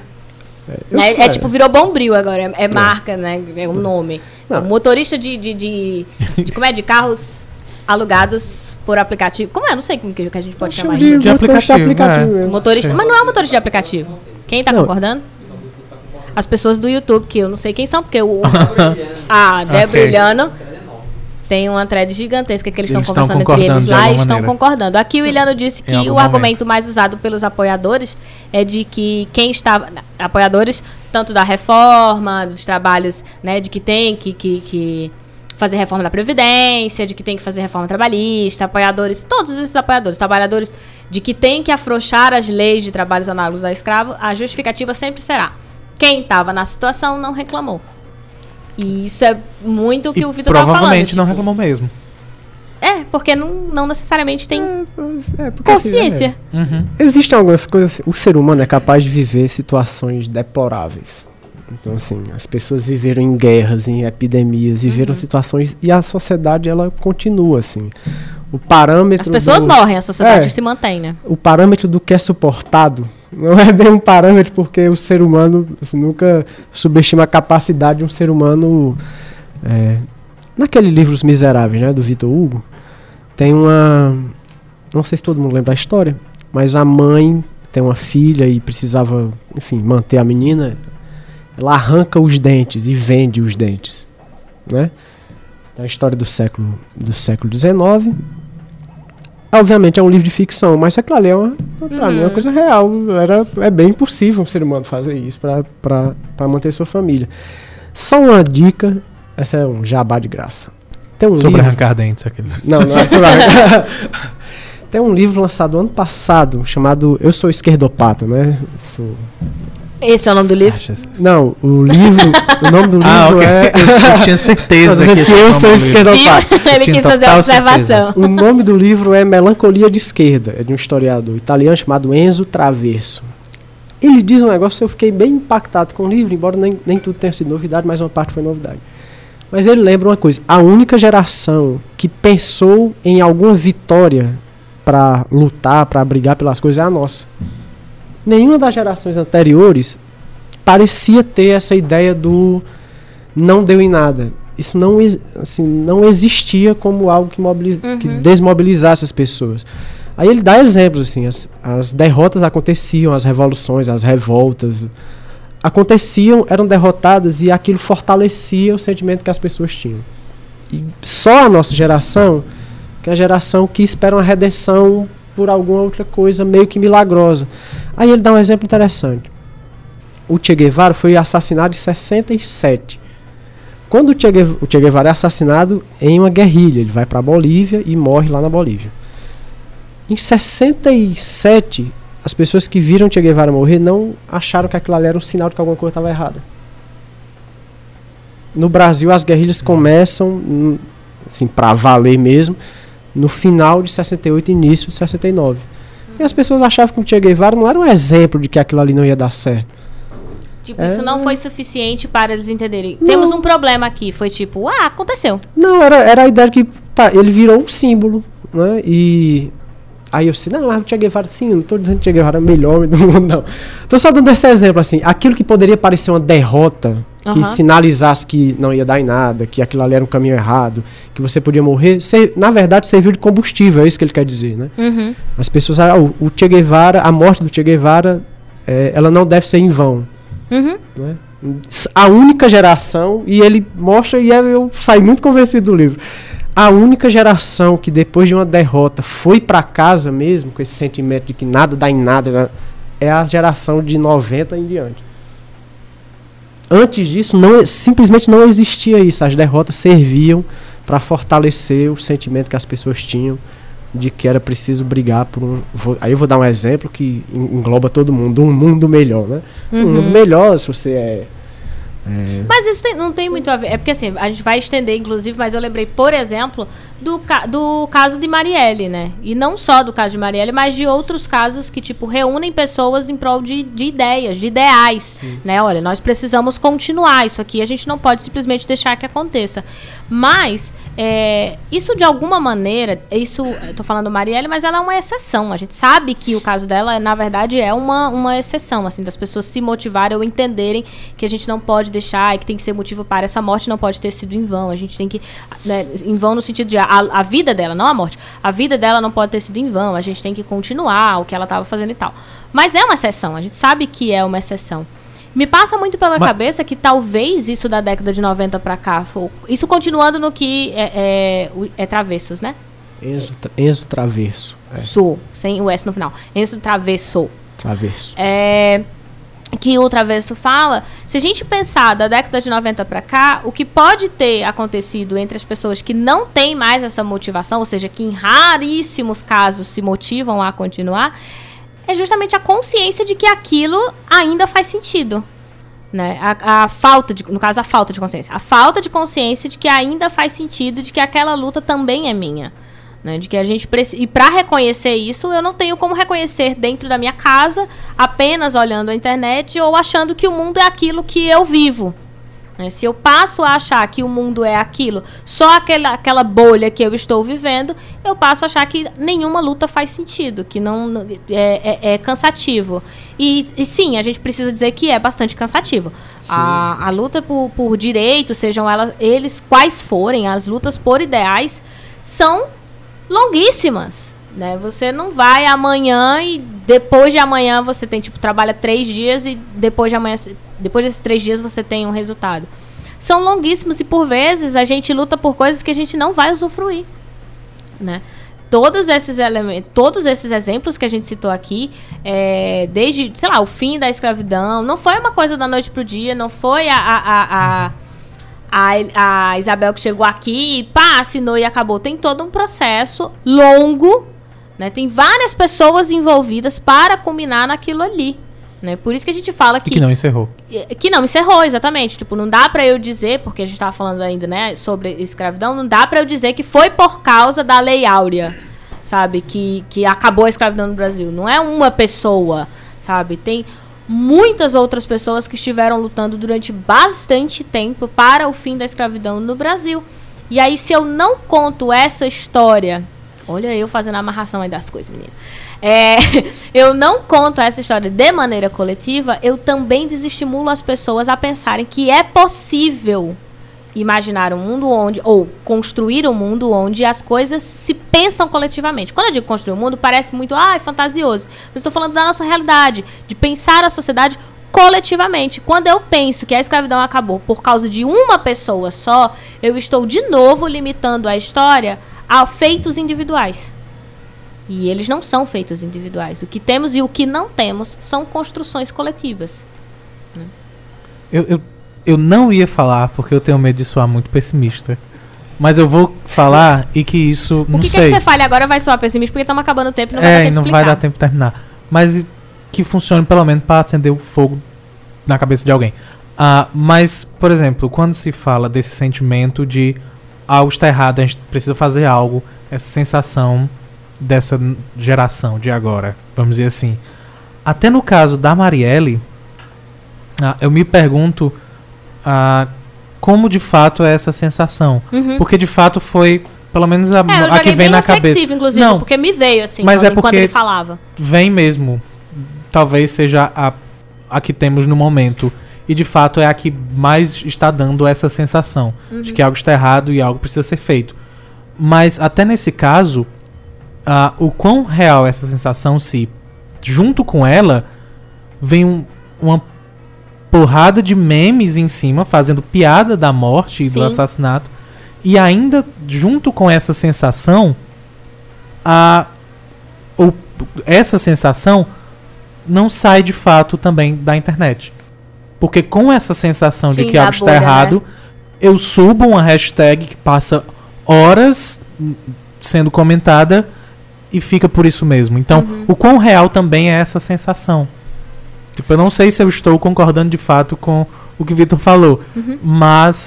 Tipo, virou Bombril agora, é marca, né? É um nome. Motorista de como é? De carros alugados por aplicativo. Como é? Não sei como que a gente pode chamar isso. De aplicativo. Motorista. Mas não é um motorista de aplicativo. Quem tá concordando? As pessoas do YouTube, que eu não sei quem são, porque Débora e Iliano tem uma thread gigantesca que eles estão conversando entre eles lá e estão concordando. Aqui o Iliano disse que o argumento mais usado pelos apoiadores é de que quem estava... Apoiadores tanto da reforma, dos trabalhos, né, de que tem que fazer reforma da Previdência, de que tem que fazer reforma trabalhista, apoiadores, todos esses apoiadores, trabalhadores, de que tem que afrouxar as leis de trabalhos análogos a escravo, a justificativa sempre será: quem estava na situação não reclamou. E isso é muito o que o Vitor estava falando. Provavelmente não reclamou mesmo. Porque não necessariamente tem consciência. Assim, Existem algumas coisas... O ser humano é capaz de viver situações deploráveis. Então, assim, as pessoas viveram em guerras, em epidemias, viveram situações... E a sociedade, ela continua, assim. O parâmetro... As pessoas morrem, a sociedade se mantém, né? O parâmetro do que é suportado não é bem um parâmetro, porque o ser humano assim, nunca subestima a capacidade de um ser humano... naquele livro Os Miseráveis, né, do Victor Hugo, tem uma... Não sei se todo mundo lembra a história, mas a mãe tem uma filha e precisava, enfim, manter a menina... Ela arranca os dentes e vende os dentes, né? É a história do século XIX. Obviamente é um livro de ficção, mas aquilo ali pra mim é uma coisa real. É bem impossível um ser humano fazer isso para manter sua família. Só uma dica, essa é um jabá de graça. Tem um sobre livro, arrancar dentes, aquele. Não é sobre arrancar. Tem um livro lançado ano passado chamado Eu Sou Esquerdopata, né? Esse é o nome do livro? Não, o nome do livro é... Eu tinha certeza que eu sou esquerdopata. Ele quis fazer a observação. O nome do livro é Melancolia de Esquerda, é de um historiador italiano chamado Enzo Traverso. Ele diz um negócio, eu fiquei bem impactado com o livro, embora nem tudo tenha sido novidade, mas uma parte foi novidade. Mas ele lembra uma coisa, a única geração que pensou em alguma vitória para lutar, para brigar pelas coisas é a nossa. Nenhuma das gerações anteriores parecia ter essa ideia do não deu em nada. Isso não existia como algo que desmobilizasse as pessoas. Aí ele dá exemplos, assim, as derrotas aconteciam, as revoluções, as revoltas aconteciam, eram derrotadas e aquilo fortalecia o sentimento que as pessoas tinham. E só a nossa geração, que é a geração que espera uma redenção por alguma outra coisa meio que milagrosa. Aí ele dá um exemplo interessante. O Che Guevara foi assassinado em 67. Quando o Che Guevara é assassinado em uma guerrilha, ele vai para a Bolívia e morre lá na Bolívia. Em 67, as pessoas que viram o Che Guevara morrer não acharam que aquilo ali era um sinal de que alguma coisa estava errada. No Brasil, as guerrilhas começam, assim, para valer mesmo, no final de 68 e início de 69. E as pessoas achavam que o Che Guevara não era um exemplo de que aquilo ali não ia dar certo. Tipo, isso não foi suficiente para eles entenderem. Não. Temos um problema aqui. Foi tipo, aconteceu. Não, era a ideia de que ele virou um símbolo, né? E aí eu disse, não, o Che Guevara, sim, não estou dizendo que o Che Guevara é o melhor do mundo, não. Estou só dando esse exemplo, assim, aquilo que poderia parecer uma derrota que sinalizasse que não ia dar em nada, que aquilo ali era um caminho errado, que você podia morrer, na verdade serviu de combustível, é isso que ele quer dizer, né? As pessoas, o Che Guevara, a morte do Che Guevara, ela não deve ser em vão. Né? A única geração, e ele mostra, e eu saí muito convencido do livro, a única geração que depois de uma derrota foi para casa mesmo, com esse sentimento de que nada dá em nada, é a geração de 90 em diante. Antes disso, simplesmente não existia isso. As derrotas serviam para fortalecer o sentimento que as pessoas tinham de que era preciso brigar por aí eu vou dar um exemplo que engloba todo mundo, um mundo melhor, né? Um mundo melhor, se você Mas isso não tem muito a ver. É porque assim, a gente vai estender, inclusive, mas eu lembrei, por exemplo, do caso de Marielle, né? E não só do caso de Marielle, mas de outros casos que, tipo, reúnem pessoas em prol de ideias, de ideais, né? Olha, nós precisamos continuar isso aqui, a gente não pode simplesmente deixar que aconteça. Mas, isso de alguma maneira, eu tô falando Marielle, mas ela é uma exceção. A gente sabe que o caso dela, na verdade, é uma exceção, assim, das pessoas se motivarem ou entenderem que a gente não pode deixar e que tem que ser motivo para essa morte, não pode ter sido em vão. A gente tem que, né, em vão no sentido de a vida dela, não a morte. A vida dela não pode ter sido em vão. A gente tem que continuar o que ela estava fazendo e tal. Mas é uma exceção. A gente sabe que é uma exceção. Me passa muito pela cabeça que talvez isso da década de 90 para cá, isso continuando no que é Travessos, né? Enzo Traverso. Sou, sem o S no final. Enzo Traverso. Traverso. Que o Traverso fala, se a gente pensar da década de 90 para cá, o que pode ter acontecido entre as pessoas que não têm mais essa motivação, ou seja, que em raríssimos casos se motivam a continuar, é justamente a consciência de que aquilo ainda faz sentido. Né? No caso, a falta de consciência. A falta de consciência de que ainda faz sentido, de que aquela luta também é minha. Né, de que a gente precisa. E para reconhecer isso, eu não tenho como reconhecer dentro da minha casa, apenas olhando a internet ou achando que o mundo é aquilo que eu vivo. Né, se eu passo a achar que o mundo é aquilo, só aquela bolha que eu estou vivendo, eu passo a achar que nenhuma luta faz sentido, que não é cansativo. E sim, a gente precisa dizer que é bastante cansativo. A luta por direitos, sejam eles quais forem, as lutas por ideais, são longuíssimas, né? Você não vai amanhã e depois de amanhã você tem, trabalha 3 dias e depois desses 3 dias você tem um resultado. São longuíssimos e por vezes a gente luta por coisas que a gente não vai usufruir, né? Todos esses elementos, todos esses exemplos que a gente citou aqui, desde, sei lá, o fim da escravidão, não foi uma coisa da noite pro dia, não foi a Isabel que chegou aqui e assinou e acabou. Tem todo um processo longo, né? Tem várias pessoas envolvidas para culminar naquilo ali, né? Por isso que a gente fala que... que não encerrou. Que não encerrou, exatamente. Não dá pra eu dizer, porque a gente estava falando ainda, né, sobre escravidão, não dá pra eu dizer que foi por causa da Lei Áurea, sabe? Que acabou a escravidão no Brasil. Não é uma pessoa, sabe? Tem muitas outras pessoas que estiveram lutando durante bastante tempo para o fim da escravidão no Brasil. E aí, se eu não conto essa história... Olha eu fazendo a amarração aí das coisas, menina. Eu não conto essa história de maneira coletiva, eu também desestimulo as pessoas a pensarem que é possível imaginar um mundo ou construir um mundo onde as coisas se pensam coletivamente. Quando eu digo construir um mundo, parece muito fantasioso. Mas estou falando da nossa realidade, de pensar a sociedade coletivamente. Quando eu penso que a escravidão acabou por causa de uma pessoa só, eu estou de novo limitando a história a feitos individuais. E eles não são feitos individuais. O que temos e o que não temos são construções coletivas. Eu não ia falar porque eu tenho medo de soar muito pessimista. Mas eu vou falar e que isso, não sei. O que você fale agora vai soar pessimista porque estamos acabando o tempo e não vai dar tempo de não explicar. Vai dar tempo de terminar. Mas que funcione pelo menos para acender o fogo na cabeça de alguém. Mas, por exemplo, quando se fala desse sentimento de algo está errado, a gente precisa fazer algo, essa sensação dessa geração de agora, vamos dizer assim. Até no caso da Marielle, eu me pergunto como de fato é essa sensação. Porque de fato foi, pelo menos a que vem na cabeça. Inclusive, não, porque me veio assim, mas enquanto ele falava. Vem mesmo. Talvez seja a que temos no momento. e de fato é a que mais está dando essa sensação de que algo está errado e algo precisa ser feito. Mas até nesse caso, o quão real é essa sensação se junto com ela vem uma porrada de memes em cima fazendo piada da morte e do assassinato, e ainda junto com essa sensação essa sensação não sai de fato também da internet. Porque com essa sensação de que algo está errado, eu subo uma hashtag que passa horas sendo comentada e fica por isso mesmo. Então, o quão real também é essa sensação. Tipo, eu não sei se eu estou concordando de fato com o que o Vitor falou, mas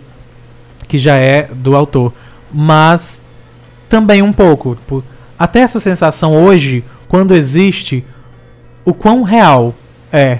que já é do autor. Mas também um pouco. Tipo, até essa sensação hoje, quando existe, o quão real é.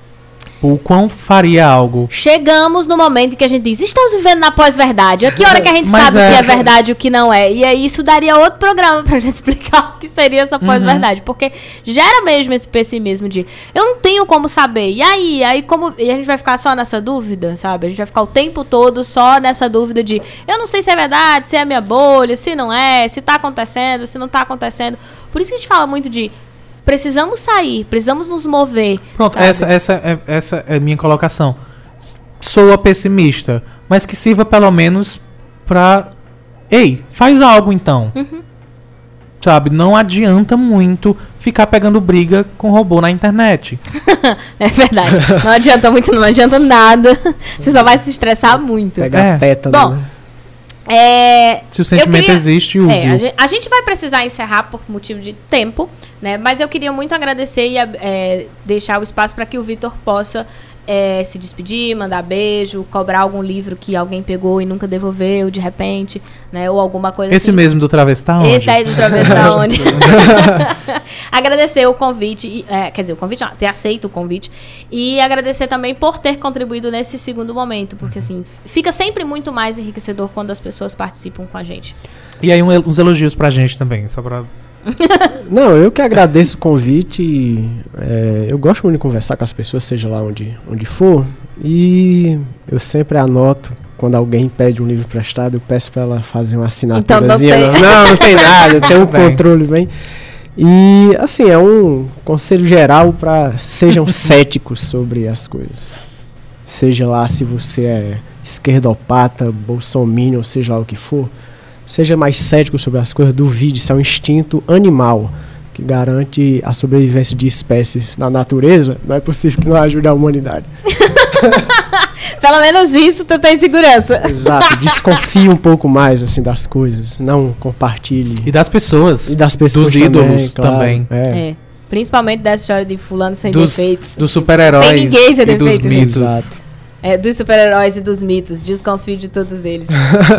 O quão faria algo. Chegamos no momento em que a gente diz, estamos vivendo na pós-verdade. A que hora que a gente sabe o que é verdade e o que não é? E aí isso daria outro programa pra gente explicar o que seria essa pós-verdade. Porque gera mesmo esse pessimismo de, eu não tenho como saber. E aí como... E a gente vai ficar só nessa dúvida, sabe? A gente vai ficar o tempo todo só nessa dúvida de, eu não sei se é verdade, se é a minha bolha, se não é, se tá acontecendo, se não tá acontecendo. Por isso que a gente fala muito de, precisamos sair, precisamos nos mover. Pronto, essa é a minha colocação. Soa pessimista, mas que sirva pelo menos pra... Ei, faz algo então. Sabe, não adianta muito ficar pegando briga com robô na internet. É verdade. Não adianta muito, não adianta nada. Você só vai se estressar muito. Pegar tétano, bom, né? Se o sentimento existe, use-o. A gente vai precisar encerrar por motivo de tempo, né? Mas eu queria muito agradecer e deixar o espaço para que o Vitor possa se despedir, mandar beijo, cobrar algum livro que alguém pegou e nunca devolveu de repente, né? Ou alguma coisa Esse assim. Mesmo do Travesti tá onde? Esse aí do Travesti tá onde? Agradecer o convite, quer dizer, o convite não, ter aceito o convite, e agradecer também por ter contribuído nesse segundo momento, porque assim, fica sempre muito mais enriquecedor quando as pessoas participam com a gente. E aí uns elogios pra gente também, só pra... Não, eu que agradeço o convite. Eu gosto muito de conversar com as pessoas, seja lá onde for. E eu sempre anoto, quando alguém pede um livro emprestado, eu peço pra ela fazer uma assinaturazinha. Então não tem nada, eu tenho um controle bem. E assim, é um conselho geral para sejam céticos sobre as coisas. Seja lá se você é esquerdopata, bolsominion, seja lá o que for. Seja mais cético sobre as coisas, duvide, isso é um instinto animal que garante a sobrevivência de espécies na natureza. Não é possível que não ajude a humanidade. Pelo menos isso tu tem segurança. Exato, desconfie um pouco mais assim, das coisas, não compartilhe. E das pessoas. Dos ídolos também. Também. Principalmente dessa história de fulano sem defeitos. Dos super-heróis Tem ninguém sem e dos defeitos, mitos. Exato. Dos super-heróis e dos mitos. Desconfio de todos eles.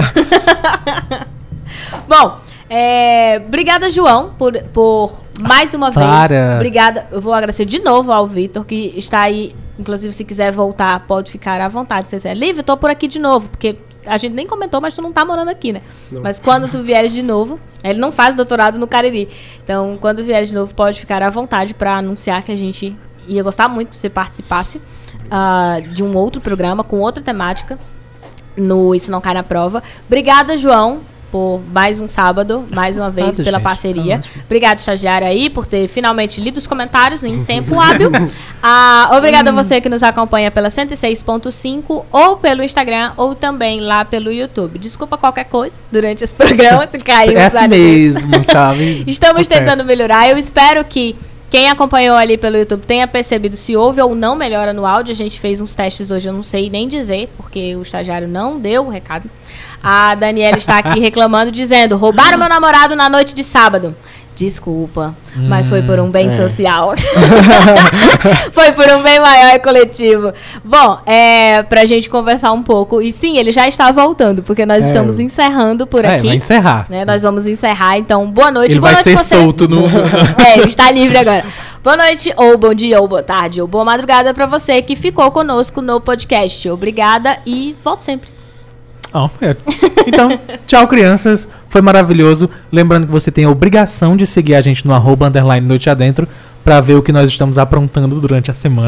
Bom, obrigada, João, por mais uma vez. Obrigada. Eu vou agradecer de novo ao Vitor, que está aí. Inclusive, se quiser voltar, pode ficar à vontade. Se você disser, Lívia, eu tô por aqui de novo. Porque a gente nem comentou, mas tu não tá morando aqui, né? Não. Mas quando tu vieres de novo, ele não faz doutorado no Cariri. Então, quando vieres de novo, pode ficar à vontade para anunciar que a gente ia gostar muito se você participasse de um outro programa com outra temática no Isso Não Cai na Prova. Obrigada, João, por mais um sábado, mais uma vez, pela parceria. Obrigada, estagiário, aí, por ter finalmente lido os comentários em tempo hábil. Obrigada a você que nos acompanha pela 106.5 ou pelo Instagram ou também lá pelo YouTube. Desculpa qualquer coisa durante esse programa, se caiu. É assim mesmo, sabe? Estamos tentando melhorar. Eu espero que quem acompanhou ali pelo YouTube tenha percebido se houve ou não melhora no áudio. A gente fez uns testes hoje, eu não sei nem dizer, porque o estagiário não deu o recado. A Daniela está aqui reclamando, dizendo, roubaram meu namorado na noite de sábado. Desculpa, mas foi por um bem social. Foi por um bem maior e coletivo. Bom, pra gente conversar um pouco. E sim, ele já está voltando, porque nós estamos encerrando por aqui. Vai encerrar. Né? Nós vamos encerrar, então boa noite. Ele boa vai noite ser solto no... ele está livre agora. Boa noite, ou bom dia, ou boa tarde, ou boa madrugada para você que ficou conosco no podcast. Obrigada e volto sempre. Então, tchau, crianças. Foi maravilhoso. Lembrando que você tem a obrigação de seguir a gente no @_noite adentro pra ver o que nós estamos aprontando durante a semana.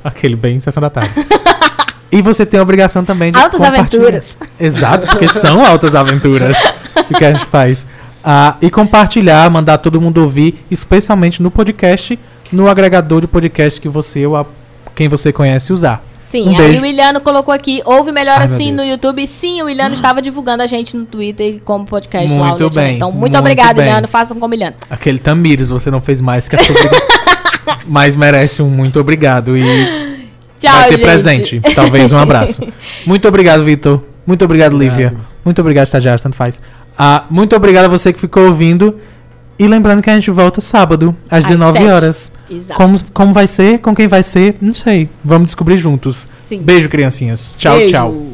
Aquele bem Sessão da Tarde. E você tem a obrigação também de Altas compartilhar. aventuras. Exato, porque são altas aventuras que a gente faz. E compartilhar, mandar todo mundo ouvir, especialmente no podcast, no agregador de podcast que você ou quem você conhece usar. Sim, aí o Iliano colocou aqui, ouve melhor assim no Deus. YouTube. Sim, o Iliano estava divulgando a gente no Twitter como podcast lá. Muito bem. Então, muito obrigado, bem. Iliano. Façam como Iliano. Aquele Tamires, você não fez mais que a sua obrigação. Mas merece um muito obrigado. E Tchau, vai ter gente. presente. Talvez um abraço. Muito obrigado, Vitor. Muito obrigado, Lívia. Muito obrigado, estagiário, tanto faz. Muito obrigado a você que ficou ouvindo. E lembrando que a gente volta sábado, às 19 7. horas. Exato. Como vai ser? Com quem vai ser? Não sei. Vamos descobrir juntos. Sim. Beijo, criancinhas. Tchau, Beijo. tchau.